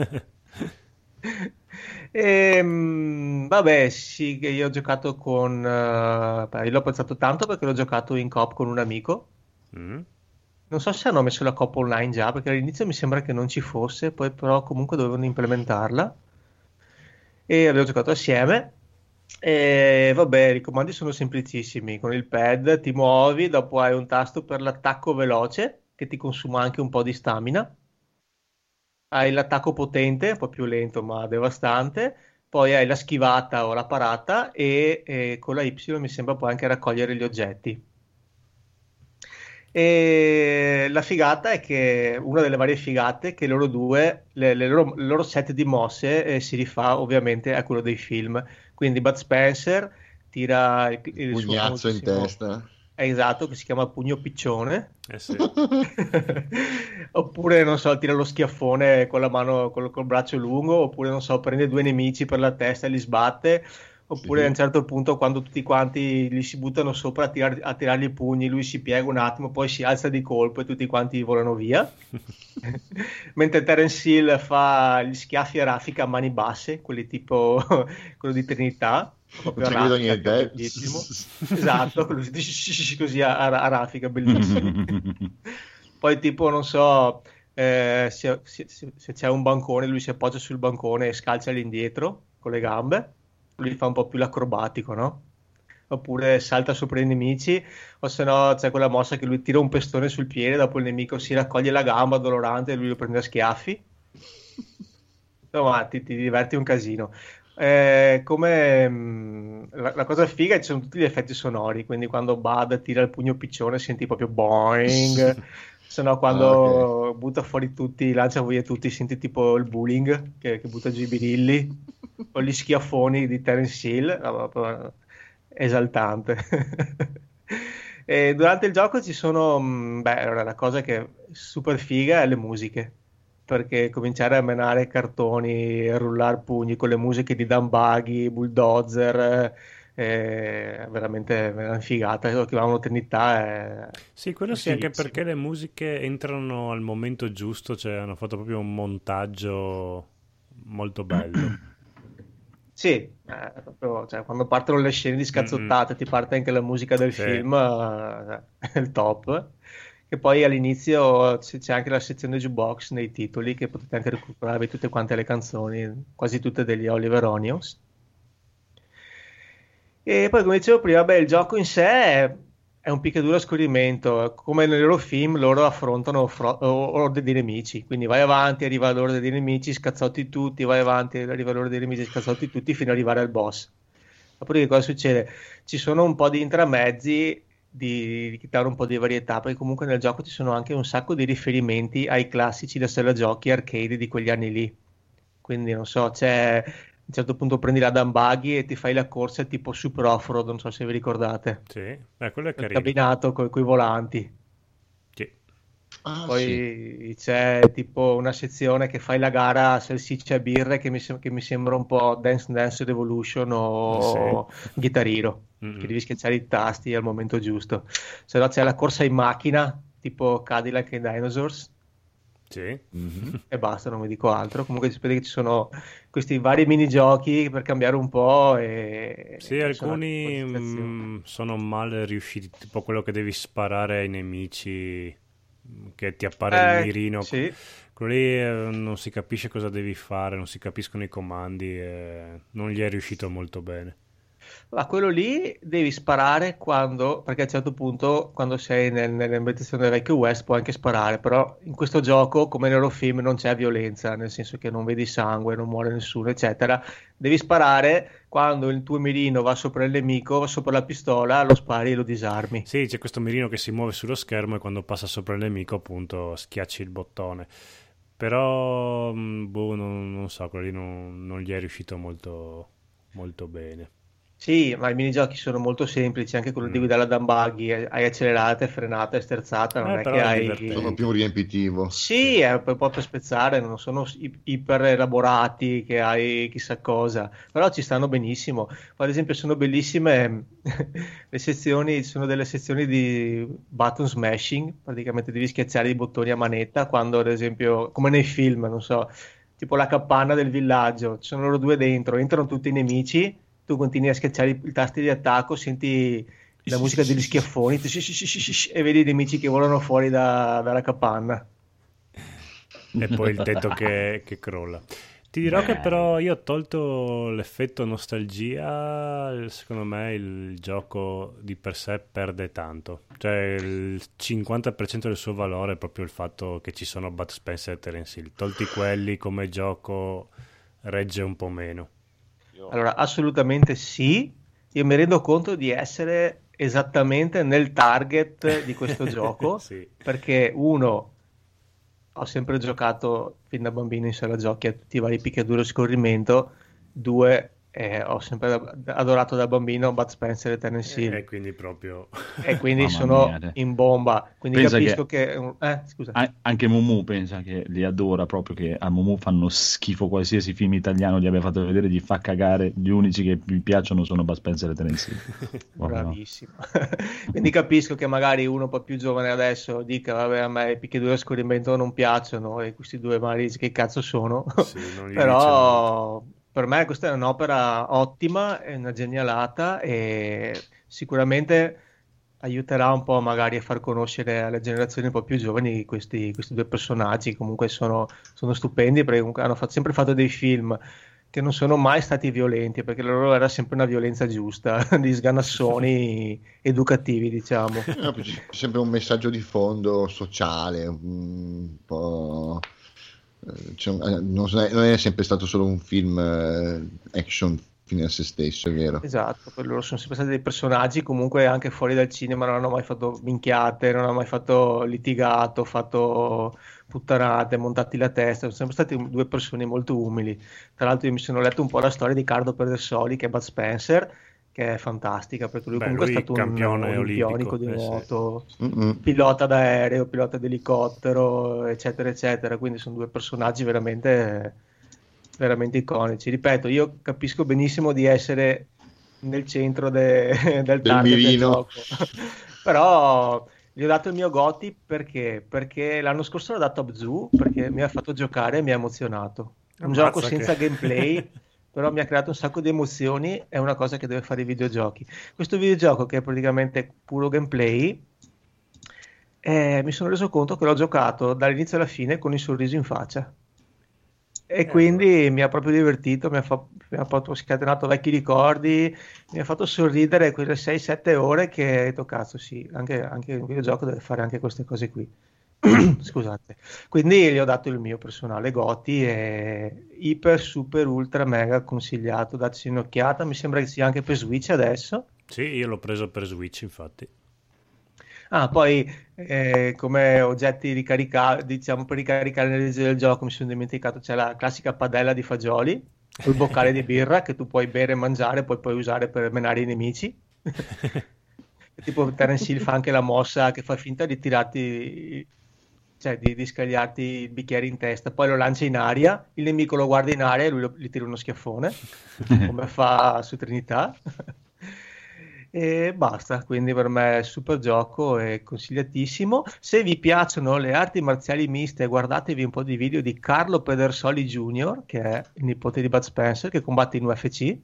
S3: Vabbè, sì, che io ho giocato con... io l'ho apprezzato tanto perché l'ho giocato in coop con un amico. Non so se hanno messo la coop online già, perché all'inizio mi sembra che non ci fosse, poi però comunque dovevano implementarla. E avevo giocato assieme. E vabbè, i comandi sono semplicissimi. Con il pad ti muovi, dopo hai un tasto per l'attacco veloce che ti consuma anche un po' di stamina. Hai l'attacco potente, un po' più lento ma devastante, poi hai la schivata o la parata e con la Y mi sembra puoi anche raccogliere gli oggetti. E la figata è che una delle varie figate è che loro due, il loro set di mosse si rifà ovviamente a quello dei film. Quindi Bud Spencer tira il suo
S4: pugnazzo in
S3: famosissimo-
S4: testa.
S3: Esatto, che si chiama pugno piccione.
S1: Sì.
S3: Oppure, non so, tira lo schiaffone con la mano, col braccio lungo, oppure, non so, prende due nemici per la testa e li sbatte. Oppure
S4: Sì.
S3: a un certo punto, quando tutti quanti gli si buttano sopra a tirargli i pugni, lui si piega un attimo, poi si alza di colpo e tutti quanti volano via. Mentre Terence Hill fa gli schiaffi a raffica a mani basse, quelli tipo quello di Trinità. Proprio
S4: Non
S3: a
S4: ci vedo
S3: raffica,
S4: niente,
S3: che è bellissimo. Esatto, così a raffica, bellissimo. Poi tipo, non so, se c'è un bancone, lui si appoggia sul bancone e scalcia all'indietro con le gambe, lui fa un po' più l'acrobatico, no? Oppure salta sopra i nemici, o se no c'è quella mossa che lui tira un pestone sul piede, dopo il nemico si raccoglie la gamba dolorante e lui lo prende a schiaffi. Insomma, ti diverti un casino. La cosa figa è che ci sono tutti gli effetti sonori, quindi quando Bud tira il pugno piccione senti proprio boing, se no quando butta fuori tutti, lancia via tutti, senti tipo il bullying che butta giù i birilli, o gli schiaffoni di Terence Hill, proprio esaltante. E durante il gioco ci sono, allora, la cosa che è super figa è le musiche, perché cominciare a menare cartoni e rullare pugni con le musiche di Dan Buggy, Bulldozer, è veramente una figata, lo chiamavano Trinità.
S1: Sì, quello sì, anche perché le musiche entrano al momento giusto, cioè hanno fatto proprio un montaggio molto bello.
S3: Sì, proprio, cioè, quando partono le scene di scazzottate, ti parte anche la musica del film, è il top. E poi all'inizio c'è anche la sezione jukebox nei titoli, che potete anche recuperare tutte quante le canzoni, quasi tutte degli Oliver Onions. E poi, come dicevo prima, il gioco in sé è un picchiaduro a scorrimento. Come nei loro film, loro affrontano orde di nemici. Quindi vai avanti, arriva l'orde dei nemici, scazzotti tutti, vai avanti, arriva l'orde dei nemici, scazzotti tutti, fino ad arrivare al boss. Dopodiché cosa succede? Ci sono un po' di intramezzi di dare un po' di varietà, perché comunque nel gioco ci sono anche un sacco di riferimenti ai classici da sala giochi arcade di quegli anni lì. Quindi non so, a un certo punto prendi la Dan Buggy e ti fai la corsa tipo Super Off-Road, non so se vi ricordate.
S1: Sì, quello è carino.
S3: Cabinato coi volanti.
S1: Sì.
S3: Poi c'è tipo una sezione che fai la gara a salsicce e birre che mi sembra un po' Dance Dance Revolution o Guitar Hero, che devi schiacciare i tasti al momento giusto. Se no c'è la corsa in macchina tipo Cadillac e Dinosaurs.
S1: Sì.
S3: E basta, non vi dico altro. Comunque sapete che ci sono questi vari minigiochi per cambiare un po'.
S1: Sì, alcuni sono male riusciti, tipo quello che devi sparare ai nemici, che ti appare il mirino.
S3: Sì.
S1: Quello lì non si capisce cosa devi fare, non si capiscono i comandi, non gli è riuscito molto bene.
S3: Ma quello lì devi sparare perché a un certo punto, quando sei nell'ambientazione del vecchio West, puoi anche sparare, però in questo gioco, come nei loro film, non c'è violenza, nel senso che non vedi sangue, non muore nessuno, eccetera. Devi sparare quando il tuo mirino va sopra il nemico, va sopra la pistola, lo spari e lo disarmi.
S1: Sì, c'è questo mirino che si muove sullo schermo e quando passa sopra il nemico, appunto, schiacci il bottone. Però, non so, quello lì non gli è riuscito molto, molto bene.
S3: Sì, ma i minigiochi sono molto semplici, anche quello di guidare la Dan Buggy, hai accelerata, frenata e sterzata, non è che hai...
S4: Sono più riempitivo.
S3: Sì, è un po' per spezzare, non sono iper elaborati che hai chissà cosa, però ci stanno benissimo. Ad esempio sono bellissime le sezioni, sono delle sezioni di button smashing, praticamente devi schiacciare i bottoni a manetta, quando ad esempio, come nei film, non so, tipo la capanna del villaggio, ci sono loro due dentro, entrano tutti i nemici, tu continui a schiacciare i tasti di attacco, senti la musica degli schiaffoni e vedi i nemici che volano fuori dalla capanna.
S1: E poi il tetto che crolla. Ti dirò che però io ho tolto l'effetto nostalgia, secondo me il gioco di per sé perde tanto, cioè il 50% del suo valore è proprio il fatto che ci sono Bud Spencer e Terence Hill, tolti quelli come gioco regge un po' meno.
S3: Allora, assolutamente sì, io mi rendo conto di essere esattamente nel target di questo gioco,
S1: Sì.
S3: perché uno, ho sempre giocato fin da bambino in sala giochi a tutti i vari picchiaduro e scorrimento, due, ho sempre adorato da bambino Bud Spencer e Terence Hill,
S1: E quindi proprio...
S3: e quindi
S9: Mamma
S3: sono
S9: mia.
S3: in bomba, quindi
S9: Pensa
S3: capisco che... scusa.
S9: Anche Mumu pensa che li adora, proprio che a Mumu fanno schifo qualsiasi film italiano gli abbia fatto vedere, gli fa cagare. Gli unici che mi piacciono sono Bud Spencer e Terence Hill.
S3: Bravissimo. Quindi capisco che magari uno un po' più giovane adesso dica vabbè, a me i picchiaduro e scorrimento non piacciono e questi due magari che cazzo sono.
S1: Sì, non gli
S3: Però per me questa è un'opera ottima, è una genialata e sicuramente aiuterà un po' magari a far conoscere alle generazioni un po' più giovani questi due personaggi. Comunque sono stupendi, perché comunque hanno sempre fatto dei film che non sono mai stati violenti, perché la loro era sempre una violenza giusta, di sganassoni educativi, diciamo.
S4: No, c'è sempre un messaggio di fondo sociale, un po'... non è sempre stato solo un film action fine a se stesso, è vero.
S3: Esatto, poi loro sono sempre stati dei personaggi comunque anche fuori dal cinema, non hanno mai fatto minchiate, non hanno mai fatto litigato, fatto puttanate, montati la testa, sono sempre stati due persone molto umili. Tra l'altro io mi sono letto un po' la storia di Carlo Pedersoli, che è Bud Spencer, che è fantastica, perché lui comunque è stato un
S1: campione
S3: olimpionico di
S1: olimpico,
S3: nuoto,
S4: Mm-mm.
S3: pilota d'aereo, pilota d'elicottero, eccetera, eccetera. Quindi sono due personaggi veramente iconici. Ripeto, io capisco benissimo di essere nel centro del target del gioco, però gli ho dato il mio Goti perché l'anno scorso l'ho dato a Bzu, perché mi ha fatto giocare e mi ha emozionato. Un gioco senza gameplay, però mi ha creato un sacco di emozioni, è una cosa che deve fare i videogiochi. Questo videogioco, che è praticamente puro gameplay, mi sono reso conto che l'ho giocato dall'inizio alla fine con il sorriso in faccia. E quindi mi ha proprio divertito, mi ha proprio scatenato vecchi ricordi, mi ha fatto sorridere quelle 6-7 ore che ho detto, cazzo sì, anche un videogioco deve fare anche queste cose qui. Scusate. Quindi gli ho dato il mio personale Goti e iper, super, ultra, mega consigliato, dateci un'occhiata, mi sembra che sia anche per Switch adesso.
S1: Sì, io l'ho preso per Switch, infatti.
S3: Poi come oggetti ricaricabili, diciamo, per ricaricare l'energia del gioco, mi sono dimenticato, c'è la classica padella di fagioli, il boccale di birra che tu puoi bere e mangiare, poi puoi usare per menare i nemici. Tipo Terence Hill fa anche la mossa che fa finta di tirarti, cioè di scagliarti il bicchiere in testa, poi lo lancia in aria, il nemico lo guarda in aria e lui gli tira uno schiaffone, come fa su Trinità. E basta, quindi per me è super gioco e consigliatissimo. Se vi piacciono le arti marziali miste, guardatevi un po' di video di Carlo Pedersoli Jr., che è il nipote di Bud Spencer, che combatte in UFC.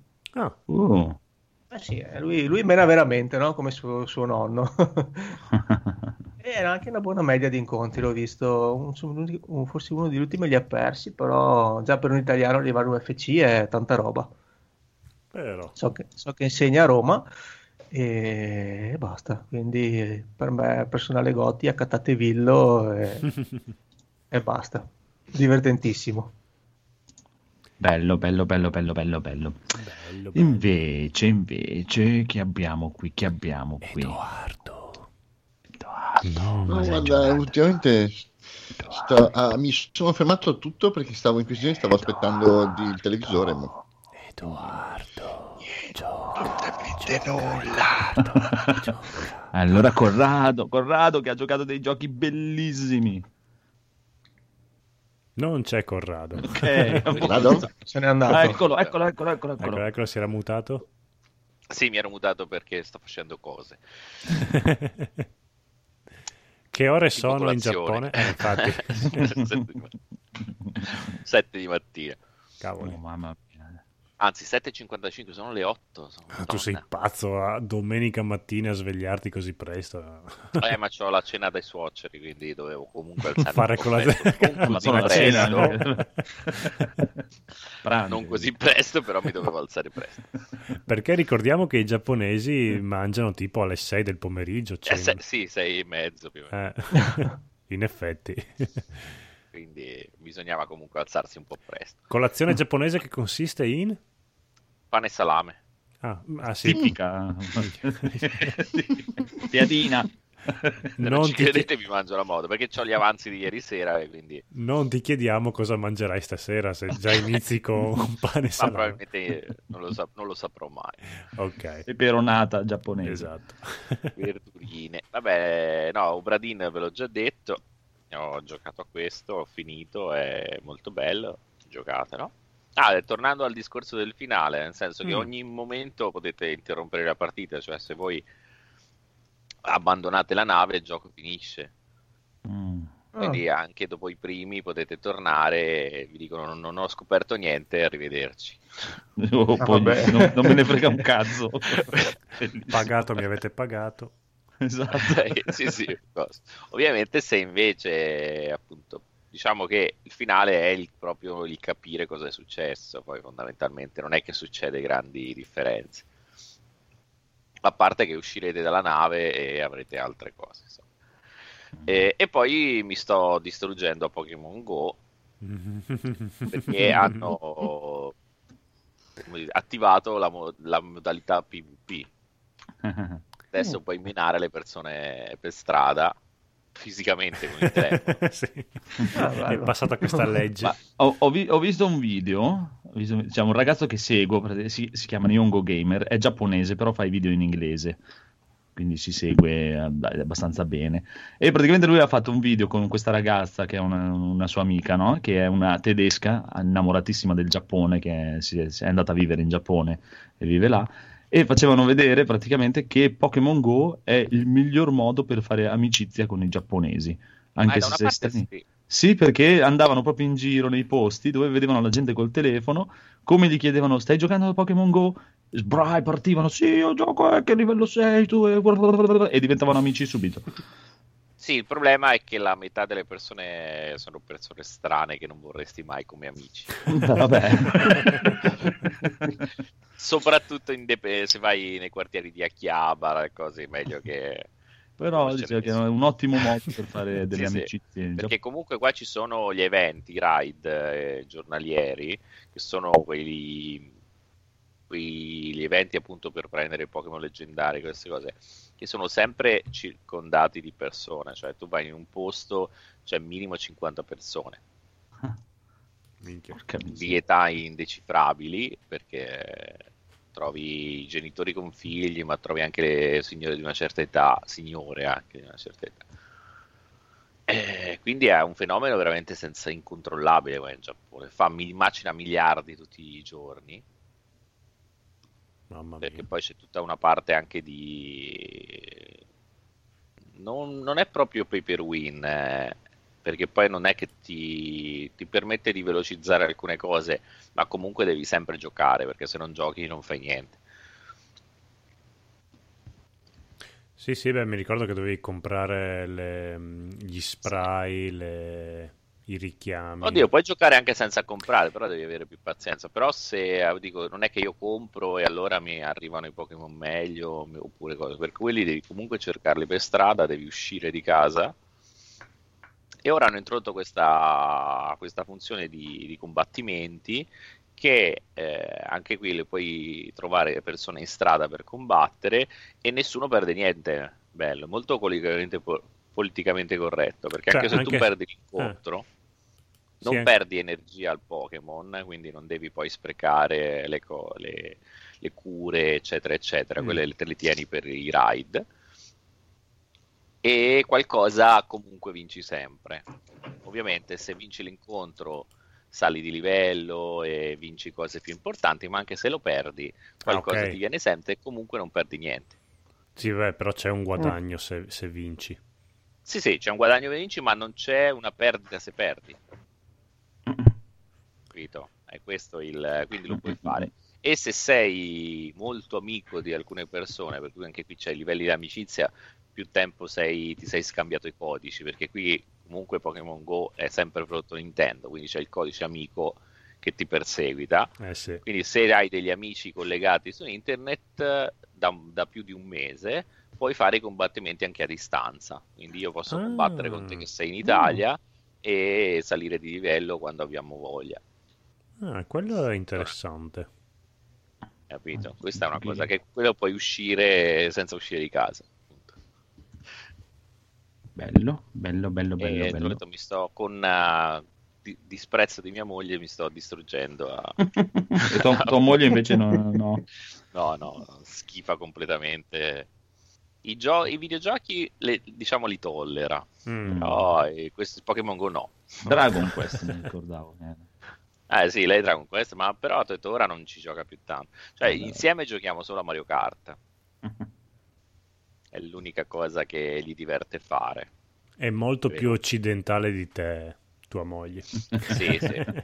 S3: Sì, lui mena veramente, no? Come suo nonno. E era anche una buona media di incontri, l'ho visto, forse uno degli ultimi li ha persi, però già per un italiano arrivare all'UFC è tanta roba.
S1: Però.
S3: So che insegna a Roma e basta, quindi per me personale Goti, accattatevillo e basta, divertentissimo.
S9: Bello. Invece, chi abbiamo qui?
S1: Edoardo.
S4: No, guarda, ultimamente mi sono fermato a tutto perché stavo in questione, stavo aspettando il televisore. Ma...
S1: Edoardo.
S9: Nulla. Allora Corrado che ha giocato dei giochi bellissimi.
S1: Non c'è Corrado.
S9: Ok,
S4: Corrado?
S3: Se n'è andato.
S1: Eccolo, si era mutato.
S7: Sì, mi ero mutato perché sto facendo cose.
S1: Che ore
S7: Tipo
S1: sono in
S7: colazione.
S1: Giappone? Infatti.
S7: 7 di mattina.
S1: Cavolo.
S9: Oh, mamma mia.
S7: Anzi, 7:55, sono le 8.
S1: Tu sei pazzo, domenica mattina a svegliarti così presto.
S7: Ma c'ho la cena dai suoceri, quindi dovevo comunque alzare
S1: fare colazione.
S7: Ma sono presto. Non così presto, però mi dovevo alzare presto.
S1: Perché ricordiamo che i giapponesi mangiano tipo alle 6 del pomeriggio.
S7: Sì, 6:30 più o meno.
S1: In effetti.
S7: Quindi bisognava comunque alzarsi un po' presto.
S1: Colazione giapponese che consiste in?
S7: Pane e salame.
S1: Sì.
S9: Tipica. Piadina.
S7: Non ci credete, mi mangio la moda perché ho gli avanzi di ieri sera e quindi...
S1: Non ti chiediamo cosa mangerai stasera se già inizi con un pane e salame.
S7: Probabilmente non lo saprò mai.
S1: Ok.
S9: Peperonata giapponese.
S1: Esatto.
S7: Verdurine. Vabbè, no, Obradin ve l'ho già detto. Ho giocato a questo, ho finito, è molto bello. Giocate, no? Tornando al discorso del finale, nel senso che ogni momento potete interrompere la partita, cioè se voi abbandonate la nave il gioco finisce. Quindi anche dopo i primi potete tornare e vi dicono non ho scoperto niente, arrivederci.
S9: Poi non me ne frega un cazzo.
S1: Pagato, mi avete pagato.
S9: Esatto.
S7: Sì. Ovviamente se invece appunto diciamo che il finale è proprio il capire cosa è successo, poi fondamentalmente non è che succede grandi differenze, a parte che uscirete dalla nave e avrete altre cose, insomma. E poi mi sto distruggendo a Pokémon Go perché hanno attivato la modalità PvP. Adesso puoi minare le persone per strada fisicamente con il telefono.
S1: Sì. È passata questa legge.
S9: Ma ho visto un video, c'è un ragazzo che seguo, si chiama Nyongo Gamer, è giapponese però fa i video in inglese, quindi si segue abbastanza bene, e praticamente lui ha fatto un video con questa ragazza che è una sua amica, no? Che è una tedesca innamoratissima del Giappone, che è andata a vivere in Giappone e vive là. E facevano vedere praticamente che Pokémon Go è il miglior modo per fare amicizia con i giapponesi, anche se sei strani. Sì, perché andavano proprio in giro nei posti dove vedevano la gente col telefono, come gli chiedevano stai giocando a Pokémon Go? Partivano, sì, io gioco, che livello sei tu? E diventavano amici subito.
S7: Sì, il problema è che la metà delle persone sono persone strane che non vorresti mai come amici.
S9: Vabbè.
S7: Soprattutto se vai nei quartieri di Akihabara e cose, meglio che...
S9: Però dicevo che è un ottimo modo per fare delle amicizie.
S7: Perché comunque qua ci sono gli eventi, i raid giornalieri, che sono gli eventi appunto per prendere Pokémon leggendari, queste cose, che sono sempre circondati di persone, cioè tu vai in un posto, c'è minimo 50 persone. Di età indecifrabili, perché trovi i genitori con figli, ma trovi anche le signore di una certa età, signore anche di una certa età. Quindi è un fenomeno veramente incontrollabile in Giappone. Macina miliardi tutti i giorni.
S1: Mamma mia.
S7: Perché poi c'è tutta una parte anche di... Non è proprio pay per win, perché poi non è che ti permette di velocizzare alcune cose, ma comunque devi sempre giocare, perché se non giochi non fai niente.
S1: Sì, mi ricordo che dovevi comprare gli spray, i richiami.
S7: Oddio, puoi giocare anche senza comprare, però devi avere più pazienza. Però non è che io compro e allora mi arrivano i Pokémon meglio, oppure cose, per quelli devi comunque cercarli per strada, devi uscire di casa. E ora hanno introdotto questa funzione di combattimenti, che anche qui le puoi trovare persone in strada per combattere e nessuno perde niente. Bello, molto politicamente corretto, perché anche se tu perdi l'incontro non perdi energia al Pokémon, quindi non devi poi sprecare le cure eccetera eccetera, quelle te le tieni per i raid, e qualcosa comunque vinci sempre. Ovviamente se vinci l'incontro sali di livello e vinci cose più importanti, ma anche se lo perdi qualcosa ti viene sempre e comunque non perdi niente.
S1: Sì, però c'è un guadagno se vinci.
S7: Sì, c'è un guadagno se vinci, ma non c'è una perdita se perdi. Capito? È questo quindi lo puoi fare. E se sei molto amico di alcune persone, per cui anche qui c'è i livelli di amicizia, più tempo ti sei scambiato i codici, perché qui comunque Pokémon Go è sempre prodotto Nintendo, quindi c'è il codice amico che ti perseguita.
S1: Sì.
S7: Quindi se hai degli amici collegati su internet da più di un mese, puoi fare i combattimenti anche a distanza. Quindi io posso combattere con te che sei in Italia e salire di livello quando abbiamo voglia.
S1: Quello è interessante.
S7: Capito? Questa è una cosa che quello puoi uscire senza uscire di casa.
S2: Bello.
S7: Detto, mi sto con disprezzo di mia moglie, mi sto distruggendo.
S2: E tua moglie invece no.
S7: No, schifa completamente. I videogiochi diciamo li tollera, però questi Pokémon Go no.
S2: Dragon Quest mi ricordavo.
S7: Sì, lei Dragon Quest, ma però ho detto ora non ci gioca più tanto. Cioè, insieme giochiamo solo a Mario Kart. È l'unica cosa che gli diverte fare.
S1: È molto più occidentale di te, tua moglie.
S7: Sì.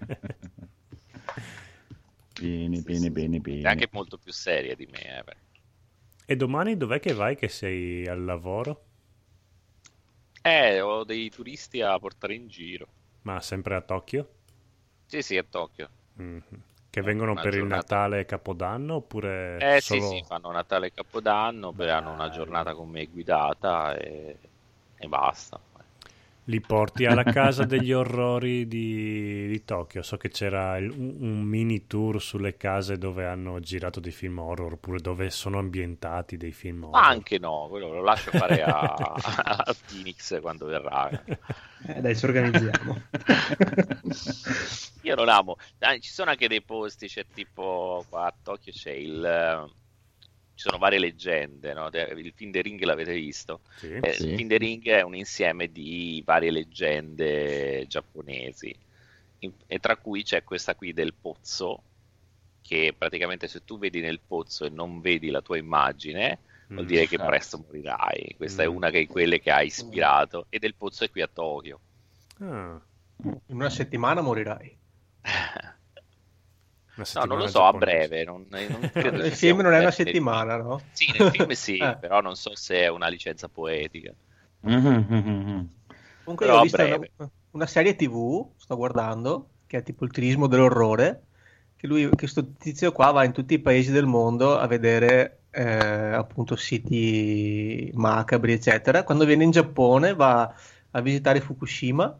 S2: Bene.
S7: È anche molto più seria di me.
S1: E domani dov'è che vai, che sei al lavoro?
S7: Ho dei turisti a portare in giro.
S1: Ma sempre a Tokyo?
S7: Sì, a Tokyo.
S1: Che vengono per il Natale e Capodanno oppure solo...
S7: Sì, fanno Natale e Capodanno, poi hanno una giornata con me guidata e basta.
S1: Li porti alla casa degli orrori di Tokyo. So che c'era un mini tour sulle case dove hanno girato dei film horror, oppure dove sono ambientati dei film horror.
S7: Ma anche no, quello lo lascio fare a Phoenix quando verrà.
S5: Dai, ci organizziamo.
S7: Io non amo. Ci sono anche dei posti, c'è tipo qua a Tokyo c'è ci sono varie leggende, no? Il film The Ring l'avete visto?
S1: Sì.
S7: Il film The Ring è un insieme di varie leggende giapponesi, e tra cui c'è questa qui del pozzo, che praticamente se tu vedi nel pozzo e non vedi la tua immagine, vuol dire che presto morirai. Questa è una di quelle che ha ispirato, e del pozzo è qui a Tokyo.
S3: In una settimana morirai.
S7: No, non lo so, a breve. Non credo
S3: nel film non è una settimana, no?
S7: Sì, nel film sì, però non so se è una licenza poetica.
S3: Comunque
S7: però
S3: io ho visto una serie TV, sto guardando, che è tipo il turismo dell'orrore, che sto tizio qua va in tutti i paesi del mondo a vedere appunto siti macabri, eccetera. Quando viene in Giappone va a visitare Fukushima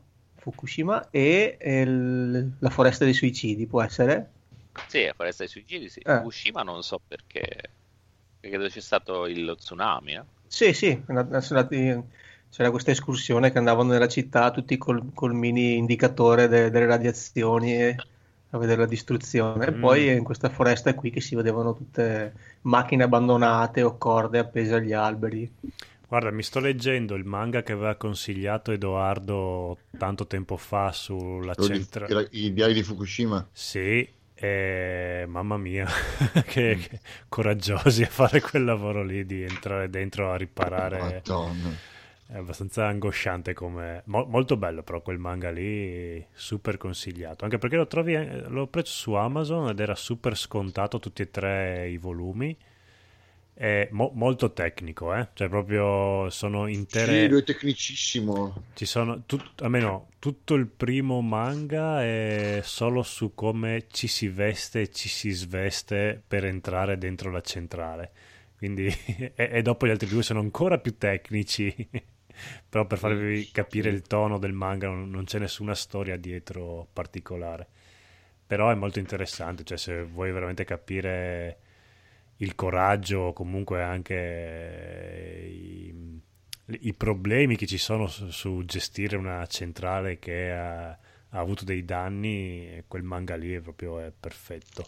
S3: e la foresta dei suicidi, può essere?
S7: Sì, la foresta dei suicidi, sì. Fukushima non so perché credo c'è stato lo tsunami, no?
S3: Sì, c'era questa escursione che andavano nella città tutti col mini indicatore delle radiazioni a vedere la distruzione, e poi in questa foresta qui che si vedevano tutte macchine abbandonate o corde appese agli alberi.
S1: Guarda, mi sto leggendo il manga che aveva consigliato Edoardo tanto tempo fa sulla centrale.
S4: I diari di Fukushima?
S1: Sì, mamma mia, che coraggiosi a fare quel lavoro lì, di entrare dentro a riparare.
S4: Madonna.
S1: È abbastanza angosciante come... molto bello però quel manga lì, super consigliato, anche perché l'ho preso su Amazon ed era super scontato tutti e 3 i volumi. È molto tecnico, cioè proprio sono intere...
S4: Sì, lui è tecnicissimo.
S1: Ci sono, almeno tutto il primo manga è solo su come ci si veste e ci si sveste per entrare dentro la centrale, quindi e dopo gli altri 2 sono ancora più tecnici, però per farvi capire il tono del manga non c'è nessuna storia dietro particolare, però è molto interessante, cioè se vuoi veramente capire il coraggio, comunque anche i problemi che ci sono su gestire una centrale che ha avuto dei danni, quel manga lì è proprio perfetto.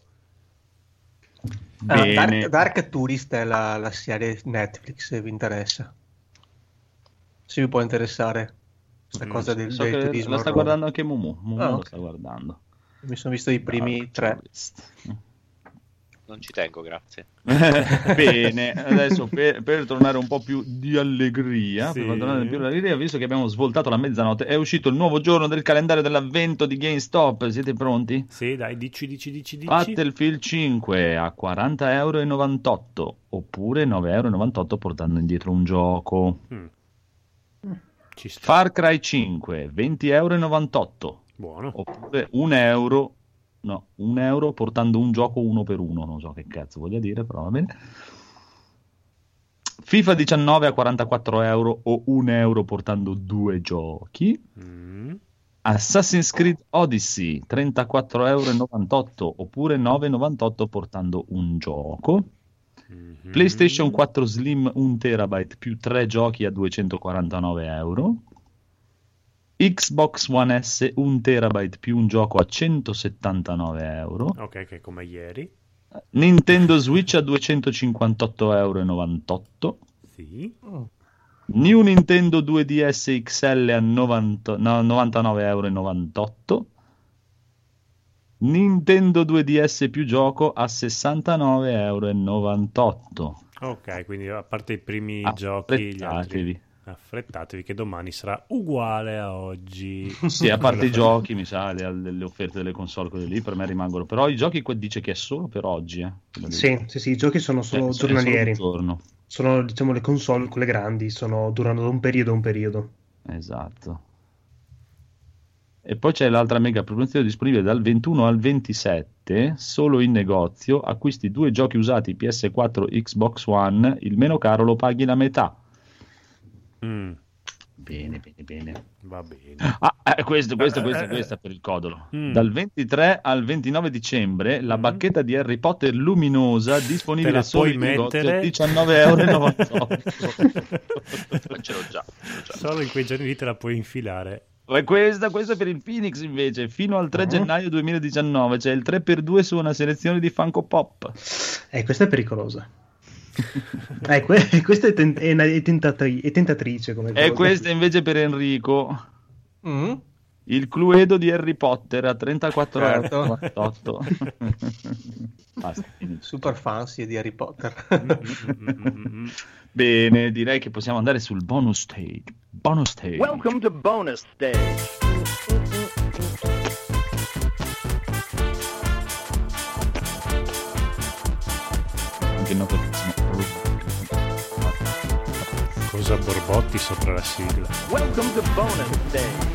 S3: Dark Tourist è la serie Netflix, se vi interessa, se vi può interessare questa cosa del turismo.
S2: La sta guardando anche Mumu lo sta guardando.
S3: Mi sono visto i primi 3.
S7: Non ci tengo, grazie.
S9: Bene, adesso per tornare un po' più di allegria,
S1: Sì.
S9: per tornare più di allegria, visto che abbiamo svoltato la mezzanotte, è uscito il nuovo giorno del calendario dell'avvento di GameStop. Siete pronti?
S1: Sì, dai, dici.
S9: Battlefield 5 a 40,98 € oppure 9,98 € portando indietro un gioco.
S1: Ci sta.
S9: Far Cry 5 20,98 €.
S1: Buono.
S9: Oppure €1 portando un gioco 1 per 1, non so che cazzo voglia dire, però va bene. FIFA 19 a 44 € o €1 portando 2 giochi. Assassin's Creed Odyssey 34,98 € oppure 9,98 € portando un gioco. PlayStation 4 Slim 1 TB più 3 giochi a 249 €. Xbox One S 1 TB più un gioco a 179 €.
S1: Ok, che è come ieri.
S9: Nintendo Switch a 258,98 €.
S1: Sì.
S9: New Nintendo 2DS XL a 99,98 €. Nintendo 2DS più gioco a 69,98 €.
S1: Ok, quindi a parte i primi giochi, gli altri affrettatevi che domani sarà uguale a oggi.
S9: Sì, a parte i giochi, mi sa, le offerte delle console, quelle lì per me rimangono. Però i giochi qua dice che è solo per oggi.
S5: Sì, i giochi sono solo giornalieri. Sono, diciamo, le console, quelle grandi, durano da un periodo a un periodo.
S9: Esatto. E poi c'è l'altra mega promozione disponibile dal 21 al 27, solo in negozio. Acquisti 2 giochi usati PS4, Xbox One, il meno caro lo paghi la metà. Bene.
S1: Va bene.
S9: Questa per il codolo. Dal 23 al 29 dicembre la bacchetta di Harry Potter luminosa disponibile solo in negozio a 19,98 €.
S7: Ce l'ho già.
S1: Solo in quei giorni lì te la puoi infilare.
S9: E questa per il Phoenix invece fino al 3 gennaio 2019 c'è il 3x2 su una selezione di Funko Pop.
S5: Questa è pericolosa. Questa è tentatrice come cosa.
S9: E questa invece per Enrico. Il Cluedo di Harry Potter a 34,98 €.
S3: Super fancy di Harry Potter.
S9: Bene, direi che possiamo andare sul bonus stage.
S11: Welcome to bonus stage.
S9: Anche no,
S1: Cosa borbotti sopra la sigla?
S11: Welcome to bonus stage.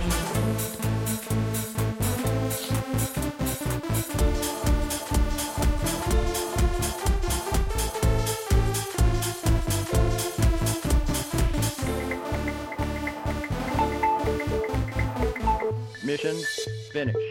S11: Mission finished.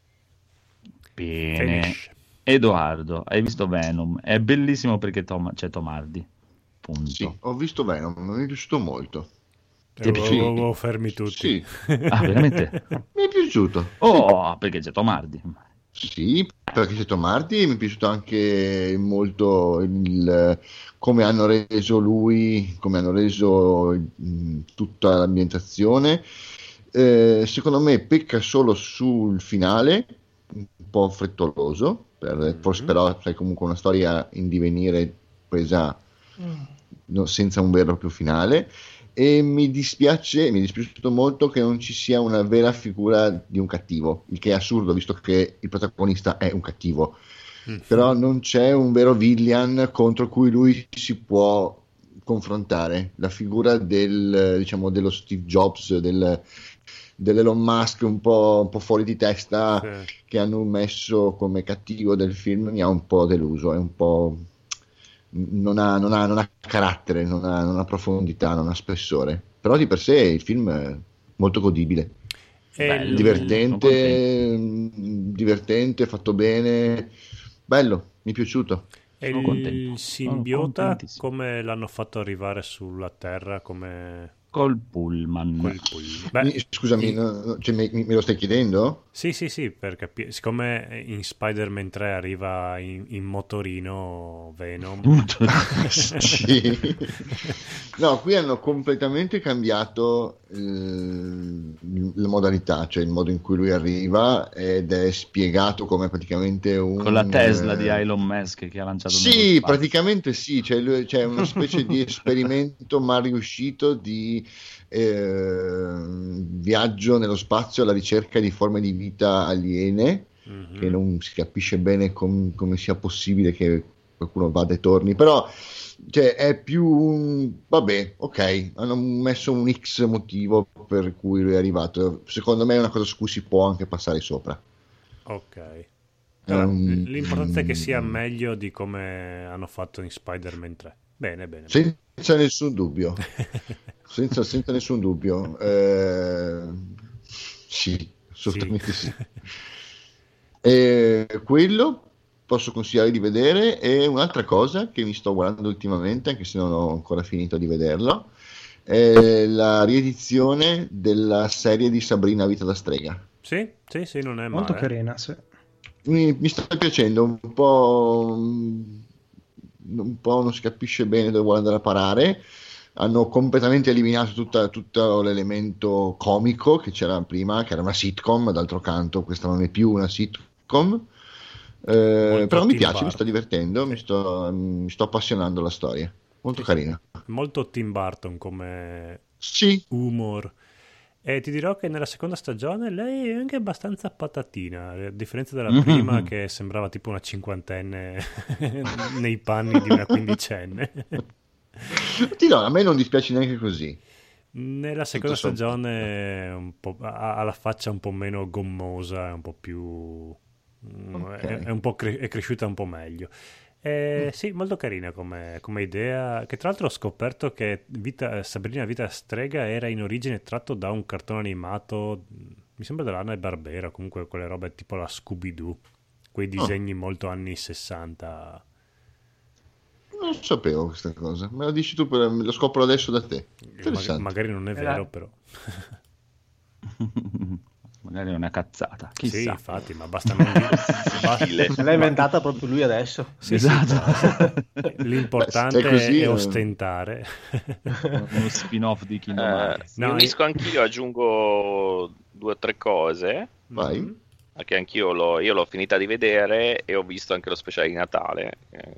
S9: Bene. Edoardo, hai visto Venom? È bellissimo perché c'è Tom Hardy. Punto.
S4: Sì, ho visto Venom, mi è piaciuto molto.
S9: Ti è piaciuto?
S1: Fermi tutti.
S4: Sì.
S9: Ah, veramente?
S4: Mi è piaciuto.
S9: Oh, perché c'è Tom Hardy.
S4: Sì, perché c'è Tom Hardy, mi è piaciuto anche molto come hanno reso lui, come hanno reso tutta l'ambientazione. Secondo me pecca solo sul finale, un po' frettoloso, forse però è comunque una storia in divenire presa senza un vero e proprio finale, e mi è dispiaciuto molto che non ci sia una vera figura di un cattivo, il che è assurdo visto che il protagonista è un cattivo, però non c'è un vero villain contro cui lui si può confrontare. La figura dello Steve Jobs, dell'Elon Musk un po' fuori di testa, che hanno messo come cattivo del film, mi ha un po' deluso. È un po' non ha carattere, non ha profondità, non ha spessore, però di per sé il film è molto godibile.
S1: Bello,
S4: divertente, fatto bene, bello, mi è piaciuto.
S1: E il simbiota come l'hanno fatto arrivare sulla Terra, come
S9: Col pullman.
S1: Beh,
S4: scusami, cioè, me lo stai chiedendo?
S1: Sì, per capire. Siccome in Spider-Man 3 arriva in motorino Venom.
S4: Sì. No, qui hanno completamente cambiato la modalità, cioè il modo in cui lui arriva, ed è spiegato come praticamente
S9: con la Tesla di Elon Musk che ha lanciato.
S4: Sì, praticamente sì, c'è una specie di esperimento mal riuscito di viaggio nello spazio alla ricerca di forme di vita aliene, che non si capisce bene come sia possibile che qualcuno vada e torni, però cioè, è più vabbè, ok, hanno messo un X motivo per cui lui è arrivato. Secondo me è una cosa su cui si può anche passare sopra.
S1: Ok. Allora, l'importante è che sia meglio di come hanno fatto in Spider-Man 3. Bene.
S4: Senza nessun dubbio. senza nessun dubbio. Sì, assolutamente sì. Quello posso consigliare di vedere. E un'altra cosa che mi sto guardando ultimamente, anche se non ho ancora finito di vederlo, è la riedizione della serie di Sabrina Vita da strega.
S1: Sì, non è
S5: molto
S1: male.
S5: carina, sì.
S4: Mi sta piacendo un po', non si capisce bene dove vuole andare a parare. Hanno completamente eliminato tutto l'elemento comico che c'era prima, che era una sitcom. D'altro canto questa non è più una sitcom, però mi piace, mi sto divertendo, mi sto appassionando alla storia, molto carina.
S1: Molto Tim Burton come humor. E ti dirò che nella seconda stagione lei è anche abbastanza patatina, a differenza della prima che sembrava tipo una cinquantenne nei panni di una quindicenne.
S4: A me non dispiace neanche così.
S1: Nella seconda stagione ha la faccia un po' meno gommosa, è un po' più è cresciuta un po' meglio. Sì, molto carina come idea, che tra l'altro ho scoperto che Sabrina Vita strega era in origine tratto da un cartone animato, mi sembra dell'Hanna-Barbera, comunque quelle robe tipo la Scooby-Doo, quei disegni molto anni 60.
S4: Non sapevo questa cosa, me lo dici tu, lo scopro adesso da te.
S1: Magari non è vero, però
S9: magari è una cazzata, chissà.
S1: Sì, infatti, ma basta non dire.
S3: Se l'ha inventata proprio lui adesso.
S1: Sì, esatto. L'importante è ostentare.
S9: Uno spin-off di Kingdom Hearts.
S7: Mi unisco anch'io, aggiungo 2 o 3 cose.
S4: Vai.
S7: Perché anch'io l'ho finita di vedere e ho visto anche lo speciale di Natale.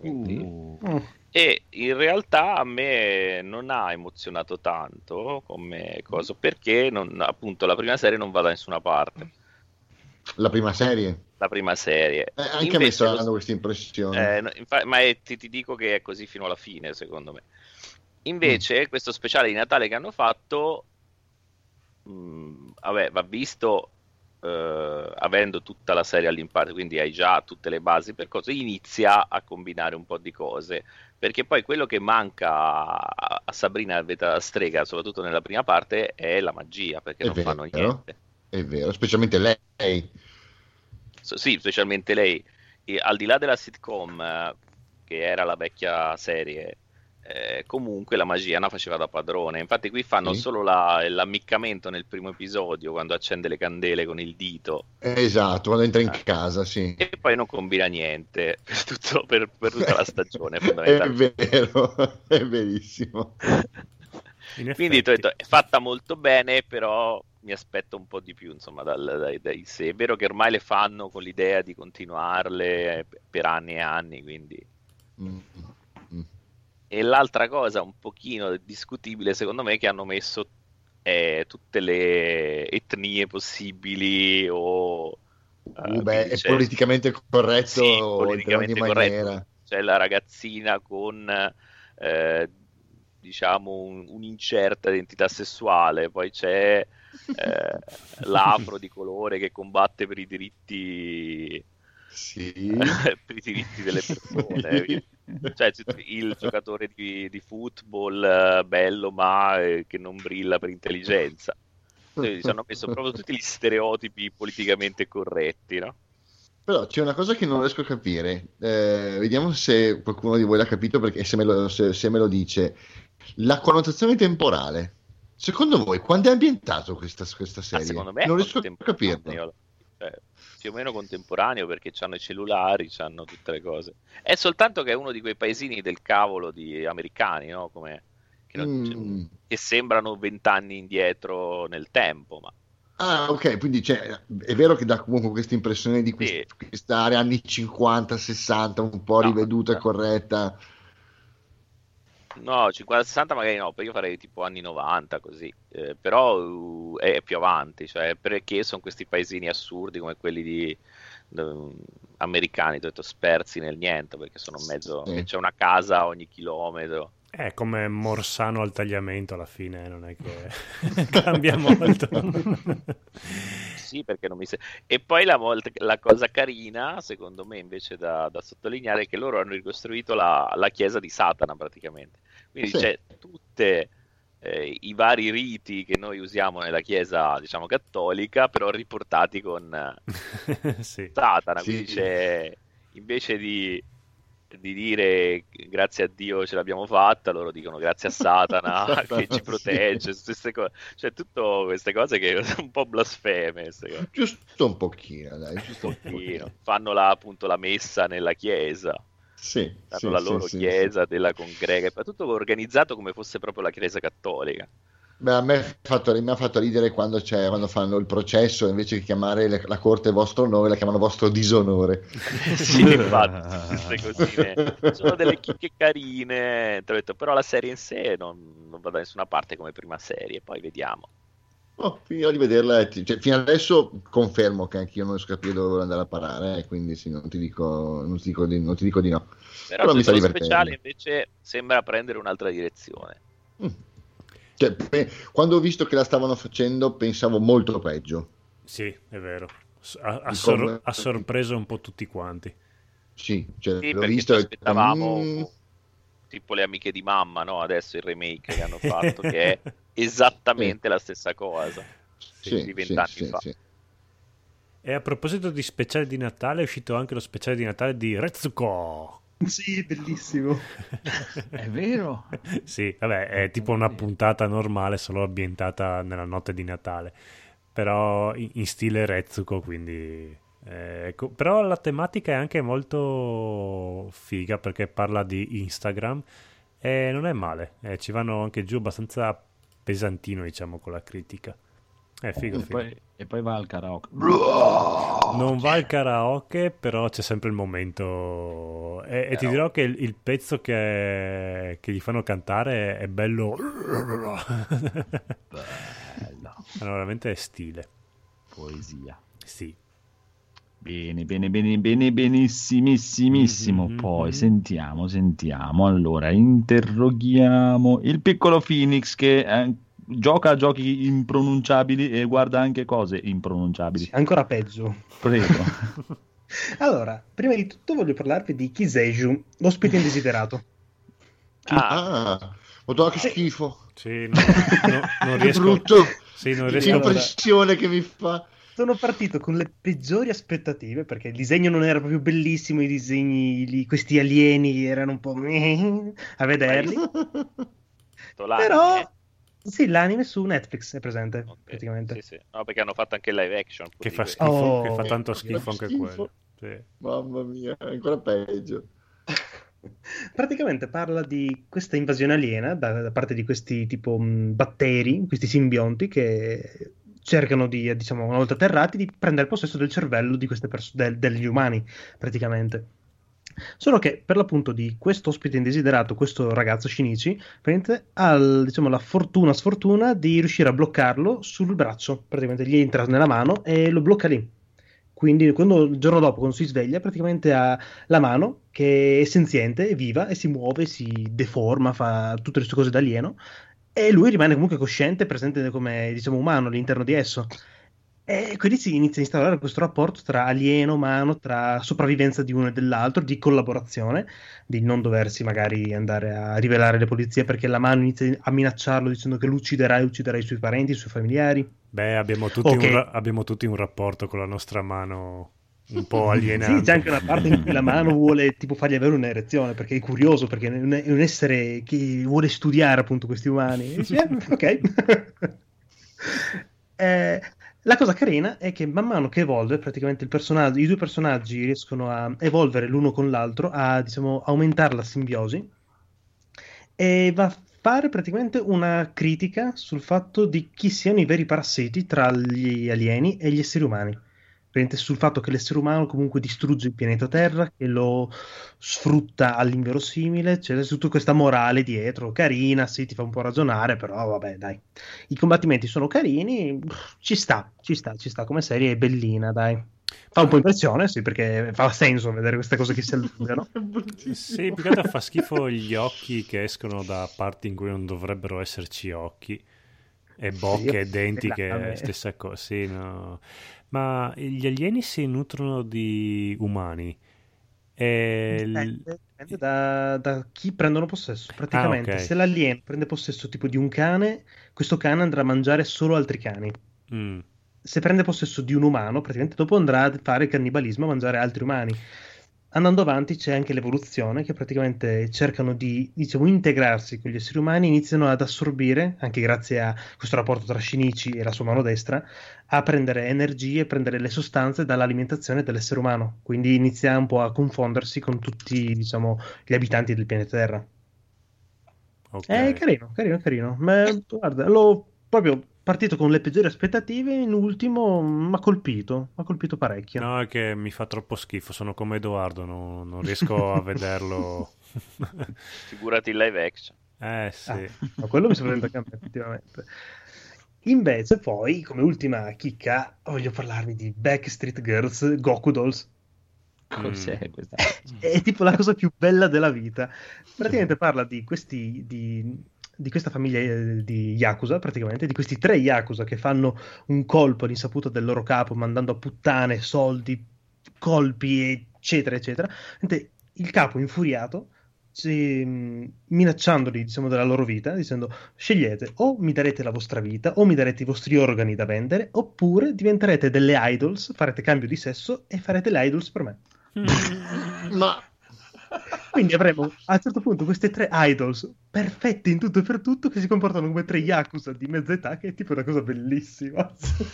S7: E in realtà a me non ha emozionato tanto come cosa, perché appunto la prima serie non va da nessuna parte.
S4: La prima serie?
S7: La prima serie.
S4: Anche invece a me sta dando questa impressione.
S7: Ma ti dico che è così fino alla fine, secondo me. Invece questo speciale di Natale che hanno fatto, va visto avendo tutta la serie all'imparte, quindi hai già tutte le basi per cose, inizia a combinare un po' di cose, perché poi quello che manca a Sabrina Vita da strega, soprattutto nella prima parte, è la magia, perché non fanno niente.
S4: È vero, specialmente lei.
S7: Sì, specialmente lei. E al di là della sitcom, che era la vecchia serie, comunque la magia la faceva da padrone. Infatti qui fanno solo l'ammiccamento nel primo episodio, quando accende le candele con il dito,
S4: esatto, quando entra in casa, sì,
S7: e poi non combina niente per tutta la stagione.
S4: È vero, è verissimo.
S7: Quindi ti ho detto, è fatta molto bene, però mi aspetto un po' di più, insomma, dai sé. È vero che ormai le fanno con l'idea di continuarle per anni e anni, quindi E l'altra cosa un pochino discutibile secondo me è che hanno messo tutte le etnie possibili o
S4: è politicamente corretto,
S7: sì, politicamente corretto. C'è la ragazzina con diciamo un'incerta identità sessuale, poi c'è l'afro di colore che combatte per i diritti per i diritti delle persone. Cioè il giocatore di football bello ma che non brilla per intelligenza. Ci hanno messo proprio tutti gli stereotipi politicamente corretti, no?
S4: Però c'è una cosa che non riesco a capire, vediamo se qualcuno di voi l'ha capito, perché se me lo dice. La connotazione temporale Secondo voi, quando è ambientato questa serie?
S7: Secondo me
S4: non riesco a capirlo.
S7: Più o meno contemporaneo, perché hanno i cellulari, hanno tutte le cose. È soltanto che è uno di quei paesini del cavolo di americani, no? Che sembrano 20 anni indietro nel tempo, ma...
S4: Ah, ok, quindi è vero che dà comunque questa impressione di questa area anni 50, 60, un po' riveduta e corretta.
S7: No, 50-60 magari no, perché io farei tipo anni 90 così, però è più avanti, cioè perché sono questi paesini assurdi come quelli americani, detto spersi nel niente, perché sono in mezzo, che c'è una casa a ogni chilometro.
S1: È come Morsano al tagliamento alla fine, non è che cambia molto.
S7: Sì, perché non mi E poi la cosa carina, secondo me, invece da sottolineare, è che loro hanno ricostruito la chiesa di Satana praticamente. Quindi c'è tutte i vari riti che noi usiamo nella chiesa, diciamo, cattolica, però riportati con Satana. Quindi c'è, invece di dire grazie a Dio ce l'abbiamo fatta, loro dicono grazie a Satana che ci protegge, queste cose. Cioè tutte queste cose che sono un po' blasfeme,
S4: giusto un pochino, dai, giusto un pochino.
S7: Fanno appunto la messa nella chiesa, hanno la loro chiesa della congrega, è tutto organizzato come fosse proprio la chiesa cattolica.
S4: Beh, a me ha fatto ridere quando fanno il processo, invece di chiamare la corte vostro onore, la chiamano vostro disonore.
S7: Sì, infatti, queste cosine sono delle chicche carine, ti ho detto, però la serie in sé non va da nessuna parte come prima serie, poi vediamo.
S4: Finirò di vederla, fino adesso confermo che anch'io non riesco a capire dove voglio andare a parare, quindi sì, non ti dico di no.
S7: Però mi sta divertendo. Speciale invece sembra prendere un'altra direzione.
S4: Quando ho visto che la stavano facendo pensavo molto peggio.
S1: Sì, è vero, ha sorpreso un po' tutti quanti.
S4: Sì, l'ho
S7: visto, aspettavamo tipo Le amiche di mamma, no? Adesso il remake che hanno fatto che è esattamente la stessa cosa di 20 anni fa. Sì.
S1: E a proposito di speciale di Natale, è uscito anche lo speciale di Natale di Retsuko.
S5: Sì, bellissimo.
S9: È vero?
S1: Sì, vabbè, è tipo una puntata normale, solo ambientata nella notte di Natale, però in stile Retsuko, quindi... però la tematica è anche molto figa, perché parla di Instagram e non è male, ci vanno anche giù abbastanza pesantino, diciamo, con la critica. È figo,
S9: E poi va al karaoke.
S1: Non va al karaoke, però c'è sempre il momento. E ti dirò che il pezzo che gli fanno cantare è bello. Allora, veramente è stile.
S9: Poesia.
S1: Sì.
S9: Bene, benissimissimo. Poi sentiamo. Allora, interroghiamo il piccolo Phoenix che gioca a giochi impronunciabili e guarda anche cose impronunciabili.
S5: Sì, ancora peggio.
S9: Prego.
S5: Allora, prima di tutto voglio parlarvi di Kiseiju, l'ospite indesiderato.
S4: Madonna, che schifo.
S1: Sì, non riesco.
S4: Brutto.
S1: Sì, non
S4: che
S1: riesco.
S4: impressione che mi fa.
S5: Sono partito con le peggiori aspettative, perché il disegno non era proprio bellissimo, i disegni, questi alieni erano un po' a vederli. Però sì, l'anime su Netflix è presente, praticamente.
S7: Sì. No, perché hanno fatto anche il live action.
S1: Che fa schifo, che fa tanto schifo anche quello. Sì.
S4: Mamma mia, è ancora peggio.
S5: Praticamente parla di questa invasione aliena da parte di questi tipo batteri, questi simbionti che cercano di, diciamo, una volta atterrati, di prendere possesso del cervello di queste degli umani, praticamente. Solo che per l'appunto di questo ospite indesiderato, questo ragazzo Shinichi, ha, diciamo, la sfortuna di riuscire a bloccarlo sul braccio, praticamente gli entra nella mano e lo blocca lì. Quindi il giorno dopo, quando si sveglia, praticamente ha la mano che è senziente, è viva e si muove, si deforma, fa tutte le sue cose da alieno, e lui rimane comunque cosciente, presente come, diciamo, umano all'interno di esso. E quindi si inizia a instaurare questo rapporto tra alieno, umano, tra sopravvivenza di uno e dell'altro, di collaborazione, di non doversi magari andare a rivelare le polizie perché la mano inizia a minacciarlo dicendo che lo ucciderà e ucciderà i suoi parenti, i suoi familiari.
S1: Beh, abbiamo tutti un rapporto con la nostra mano un po' alienante.
S5: Sì, c'è anche una parte in cui la mano vuole tipo fargli avere un'erezione perché è curioso, perché è un essere che vuole studiare appunto questi umani. E dice, ok. La cosa carina è che man mano che evolve praticamente i due personaggi riescono a evolvere l'uno con l'altro, a diciamo aumentare la simbiosi, e va a fare praticamente una critica sul fatto di chi siano i veri parassiti tra gli alieni e gli esseri umani. Praticamente sul fatto che l'essere umano comunque distrugge il pianeta Terra, che lo sfrutta all'inverosimile, c'è tutta questa morale dietro, carina, sì, ti fa un po' ragionare, però vabbè, dai. I combattimenti sono carini, ci sta come serie, è bellina, dai. Fa un po' impressione, sì, perché fa senso vedere queste cose che si allungano.
S1: Sì, più che altro fa schifo gli occhi che escono da parti in cui non dovrebbero esserci occhi, e bocche e denti che è stessa cosa, sì, no. Ma gli alieni si nutrono di umani?
S5: Dipende da chi prendono possesso. Praticamente,
S1: okay.
S5: Se l'alieno prende possesso tipo di un cane, questo cane andrà a mangiare solo altri cani. Se prende possesso di un umano, praticamente dopo andrà a fare cannibalismo, a mangiare altri umani. Andando avanti c'è anche l'evoluzione, che praticamente cercano di, diciamo, integrarsi con gli esseri umani, iniziano ad assorbire, anche grazie a questo rapporto tra Shinichi e la sua mano destra, a prendere energie, prendere le sostanze dall'alimentazione dell'essere umano. Quindi inizia un po' a confondersi con tutti, diciamo, gli abitanti del pianeta Terra.
S1: Okay.
S5: È carino. Ma guarda, l'ho proprio partito con le peggiori aspettative, in ultimo mi ha colpito parecchio.
S1: No, è che mi fa troppo schifo, sono come Edoardo, non riesco a vederlo.
S7: Figurati il live action.
S1: Sì.
S5: Ma quello mi sorprende anche a me, effettivamente. Invece poi, come ultima chicca, voglio parlarvi di Backstreet Girls Goku Dolls.
S2: Cos'è questa?
S5: È tipo la cosa più bella della vita. Praticamente parla di questi di questa famiglia di Yakuza, praticamente, di questi 3 Yakuza che fanno un colpo all'insaputa del loro capo, mandando a puttane soldi, colpi, eccetera, eccetera. Il capo infuriato, minacciandoli, diciamo, della loro vita, dicendo: scegliete, o mi darete la vostra vita, o mi darete i vostri organi da vendere, oppure diventerete delle idols, farete cambio di sesso e farete le idols per me.
S4: Ma
S5: quindi avremo a un certo punto queste 3 idols perfette in tutto e per tutto, che si comportano come 3 Yakuza di mezza età, che è tipo una cosa bellissima.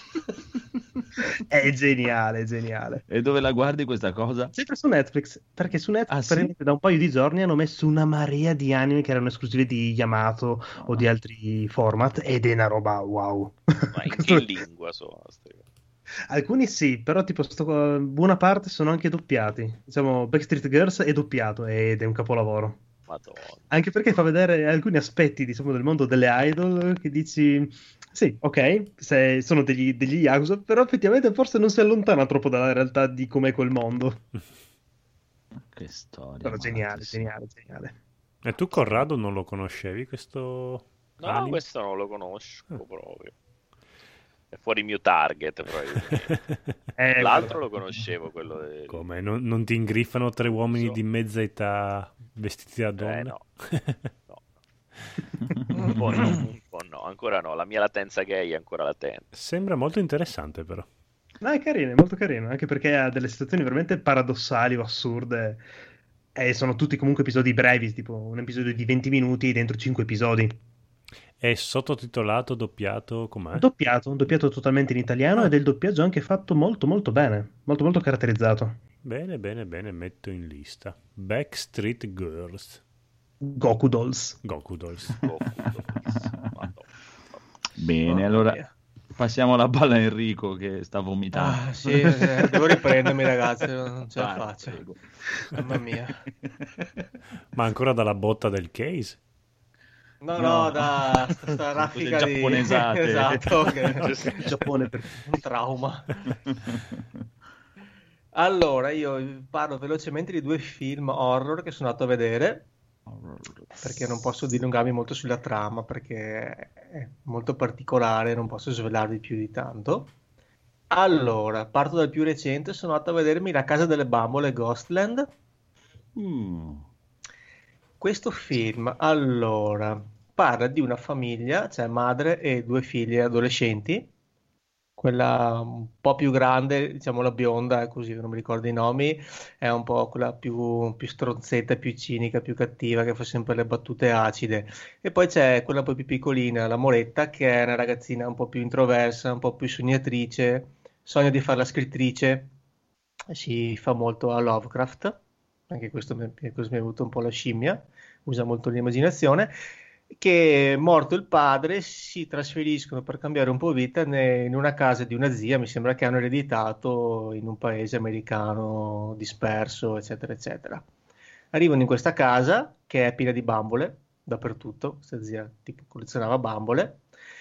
S5: È geniale.
S2: E dove la guardi questa cosa?
S5: Sempre su Netflix, perché su Netflix da un paio di giorni hanno messo una marea di anime che erano esclusive di Yamato o di altri format, ed è una roba wow.
S7: Ma in che lingua sono?
S5: Alcuni sì, però tipo buona parte sono anche doppiati. Diciamo, Backstreet Girls è doppiato ed è un capolavoro.
S7: Madonna.
S5: Anche perché fa vedere alcuni aspetti, diciamo, del mondo delle idol che dici, sì, ok, sono degli Yakuza, però effettivamente forse non si allontana troppo dalla realtà di com'è quel mondo.
S2: Che storia.
S5: Però geniale.
S1: E tu, Corrado, non lo conoscevi questo
S7: No, questo non lo conosco proprio. È fuori mio target, probabilmente. L'altro lo conoscevo, quello
S1: Come? Non ti ingriffano 3 uomini di mezza età vestiti da donna?
S7: No. Un po' no, ancora no. La mia latenza gay è ancora latente.
S1: Sembra molto interessante, però.
S5: No, è carino, è molto carino, anche perché ha delle situazioni veramente paradossali o assurde, e sono tutti comunque episodi brevi, tipo un episodio di 20 minuti dentro 5 episodi.
S1: È sottotitolato, doppiato, com'è?
S5: Doppiato totalmente in italiano, ed è il doppiaggio anche fatto molto molto bene, molto molto caratterizzato.
S1: Bene, metto in lista. Backstreet Girls.
S5: Goku Dolls.
S2: Bene, allora passiamo la palla a Enrico che sta vomitando.
S3: Sì, devo riprendermi, ragazzi, non ce la faccio. Prego. Mamma mia.
S1: Ma ancora dalla botta del case?
S3: No, da sta raffica di
S2: giapponesate.
S3: Esatto,
S5: Il Giappone per
S3: un trauma. Allora, io parlo velocemente di 2 film horror che sono andato a vedere, perché non posso dilungarmi molto sulla trama, perché è molto particolare, non posso svelarvi più di tanto. Allora, parto dal più recente, sono andato a vedermi La casa delle bambole, Ghostland. Questo film, allora, parla di una famiglia, cioè madre e 2 figlie adolescenti, quella un po' più grande, diciamo la bionda, così non mi ricordo i nomi, è un po' quella più stronzetta, più cinica, più cattiva, che fa sempre le battute acide. E poi c'è quella un po' più piccolina, la Moretta, che è una ragazzina un po' più introversa, un po' più sognatrice, sogna di fare la scrittrice, si fa molto a Lovecraft, anche questo questo mi è avuto un po' la scimmia, usa molto l'immaginazione, che morto il padre si trasferiscono per cambiare un po' vita in una casa di una zia, mi sembra che hanno ereditato in un paese americano disperso, eccetera, eccetera. Arrivano in questa casa che è piena di bambole dappertutto, questa zia tipo collezionava bambole,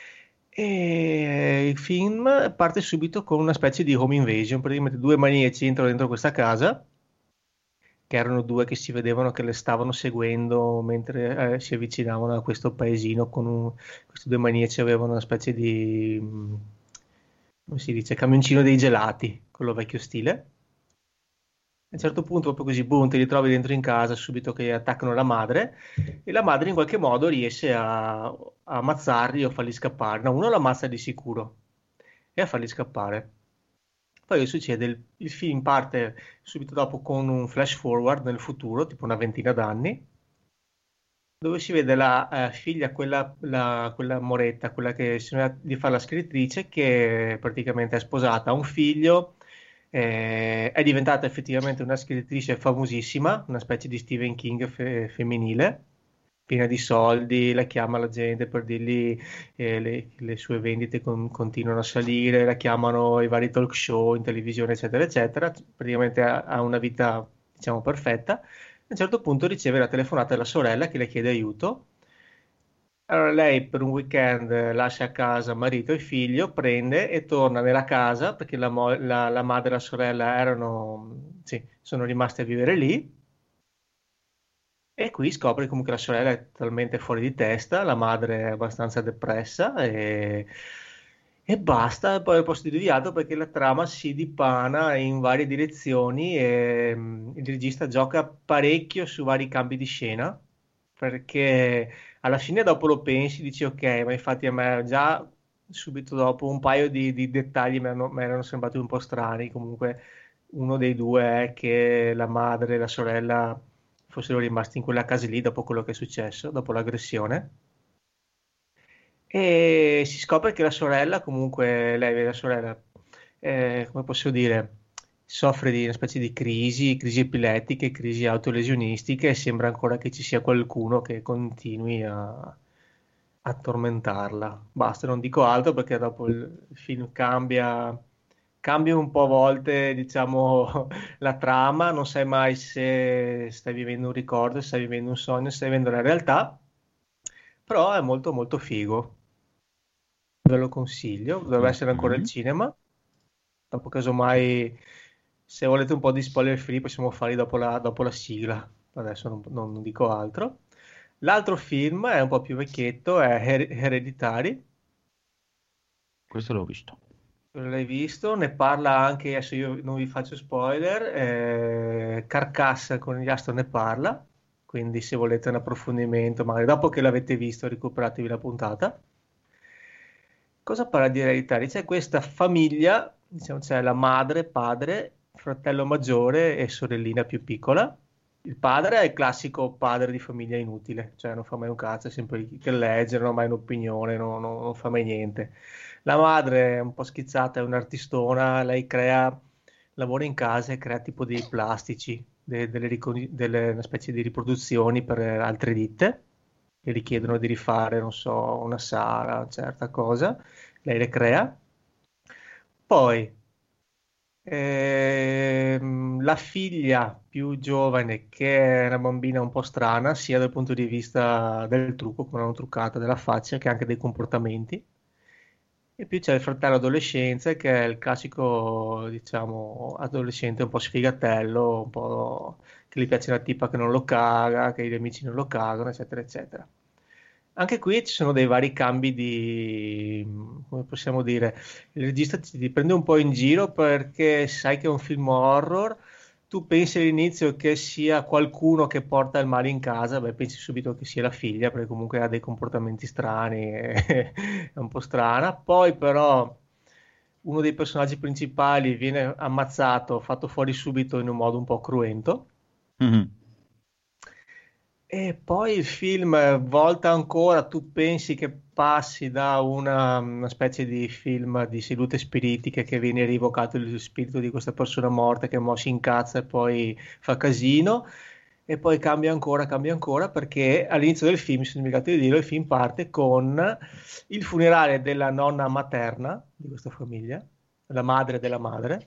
S3: e il film parte subito con una specie di home invasion, praticamente due maniaci entrano dentro questa casa, che erano due che si vedevano che le stavano seguendo mentre si avvicinavano a questo paesino questi due maniaci avevano una specie di, come si dice, camioncino dei gelati, quello vecchio stile. A un certo punto, proprio così, boom, te li trovi dentro in casa subito che attaccano la madre, e la madre in qualche modo riesce a ammazzarli o farli scappare. No, uno lo ammazza di sicuro e a farli scappare. Poi succede, il film parte subito dopo con un flash forward nel futuro, tipo una ventina d'anni, dove si vede la figlia, quella Moretta, quella che sogna di fare la scrittrice, che praticamente è sposata, ha un figlio, è diventata effettivamente una scrittrice famosissima, una specie di Stephen King femminile, piena di soldi, la chiama la gente per dirgli le sue vendite continuano a salire, la chiamano i vari talk show in televisione, eccetera, eccetera. Praticamente ha una vita, diciamo, perfetta. A un certo punto riceve la telefonata della sorella che le chiede aiuto. Allora lei per un weekend lascia a casa marito e figlio, prende e torna nella casa perché la madre e la sorella sono rimaste a vivere lì. E qui scopre comunque la sorella è totalmente fuori di testa, la madre è abbastanza depressa e basta. E poi al posto di deviato perché la trama si dipana in varie direzioni e il regista gioca parecchio su vari cambi di scena, perché alla fine dopo lo pensi, dici ok, ma infatti a me già subito dopo un paio di dettagli mi erano sembrati un po' strani. Comunque uno dei due è che la madre e la sorella fossero rimasti in quella casa lì dopo quello che è successo, dopo l'aggressione. E si scopre che la sorella, comunque, lei, la sorella, come posso dire, soffre di una specie di crisi epilettiche, crisi autolesionistiche, e sembra ancora che ci sia qualcuno che continui a tormentarla. Basta, non dico altro perché dopo il film cambia un po' a volte, diciamo, la trama, non sai mai se stai vivendo un ricordo, se stai vivendo un sogno, se stai vivendo la realtà, però è molto molto figo. Ve lo consiglio, dovrebbe essere ancora al cinema. Dopo casomai, se volete un po' di spoiler free, possiamo farli dopo la sigla. Adesso non dico altro. L'altro film è un po' più vecchietto, è Hereditary.
S9: Questo l'ho visto.
S3: L'hai visto? Ne parla anche, adesso io non vi faccio spoiler, Carcass con gli Astro ne parla, quindi se volete un approfondimento, magari dopo che l'avete visto recuperatevi la puntata. Cosa parla di Hereditary? C'è questa famiglia, diciamo, c'è la madre, padre, fratello maggiore e sorellina più piccola. Il padre è il classico padre di famiglia inutile, cioè non fa mai un cazzo, è sempre lì che legge, non ha mai un'opinione, non fa mai niente. La madre è un po' schizzata, è un'artistona, lei lavora in casa e crea tipo dei plastici, una specie di riproduzioni per altre ditte che gli chiedono di rifare, non so, una sala, una certa cosa, lei le crea. Poi la figlia più giovane, che è una bambina un po' strana, sia dal punto di vista del trucco, come l'hanno truccata, della faccia, che anche dei comportamenti. E più c'è il fratello adolescenza, che è il classico, diciamo, adolescente un po' sfigatello, un po' che gli piace la tipa che non lo caga, che gli amici non lo cagano, eccetera, eccetera. Anche qui ci sono dei vari cambi come possiamo dire, il regista ti prende un po' in giro perché sai che è un film horror, tu pensi all'inizio che sia qualcuno che porta il male in casa, beh, pensi subito che sia la figlia perché comunque ha dei comportamenti strani, è un po' strana, poi però uno dei personaggi principali viene ammazzato, fatto fuori subito in un modo un po' cruento.
S9: Mm-hmm.
S3: E poi il film volta ancora, tu pensi che passi da una specie di film di sedute spiritiche che viene rievocato il spirito di questa persona morta che mo si incazza e poi fa casino, e poi cambia ancora perché all'inizio del film, mi sono dimenticato di dirlo, il film parte con il funerale della nonna materna di questa famiglia, la madre della madre,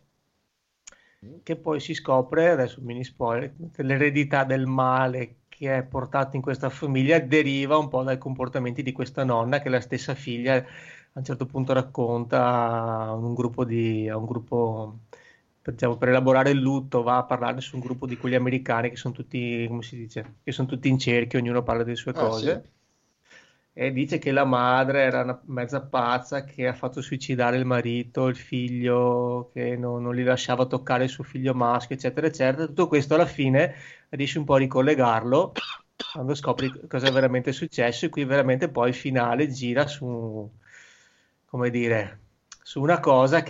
S3: che poi si scopre, adesso mini spoiler, che l'eredità del male che è portato in questa famiglia deriva un po' dai comportamenti di questa nonna, che la stessa figlia a un certo punto racconta a un gruppo, diciamo, per elaborare il lutto, va a parlare su un gruppo di quelli americani che sono tutti, come si dice, che sono tutti in cerchio, ognuno parla delle sue cose. Sì. E dice che la madre era una mezza pazza che ha fatto suicidare il marito, il figlio, che non li lasciava toccare il suo figlio maschio, eccetera, eccetera. Tutto questo alla fine riesci un po' a ricollegarlo quando scopri cosa è veramente successo, e qui veramente poi il finale gira su, come dire, su una cosa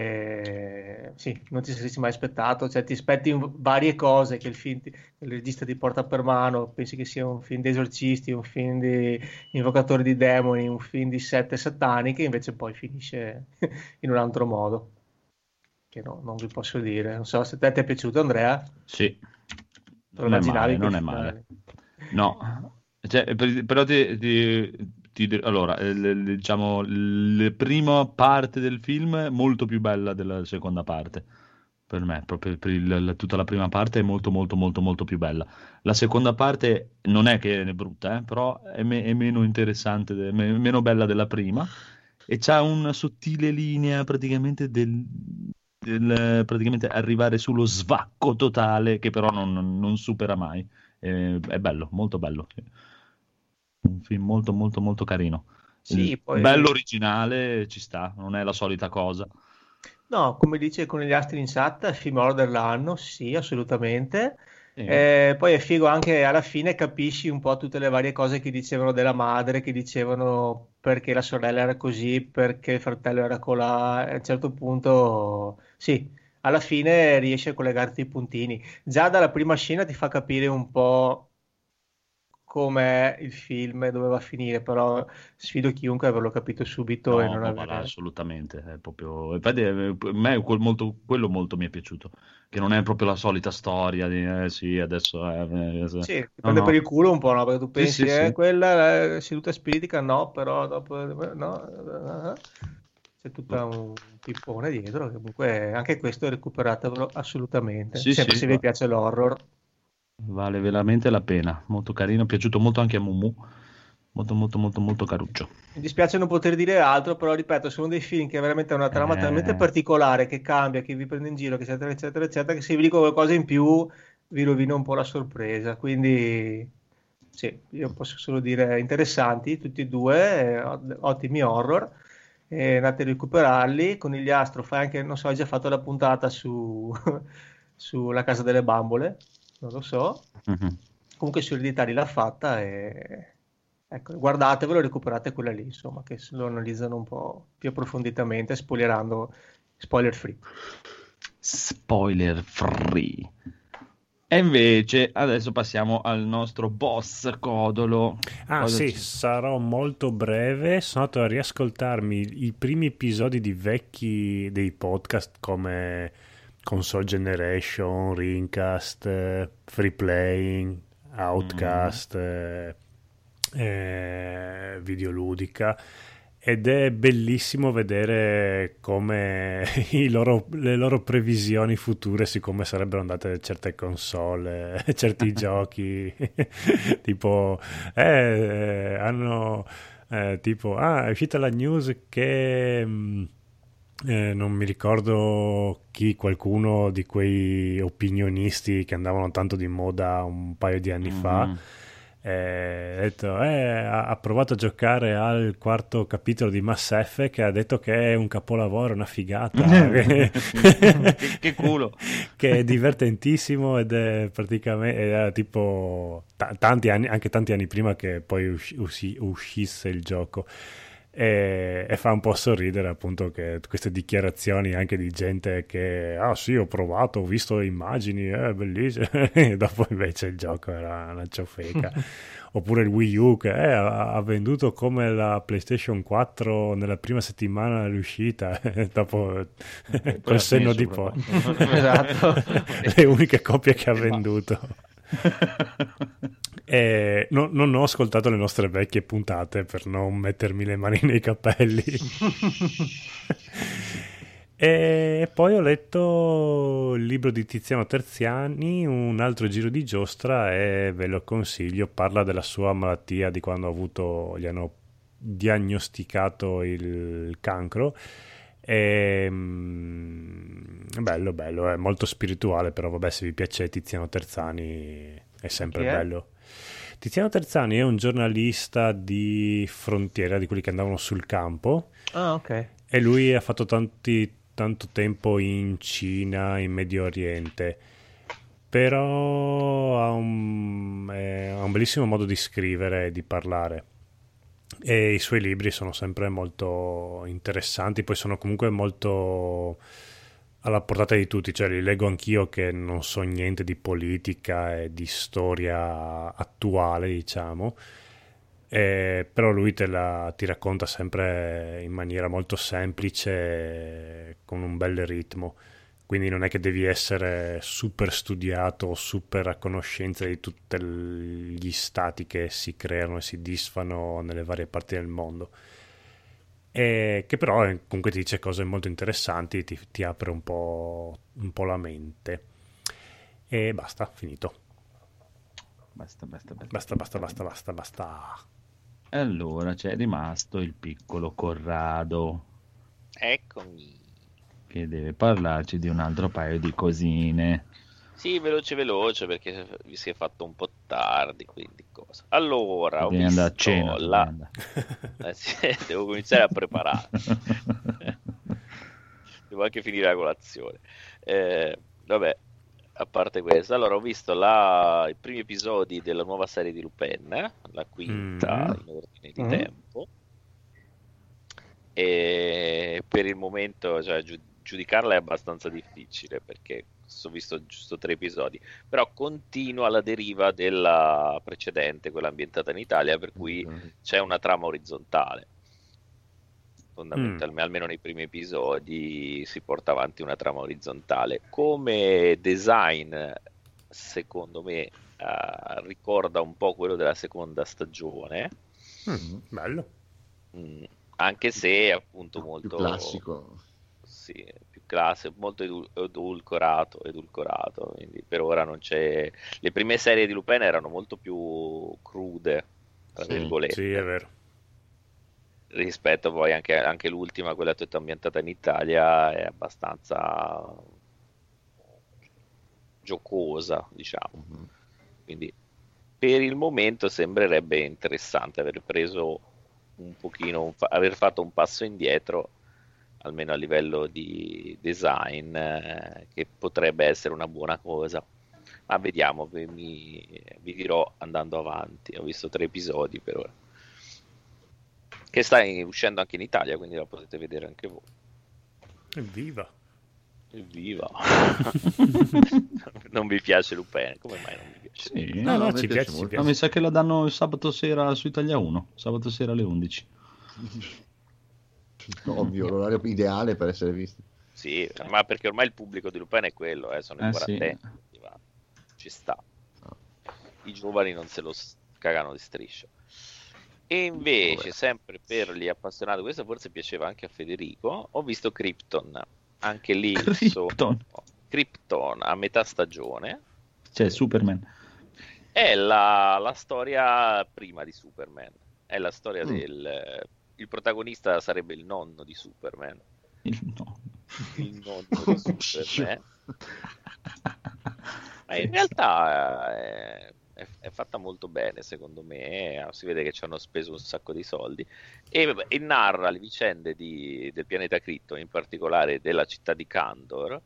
S3: che sì, non ti saresti mai aspettato, cioè ti aspetti varie cose che il regista ti porta per mano, pensi che sia un film di esorcisti, un film di invocatori di demoni, un film di sette sataniche, invece poi finisce in un altro modo, che non vi posso dire. Non so se te ti è piaciuto, Andrea?
S9: Sì, non è male. No, cioè, però allora, diciamo, la prima parte del film è molto più bella della seconda parte. Per me, proprio tutta la prima parte è molto, molto, molto, molto più bella. La seconda parte non è che è brutta, però è meno interessante, meno bella della prima, e c'ha una sottile linea praticamente praticamente arrivare sullo svacco totale, che però non supera mai. È bello, molto bello. Un film molto molto molto carino.
S3: Sì, poi...
S9: bello, originale, ci sta, non è la solita cosa.
S3: No, come dice con gli astri in SAT, film horror dell'anno, sì, assolutamente.
S9: Sì.
S3: Poi è figo anche alla fine, capisci un po' tutte le varie cose che dicevano della madre, che dicevano perché la sorella era così, perché il fratello era colà. A un certo punto, sì, alla fine riesci a collegarti i puntini. Già dalla prima scena ti fa capire un po' come il film doveva finire, però sfido chiunque a averlo capito subito.
S9: No,
S3: e non
S9: avere... assolutamente, è proprio... Infatti a me quello molto mi è piaciuto, che non è proprio la solita storia di sì, adesso
S3: sì, ti prende per il culo un po', no? Perché tu pensi,
S9: sì.
S3: quella seduta spiritica, no, però dopo no, c'è tutta un pippone dietro, che comunque anche questo recuperatelo assolutamente, sempre se vi piace l'horror.
S9: Vale veramente la pena, molto carino, è piaciuto molto anche a Mumu, molto molto molto molto caruccio.
S3: Mi dispiace non poter dire altro, però ripeto, sono dei film che veramente hanno una trama talmente particolare, che cambia, che vi prende in giro, che eccetera eccetera eccetera, che se vi dico qualcosa in più vi rovino un po' la sorpresa, quindi sì, io posso solo dire interessanti tutti e due, ottimi horror, andate a recuperarli. Conigliastro, fai anche, non so, hai già fatto la puntata sulla Casa delle Bambole, non lo so, comunque su Ereditari l'ha fatta, e ecco, guardatevelo, recuperate quella lì, insomma, che lo analizzano un po' più approfonditamente, spoiler free.
S9: E invece adesso passiamo al nostro boss Codolo.
S1: Sì, sarò molto breve. Sono andato a riascoltarmi i primi episodi di vecchi dei podcast come Console Generation, Rincast, Free Playing, Outcast, Videoludica, ed è bellissimo vedere come le loro previsioni future su come sarebbero andate certe console, certi giochi, tipo hanno tipo è uscita la news che non mi ricordo chi, qualcuno di quei opinionisti che andavano tanto di moda un paio di anni fa, ha detto ha provato a giocare al quarto capitolo di Mass Effect, che ha detto che è un capolavoro, una figata
S9: che culo,
S1: che è divertentissimo, ed è praticamente era tipo tanti anni prima che poi uscisse il gioco. E fa un po' sorridere appunto che queste dichiarazioni anche di gente che sì, ho provato, ho visto immagini, è bellissimo, e dopo invece il gioco era una ciofeca. Oppure il Wii U che ha venduto come la PlayStation 4 nella prima settimana dell'uscita, dopo col senno di poi.
S5: Esatto.
S1: Le uniche copie che ha venduto. Non ho ascoltato le nostre vecchie puntate per non mettermi le mani nei capelli. E poi ho letto il libro di Tiziano Terziani, Un altro giro di giostra, e ve lo consiglio. Parla della sua malattia, di quando gli hanno diagnosticato il cancro. Bello, è molto spirituale, però vabbè, se vi piace Tiziano Terzani è sempre bello. Tiziano Terzani è un giornalista di frontiera, di quelli che andavano sul campo.
S5: Ok.
S1: E lui ha fatto tanto tempo in Cina, in Medio Oriente, però ha un bellissimo modo di scrivere e di parlare, e i suoi libri sono sempre molto interessanti, poi sono comunque molto alla portata di tutti, cioè li leggo anch'io che non so niente di politica e di storia attuale, diciamo. Però lui ti racconta sempre in maniera molto semplice, con un bel ritmo, quindi non è che devi essere super studiato o super a conoscenza di tutti gli stati che si creano e si disfano nelle varie parti del mondo, e che però comunque ti dice cose molto interessanti, ti apre un po' la mente. E basta, finito.
S2: Basta. Allora c'è rimasto il piccolo Corrado.
S7: Eccomi.
S2: Che deve parlarci di un altro paio di cosine.
S7: Sì, veloce perché vi si è fatto un po' tardi, quindi cosa. Allora, ho
S2: devi andare a
S7: visto
S2: cena.
S7: Sì, devo cominciare a preparare. Devo anche finire la colazione. Vabbè, a parte questo, allora ho visto i primi episodi della nuova serie di Lupin, la quinta in ordine di tempo, e per il momento, cioè, giudicarla è abbastanza difficile perché ho visto giusto 3 episodi, però continua la deriva della precedente, quella ambientata in Italia, per cui c'è una trama orizzontale. Fondamentalmente, almeno nei primi episodi si porta avanti una trama orizzontale. Come design, secondo me, ricorda un po' quello della seconda stagione.
S1: Bello.
S7: Anche se è appunto molto
S4: più classico.
S7: Sì, più classico, molto edulcorato, quindi per ora non c'è. Le prime serie di Lupin erano molto più crude, tra virgolette.
S1: Sì, è vero.
S7: Rispetto poi anche l'ultima, quella tutta ambientata in Italia, è abbastanza giocosa, diciamo. Quindi per il momento sembrerebbe interessante aver preso un pochino, aver fatto un passo indietro, almeno a livello di design, che potrebbe essere una buona cosa. Ma vediamo, vi dirò andando avanti. Ho visto 3 episodi per ora, che sta uscendo anche in Italia, quindi la potete vedere anche voi.
S1: Evviva!
S7: Non vi piace Lupin? Come mai non vi piace?
S2: Sì,
S1: no, ci piace molto.
S2: No, mi sa che la danno il sabato sera su Italia 1, sabato sera alle 11.
S4: Ovvio, l'orario ideale per essere visto.
S7: Sì, ma perché ormai il pubblico di Lupin è quello, sono i quarantenni, ci sta. I giovani non se lo cagano di striscio. E invece, sempre per gli appassionati, questo forse piaceva anche a Federico, ho visto Krypton, anche lì Krypton a metà stagione.
S2: C'è Superman.
S7: È la storia prima di Superman, è la storia il protagonista sarebbe il nonno di Superman. Il nonno di Superman. Ma in realtà è fatta molto bene, secondo me. Si vede che ci hanno speso un sacco di soldi e narra le vicende del pianeta Krypton, in particolare della città di Kandor,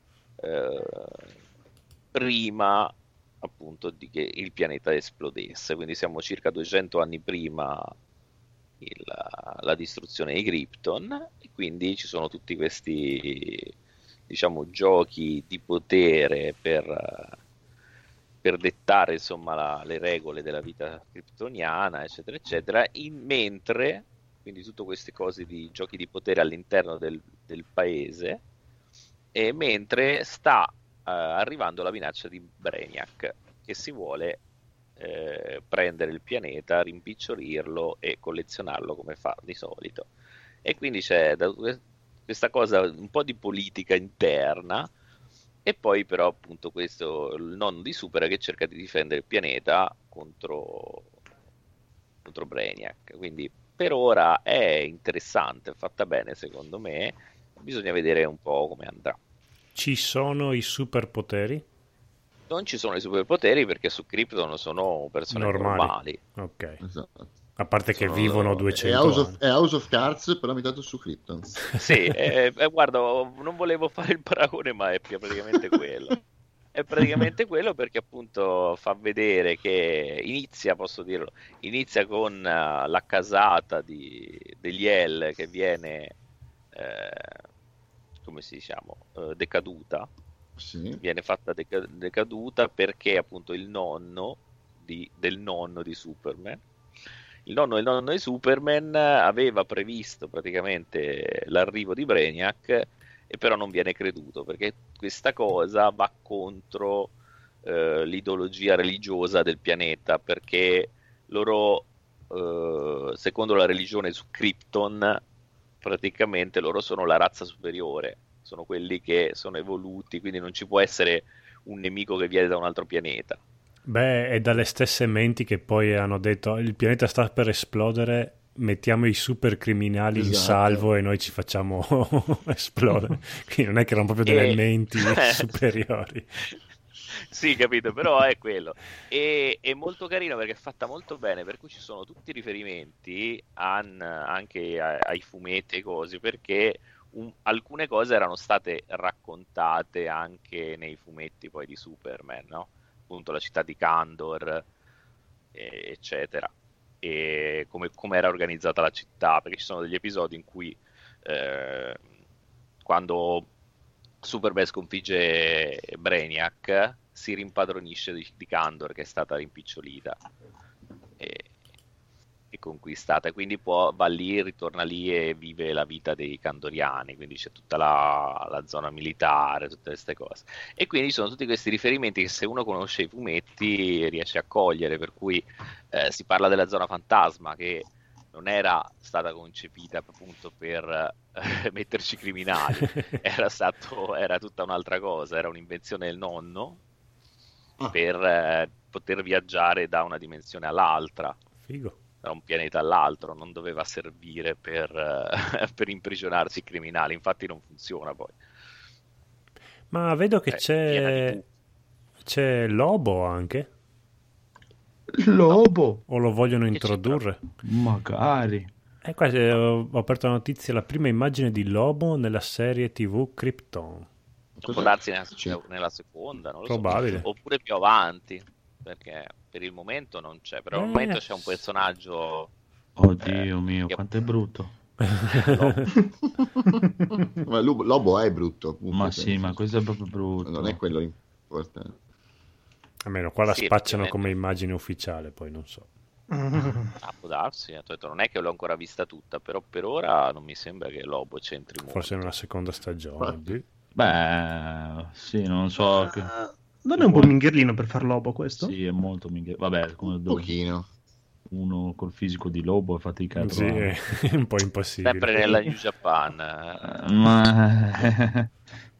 S7: prima appunto di che il pianeta esplodesse, quindi siamo circa 200 anni prima la distruzione di Krypton, e quindi ci sono tutti questi, diciamo, giochi di potere per dettare, insomma, le regole della vita kryptoniana, eccetera eccetera, mentre, quindi tutte queste cose di giochi di potere all'interno del paese, e mentre sta arrivando la minaccia di Brainiac, che si vuole prendere il pianeta, rimpicciolirlo e collezionarlo come fa di solito. E quindi c'è questa cosa, un po' di politica interna, e poi però appunto questo, il nonno di Super, che cerca di difendere il pianeta contro Brainiac. Quindi per ora è interessante, è fatta bene secondo me, bisogna vedere un po' come andrà.
S1: Ci sono i superpoteri?
S7: Non ci sono i superpoteri perché su Krypton sono persone normali.
S1: Ok.
S4: Esatto.
S1: A parte che vivono 200 anni.
S4: È House of Cards, però abitato su Krypton.
S7: Sì, guarda, non volevo fare il paragone, ma è praticamente quello. È praticamente quello, perché appunto fa vedere che inizia con la casata degli El che viene, come si diciamo, decaduta.
S4: Sì.
S7: Viene fatta decaduta perché appunto il nonno del nonno di Superman, il nonno di Superman aveva previsto praticamente l'arrivo di Brainiac, e però non viene creduto perché questa cosa va contro l'ideologia religiosa del pianeta, perché loro, secondo la religione su Krypton, praticamente loro sono la razza superiore, sono quelli che sono evoluti, quindi non ci può essere un nemico che viene da un altro pianeta.
S1: Beh, è dalle stesse menti che poi hanno detto il pianeta sta per esplodere, mettiamo i super criminali in salvo e noi ci facciamo esplodere. Quindi non è che erano proprio delle menti superiori.
S7: Sì, capito, però è quello. È molto carino perché è fatta molto bene, per cui ci sono tutti i riferimenti anche ai fumetti e cose, perché alcune cose erano state raccontate anche nei fumetti poi di Superman, no? Appunto la città di Kandor, eccetera, e come era organizzata la città, perché ci sono degli episodi in cui quando Superman sconfigge Brainiac si rimpadronisce di Kandor, che è stata rimpicciolita e conquistata, e quindi va lì, ritorna lì e vive la vita dei kandoriani, quindi c'è tutta la zona militare, tutte queste cose, e quindi ci sono tutti questi riferimenti che se uno conosce i fumetti riesce a cogliere, per cui si parla della zona fantasma, che non era stata concepita appunto per metterci criminali, era tutta un'altra cosa, era un'invenzione del nonno per poter viaggiare da una dimensione all'altra.
S1: Figo.
S7: Da un pianeta all'altro, non doveva servire per imprigionarsi i criminali, infatti non funziona poi.
S1: Ma vedo che c'è Lobo anche.
S5: Lobo?
S1: O lo vogliono introdurre?
S5: Magari.
S1: Qua ho aperto la notizia, la prima immagine di Lobo nella serie TV Krypton.
S7: Può darsi nella seconda, non lo
S1: probabile.
S7: So. Oppure più avanti, perché per il momento non c'è, però al momento c'è un personaggio.
S9: Oddio mio, quanto è brutto.
S4: Ma Lobo è brutto, appunto,
S9: ma sì, ma questo è proprio brutto,
S4: non è quello importante.
S1: Almeno qua la spacciano come immagine ufficiale, poi non so.
S7: Può darsi, non è che l'ho ancora vista tutta, però per ora non mi sembra che Lobo c'entri molto.
S1: Forse in una seconda stagione.
S9: Beh, sì, non so.
S5: Non è un po' mingherlino per far Lobo questo?
S9: Sì, è molto mingherlino. Vabbè, come
S4: un pochino.
S9: Uno col fisico di Lobo è faticato.
S1: Sì, è un po' impossibile.
S7: Sempre nella New Japan.
S9: Ma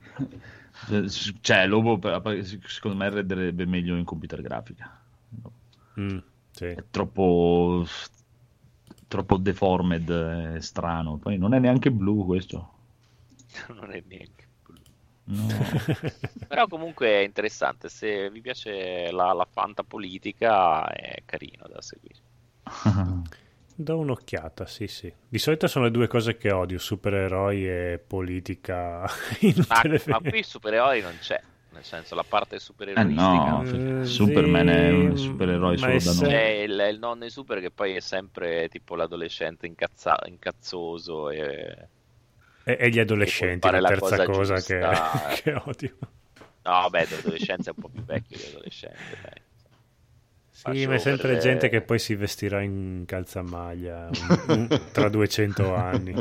S9: cioè, Lobo secondo me renderebbe meglio in computer grafica.
S1: Sì.
S9: È troppo deformed, è strano. Poi non è neanche blu questo.
S7: Non è neanche.
S9: No.
S7: Però comunque è interessante, se vi piace la fantapolitica è carino da seguire.
S1: Do un'occhiata, sì. Di solito sono le due cose che odio, supereroi e politica in
S7: ma qui supereroi non c'è. nel senso la parte supereroistica.
S9: No, Superman
S1: sì,
S9: è un supereroe solo da noi.
S7: È il nonno di Super che poi è sempre tipo l'adolescente incazzoso e
S1: gli adolescenti, la terza cosa
S7: giusta.
S1: che odio.
S7: No, beh, l'adolescenza è un po' più vecchio di adolescente, dai.
S1: Sì, ma è sempre gente che poi si vestirà in calzamaglia tra 200 anni.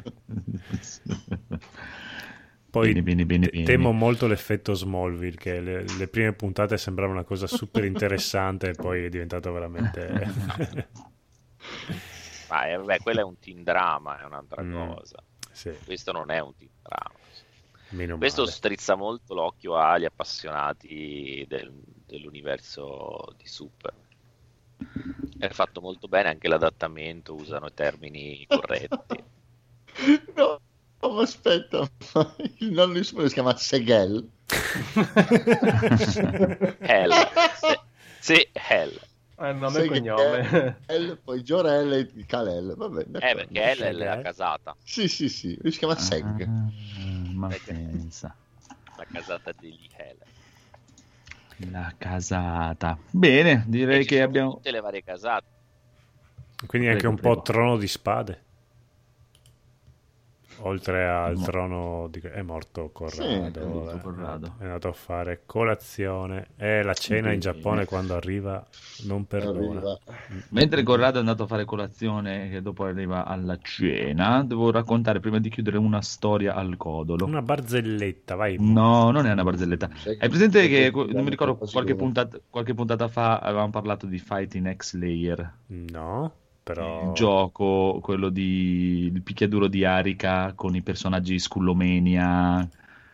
S1: Poi
S9: bene.
S1: temo molto l'effetto Smallville, che le prime puntate sembrava una cosa super interessante e poi è diventato veramente...
S7: Ma beh, quello è un teen drama, è un'altra cosa.
S1: Sì.
S7: Questo non è un teen drama.
S1: Meno
S7: Questo
S1: male.
S7: strizza molto l'occhio agli appassionati dell'universo di Super. È fatto molto bene anche l'adattamento, usano i termini corretti.
S4: No, ma aspetta, il nonno di Super si chiama Segel.
S7: Hell. Sì, Hell.
S3: Nome e cognome.
S4: Poi Jor-El e Kal-El. Vabbè,
S7: perché Hell è la casata.
S4: Sì, lui si chiama Seg.
S9: Ma pensa.
S7: La casata degli Hell.
S9: La casata. Bene, direi che abbiamo
S7: tutte le varie casate.
S1: Quindi anche un po' Trono di Spade. Oltre al trono è morto Corrado,
S9: Corrado.
S1: È andato a fare colazione e la cena in Giappone quando arriva non perdona.
S9: Mentre Corrado è andato a fare colazione, che dopo arriva alla cena, devo raccontare prima di chiudere una storia al codolo.
S1: Una barzelletta, vai.
S9: No, non è una barzelletta. Hai presente che non mi ricordo qualche puntata fa avevamo parlato di Fighting X-Layer?
S1: No. Però...
S9: Il gioco, quello di il picchiaduro di Arica con i personaggi Skullomania,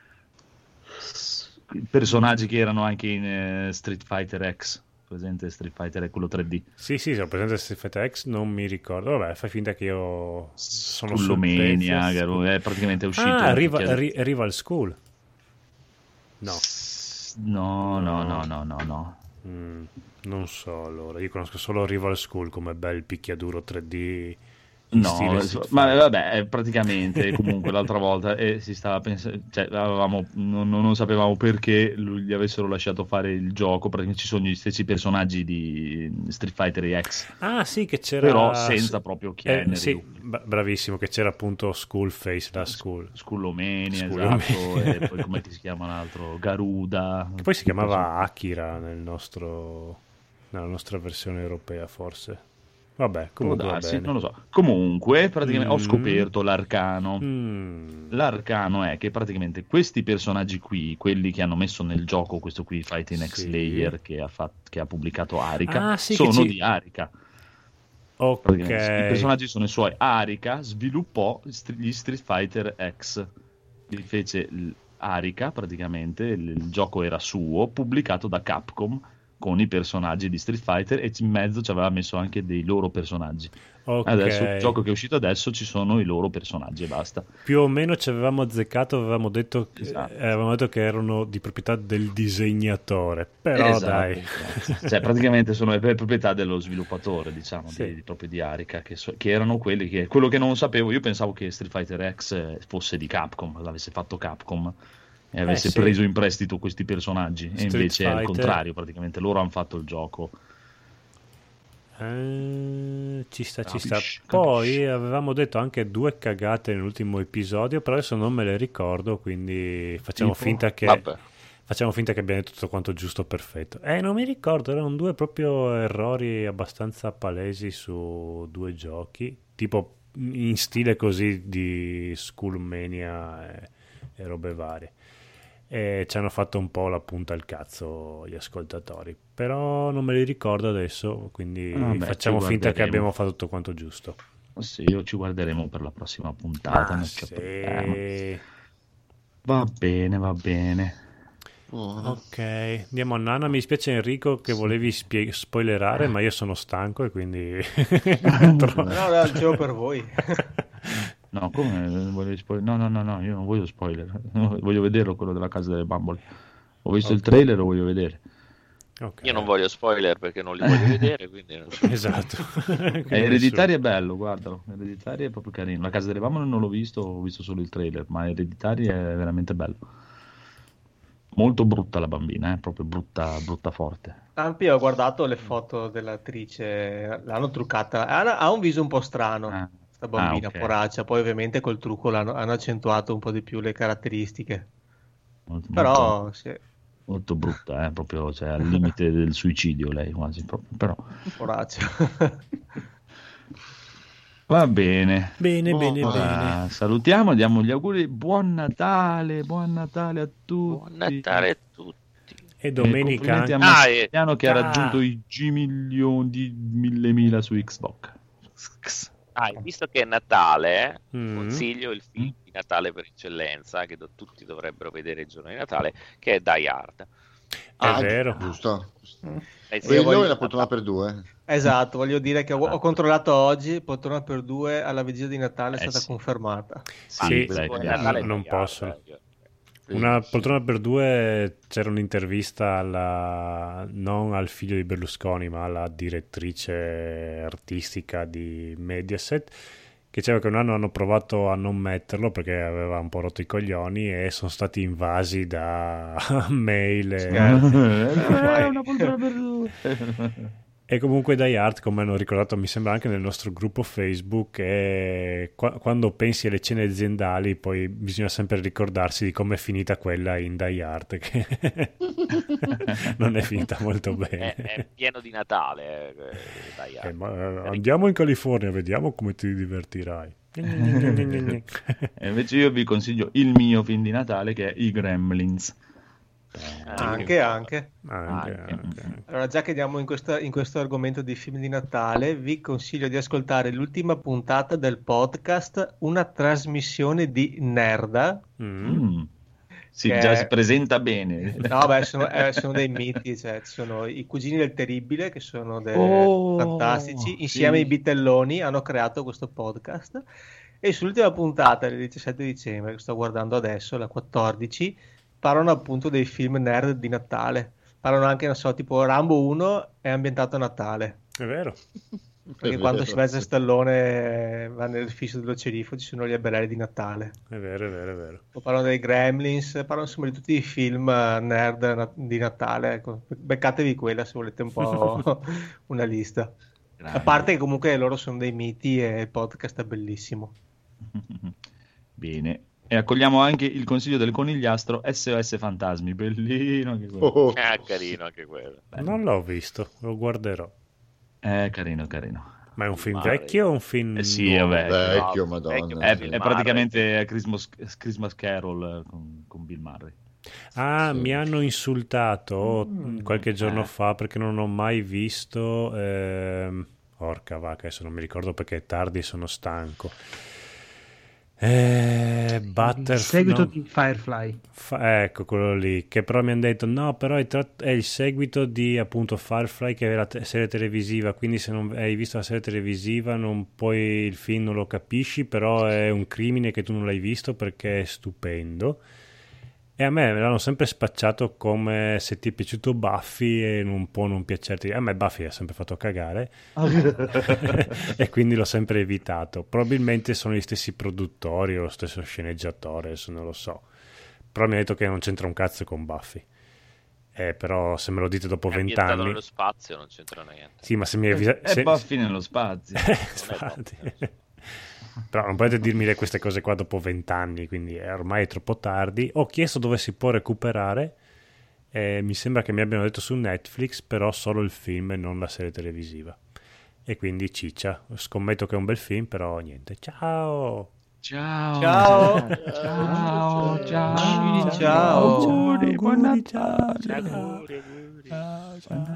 S9: personaggi che erano anche in Street Fighter X. Presente Street Fighter è quello 3D.
S1: Sì, ho presente Street Fighter X, non mi ricordo. Vabbè, fai finta che io sono
S9: Skullomania, è praticamente uscito.
S1: Rival School. No.
S9: No.
S1: Non so, allora io conosco solo Rival School come bel picchiaduro 3D.
S9: No, ma vabbè, praticamente comunque l'altra volta si stava pensando, cioè non sapevamo perché gli avessero lasciato fare il gioco, praticamente ci sono gli stessi personaggi di Street Fighter X.
S1: Ah sì, che c'era,
S9: però senza proprio chiedere.
S1: Sì, bravissimo, che c'era appunto Skullface, la
S9: Skullomania, esatto, e poi come si chiama l'altro? Garuda.
S1: Che poi si chiamava Akira nella nostra versione europea forse. Vabbè, comunque
S9: non lo so. Comunque, praticamente ho scoperto l'arcano. L'arcano è che praticamente questi personaggi qui, quelli che hanno messo nel gioco questo qui, Fighting X-Layer, che ha pubblicato Arica, sono di Arica.
S1: Ok.
S9: I personaggi sono i suoi. Arica sviluppò gli Street Fighter X. Li fece Arica, praticamente, il gioco era suo, pubblicato da Capcom, con i personaggi di Street Fighter, e in mezzo ci aveva messo anche dei loro personaggi. Adesso il gioco che è uscito adesso ci sono i loro personaggi e basta.
S1: Più o meno ci avevamo azzeccato, avevamo detto
S9: esatto.
S1: Che erano di proprietà del disegnatore, però dai.
S9: Esatto. Cioè praticamente sono le proprietà dello sviluppatore, diciamo, proprio di Arica, che erano quelli che... Quello che non sapevo, io pensavo che Street Fighter X fosse di Capcom, l'avesse fatto Capcom e avesse preso in prestito questi personaggi, e invece è il contrario, praticamente loro hanno fatto il gioco.
S1: Ci sta. Poi avevamo detto anche 2 cagate nell'ultimo episodio, però adesso non me le ricordo, quindi facciamo finta che abbiamo detto tutto quanto giusto, perfetto. Non mi ricordo, erano 2 proprio errori abbastanza palesi su 2 giochi, tipo in stile così di Skullmania e robe varie. E ci hanno fatto un po' la punta al cazzo gli ascoltatori, però non me li ricordo adesso, quindi facciamo finta che abbiamo fatto tutto quanto giusto.
S9: Sì, ci guarderemo per la prossima puntata. Va bene.
S1: Ok, andiamo a Nana. Mi dispiace Enrico che volevi spoilerare, ma io sono stanco e quindi
S3: no, il gioco per voi.
S9: No, come volevi spoiler? No, io non voglio spoiler. Voglio vederlo quello della casa delle bambole. Ho visto il trailer, lo voglio vedere.
S7: Okay. Io non voglio spoiler perché non li voglio vedere, quindi non so.
S1: Esatto.
S9: Ereditario è bello, guardalo. Ereditario è proprio carino. La casa delle bambole non l'ho visto, ho visto solo il trailer, ma Ereditario è veramente bello. Molto brutta la bambina, proprio brutta forte.
S3: Ampi, ho guardato le foto dell'attrice, l'hanno truccata, ha un viso un po' strano, sta bambina,
S9: ok.
S3: poraccia, poi ovviamente col trucco hanno accentuato un po' di più le caratteristiche,
S9: Molto,
S3: però sì,
S9: molto brutta, proprio, cioè, al limite del suicidio lei quasi, proprio, però.
S3: poraccia.
S9: Va bene.
S1: Bene.
S9: Salutiamo, diamo gli auguri. Buon Natale a tutti.
S7: Buon Natale a tutti.
S1: E domenica
S9: complimenti a Massimiliano che ha raggiunto i G milioni di 1000 su Xbox.
S7: Visto che è Natale, consiglio il film di Natale per eccellenza che tutti dovrebbero vedere il giorno di Natale, che è Die Hard.
S1: È vero,
S4: giusto.
S3: Quello
S4: è la poltrona per due.
S3: Esatto, voglio dire che ho controllato oggi, poltrona per due alla vigilia di Natale è stata confermata.
S1: Sì, non posso. Una poltrona per due, c'era un'intervista non al figlio di Berlusconi, ma alla direttrice artistica di Mediaset, che diceva che un anno hanno provato a non metterlo perché aveva un po' rotto i coglioni e sono stati invasi da mail
S9: Una poltrona per due.
S1: E comunque Die Hard, come hanno ricordato mi sembra anche nel nostro gruppo Facebook, quando pensi alle cene aziendali poi bisogna sempre ricordarsi di come è finita quella in Die Hard, che non è finita molto bene.
S7: È pieno di Natale. Die Hard.
S1: Andiamo in California, vediamo come ti divertirai.
S9: E invece io vi consiglio il mio film di Natale, che è I Gremlins.
S3: Anche. Allora, già che andiamo in questo argomento di film di Natale, vi consiglio di ascoltare l'ultima puntata del podcast, una trasmissione di Nerda.
S9: Sì, già si presenta bene.
S3: No, beh, sono dei miti, cioè, ci sono i Cugini del Terribile, che sono fantastici, insieme ai Bitelloni hanno creato questo podcast, e sull'ultima puntata, del 17 dicembre, che sto guardando adesso, la 14, parlano appunto dei film nerd di Natale. Parlano anche, non so, tipo Rambo 1 è ambientato a Natale.
S1: È vero.
S3: Perché quando Sylvester Stallone va nel fisso dello sceriffo ci sono gli alberelli di Natale.
S1: È vero.
S3: O parlano dei Gremlins, parlano insomma di tutti i film nerd di Natale. Ecco, beccatevi quella se volete un po' una lista.
S9: Grande.
S3: A parte che comunque loro sono dei miti e il podcast è bellissimo.
S9: Bene. E accogliamo anche il consiglio del conigliastro SOS Fantasmi, bellino anche quello.
S7: Carino anche quello.
S1: Non l'ho visto, lo guarderò.
S9: Carino.
S1: Ma è un film vecchio o un film
S9: sì,
S1: nuovo?
S9: vabbè,
S4: Vecchio, madonna.
S9: È praticamente Christmas Carol con Bill Murray.
S1: Mi hanno insultato qualche giorno fa perché non ho mai visto porca vacca, adesso non mi ricordo perché è tardi e sono stanco.
S5: Il seguito di Firefly.
S1: Ecco quello lì, che però mi hanno detto no, però è il seguito di appunto Firefly, che è la serie televisiva, quindi se non hai visto la serie televisiva poi il film non lo capisci, però è un crimine che tu non l'hai visto perché è stupendo. E a me l'hanno sempre spacciato come se ti è piaciuto Buffy e non può non piacerti. A me Buffy ha sempre fatto cagare e quindi l'ho sempre evitato. Probabilmente sono gli stessi produttori o lo stesso sceneggiatore, adesso non lo so. Però mi ha detto che non c'entra un cazzo con Buffy. Però se me lo dite dopo 20 anni...
S7: nello spazio non c'entra niente.
S1: Sì, ma se mi avvisate...
S9: Buffy nello spazio.
S1: Però non potete dirmi queste cose qua dopo 20 anni, quindi ormai è troppo tardi. Ho chiesto dove si può recuperare, mi sembra che mi abbiano detto su Netflix, però solo il film e non la serie televisiva. E quindi ciccia, scommetto che è un bel film, però niente. Ciao!
S3: Ciao.
S1: Buon Natale!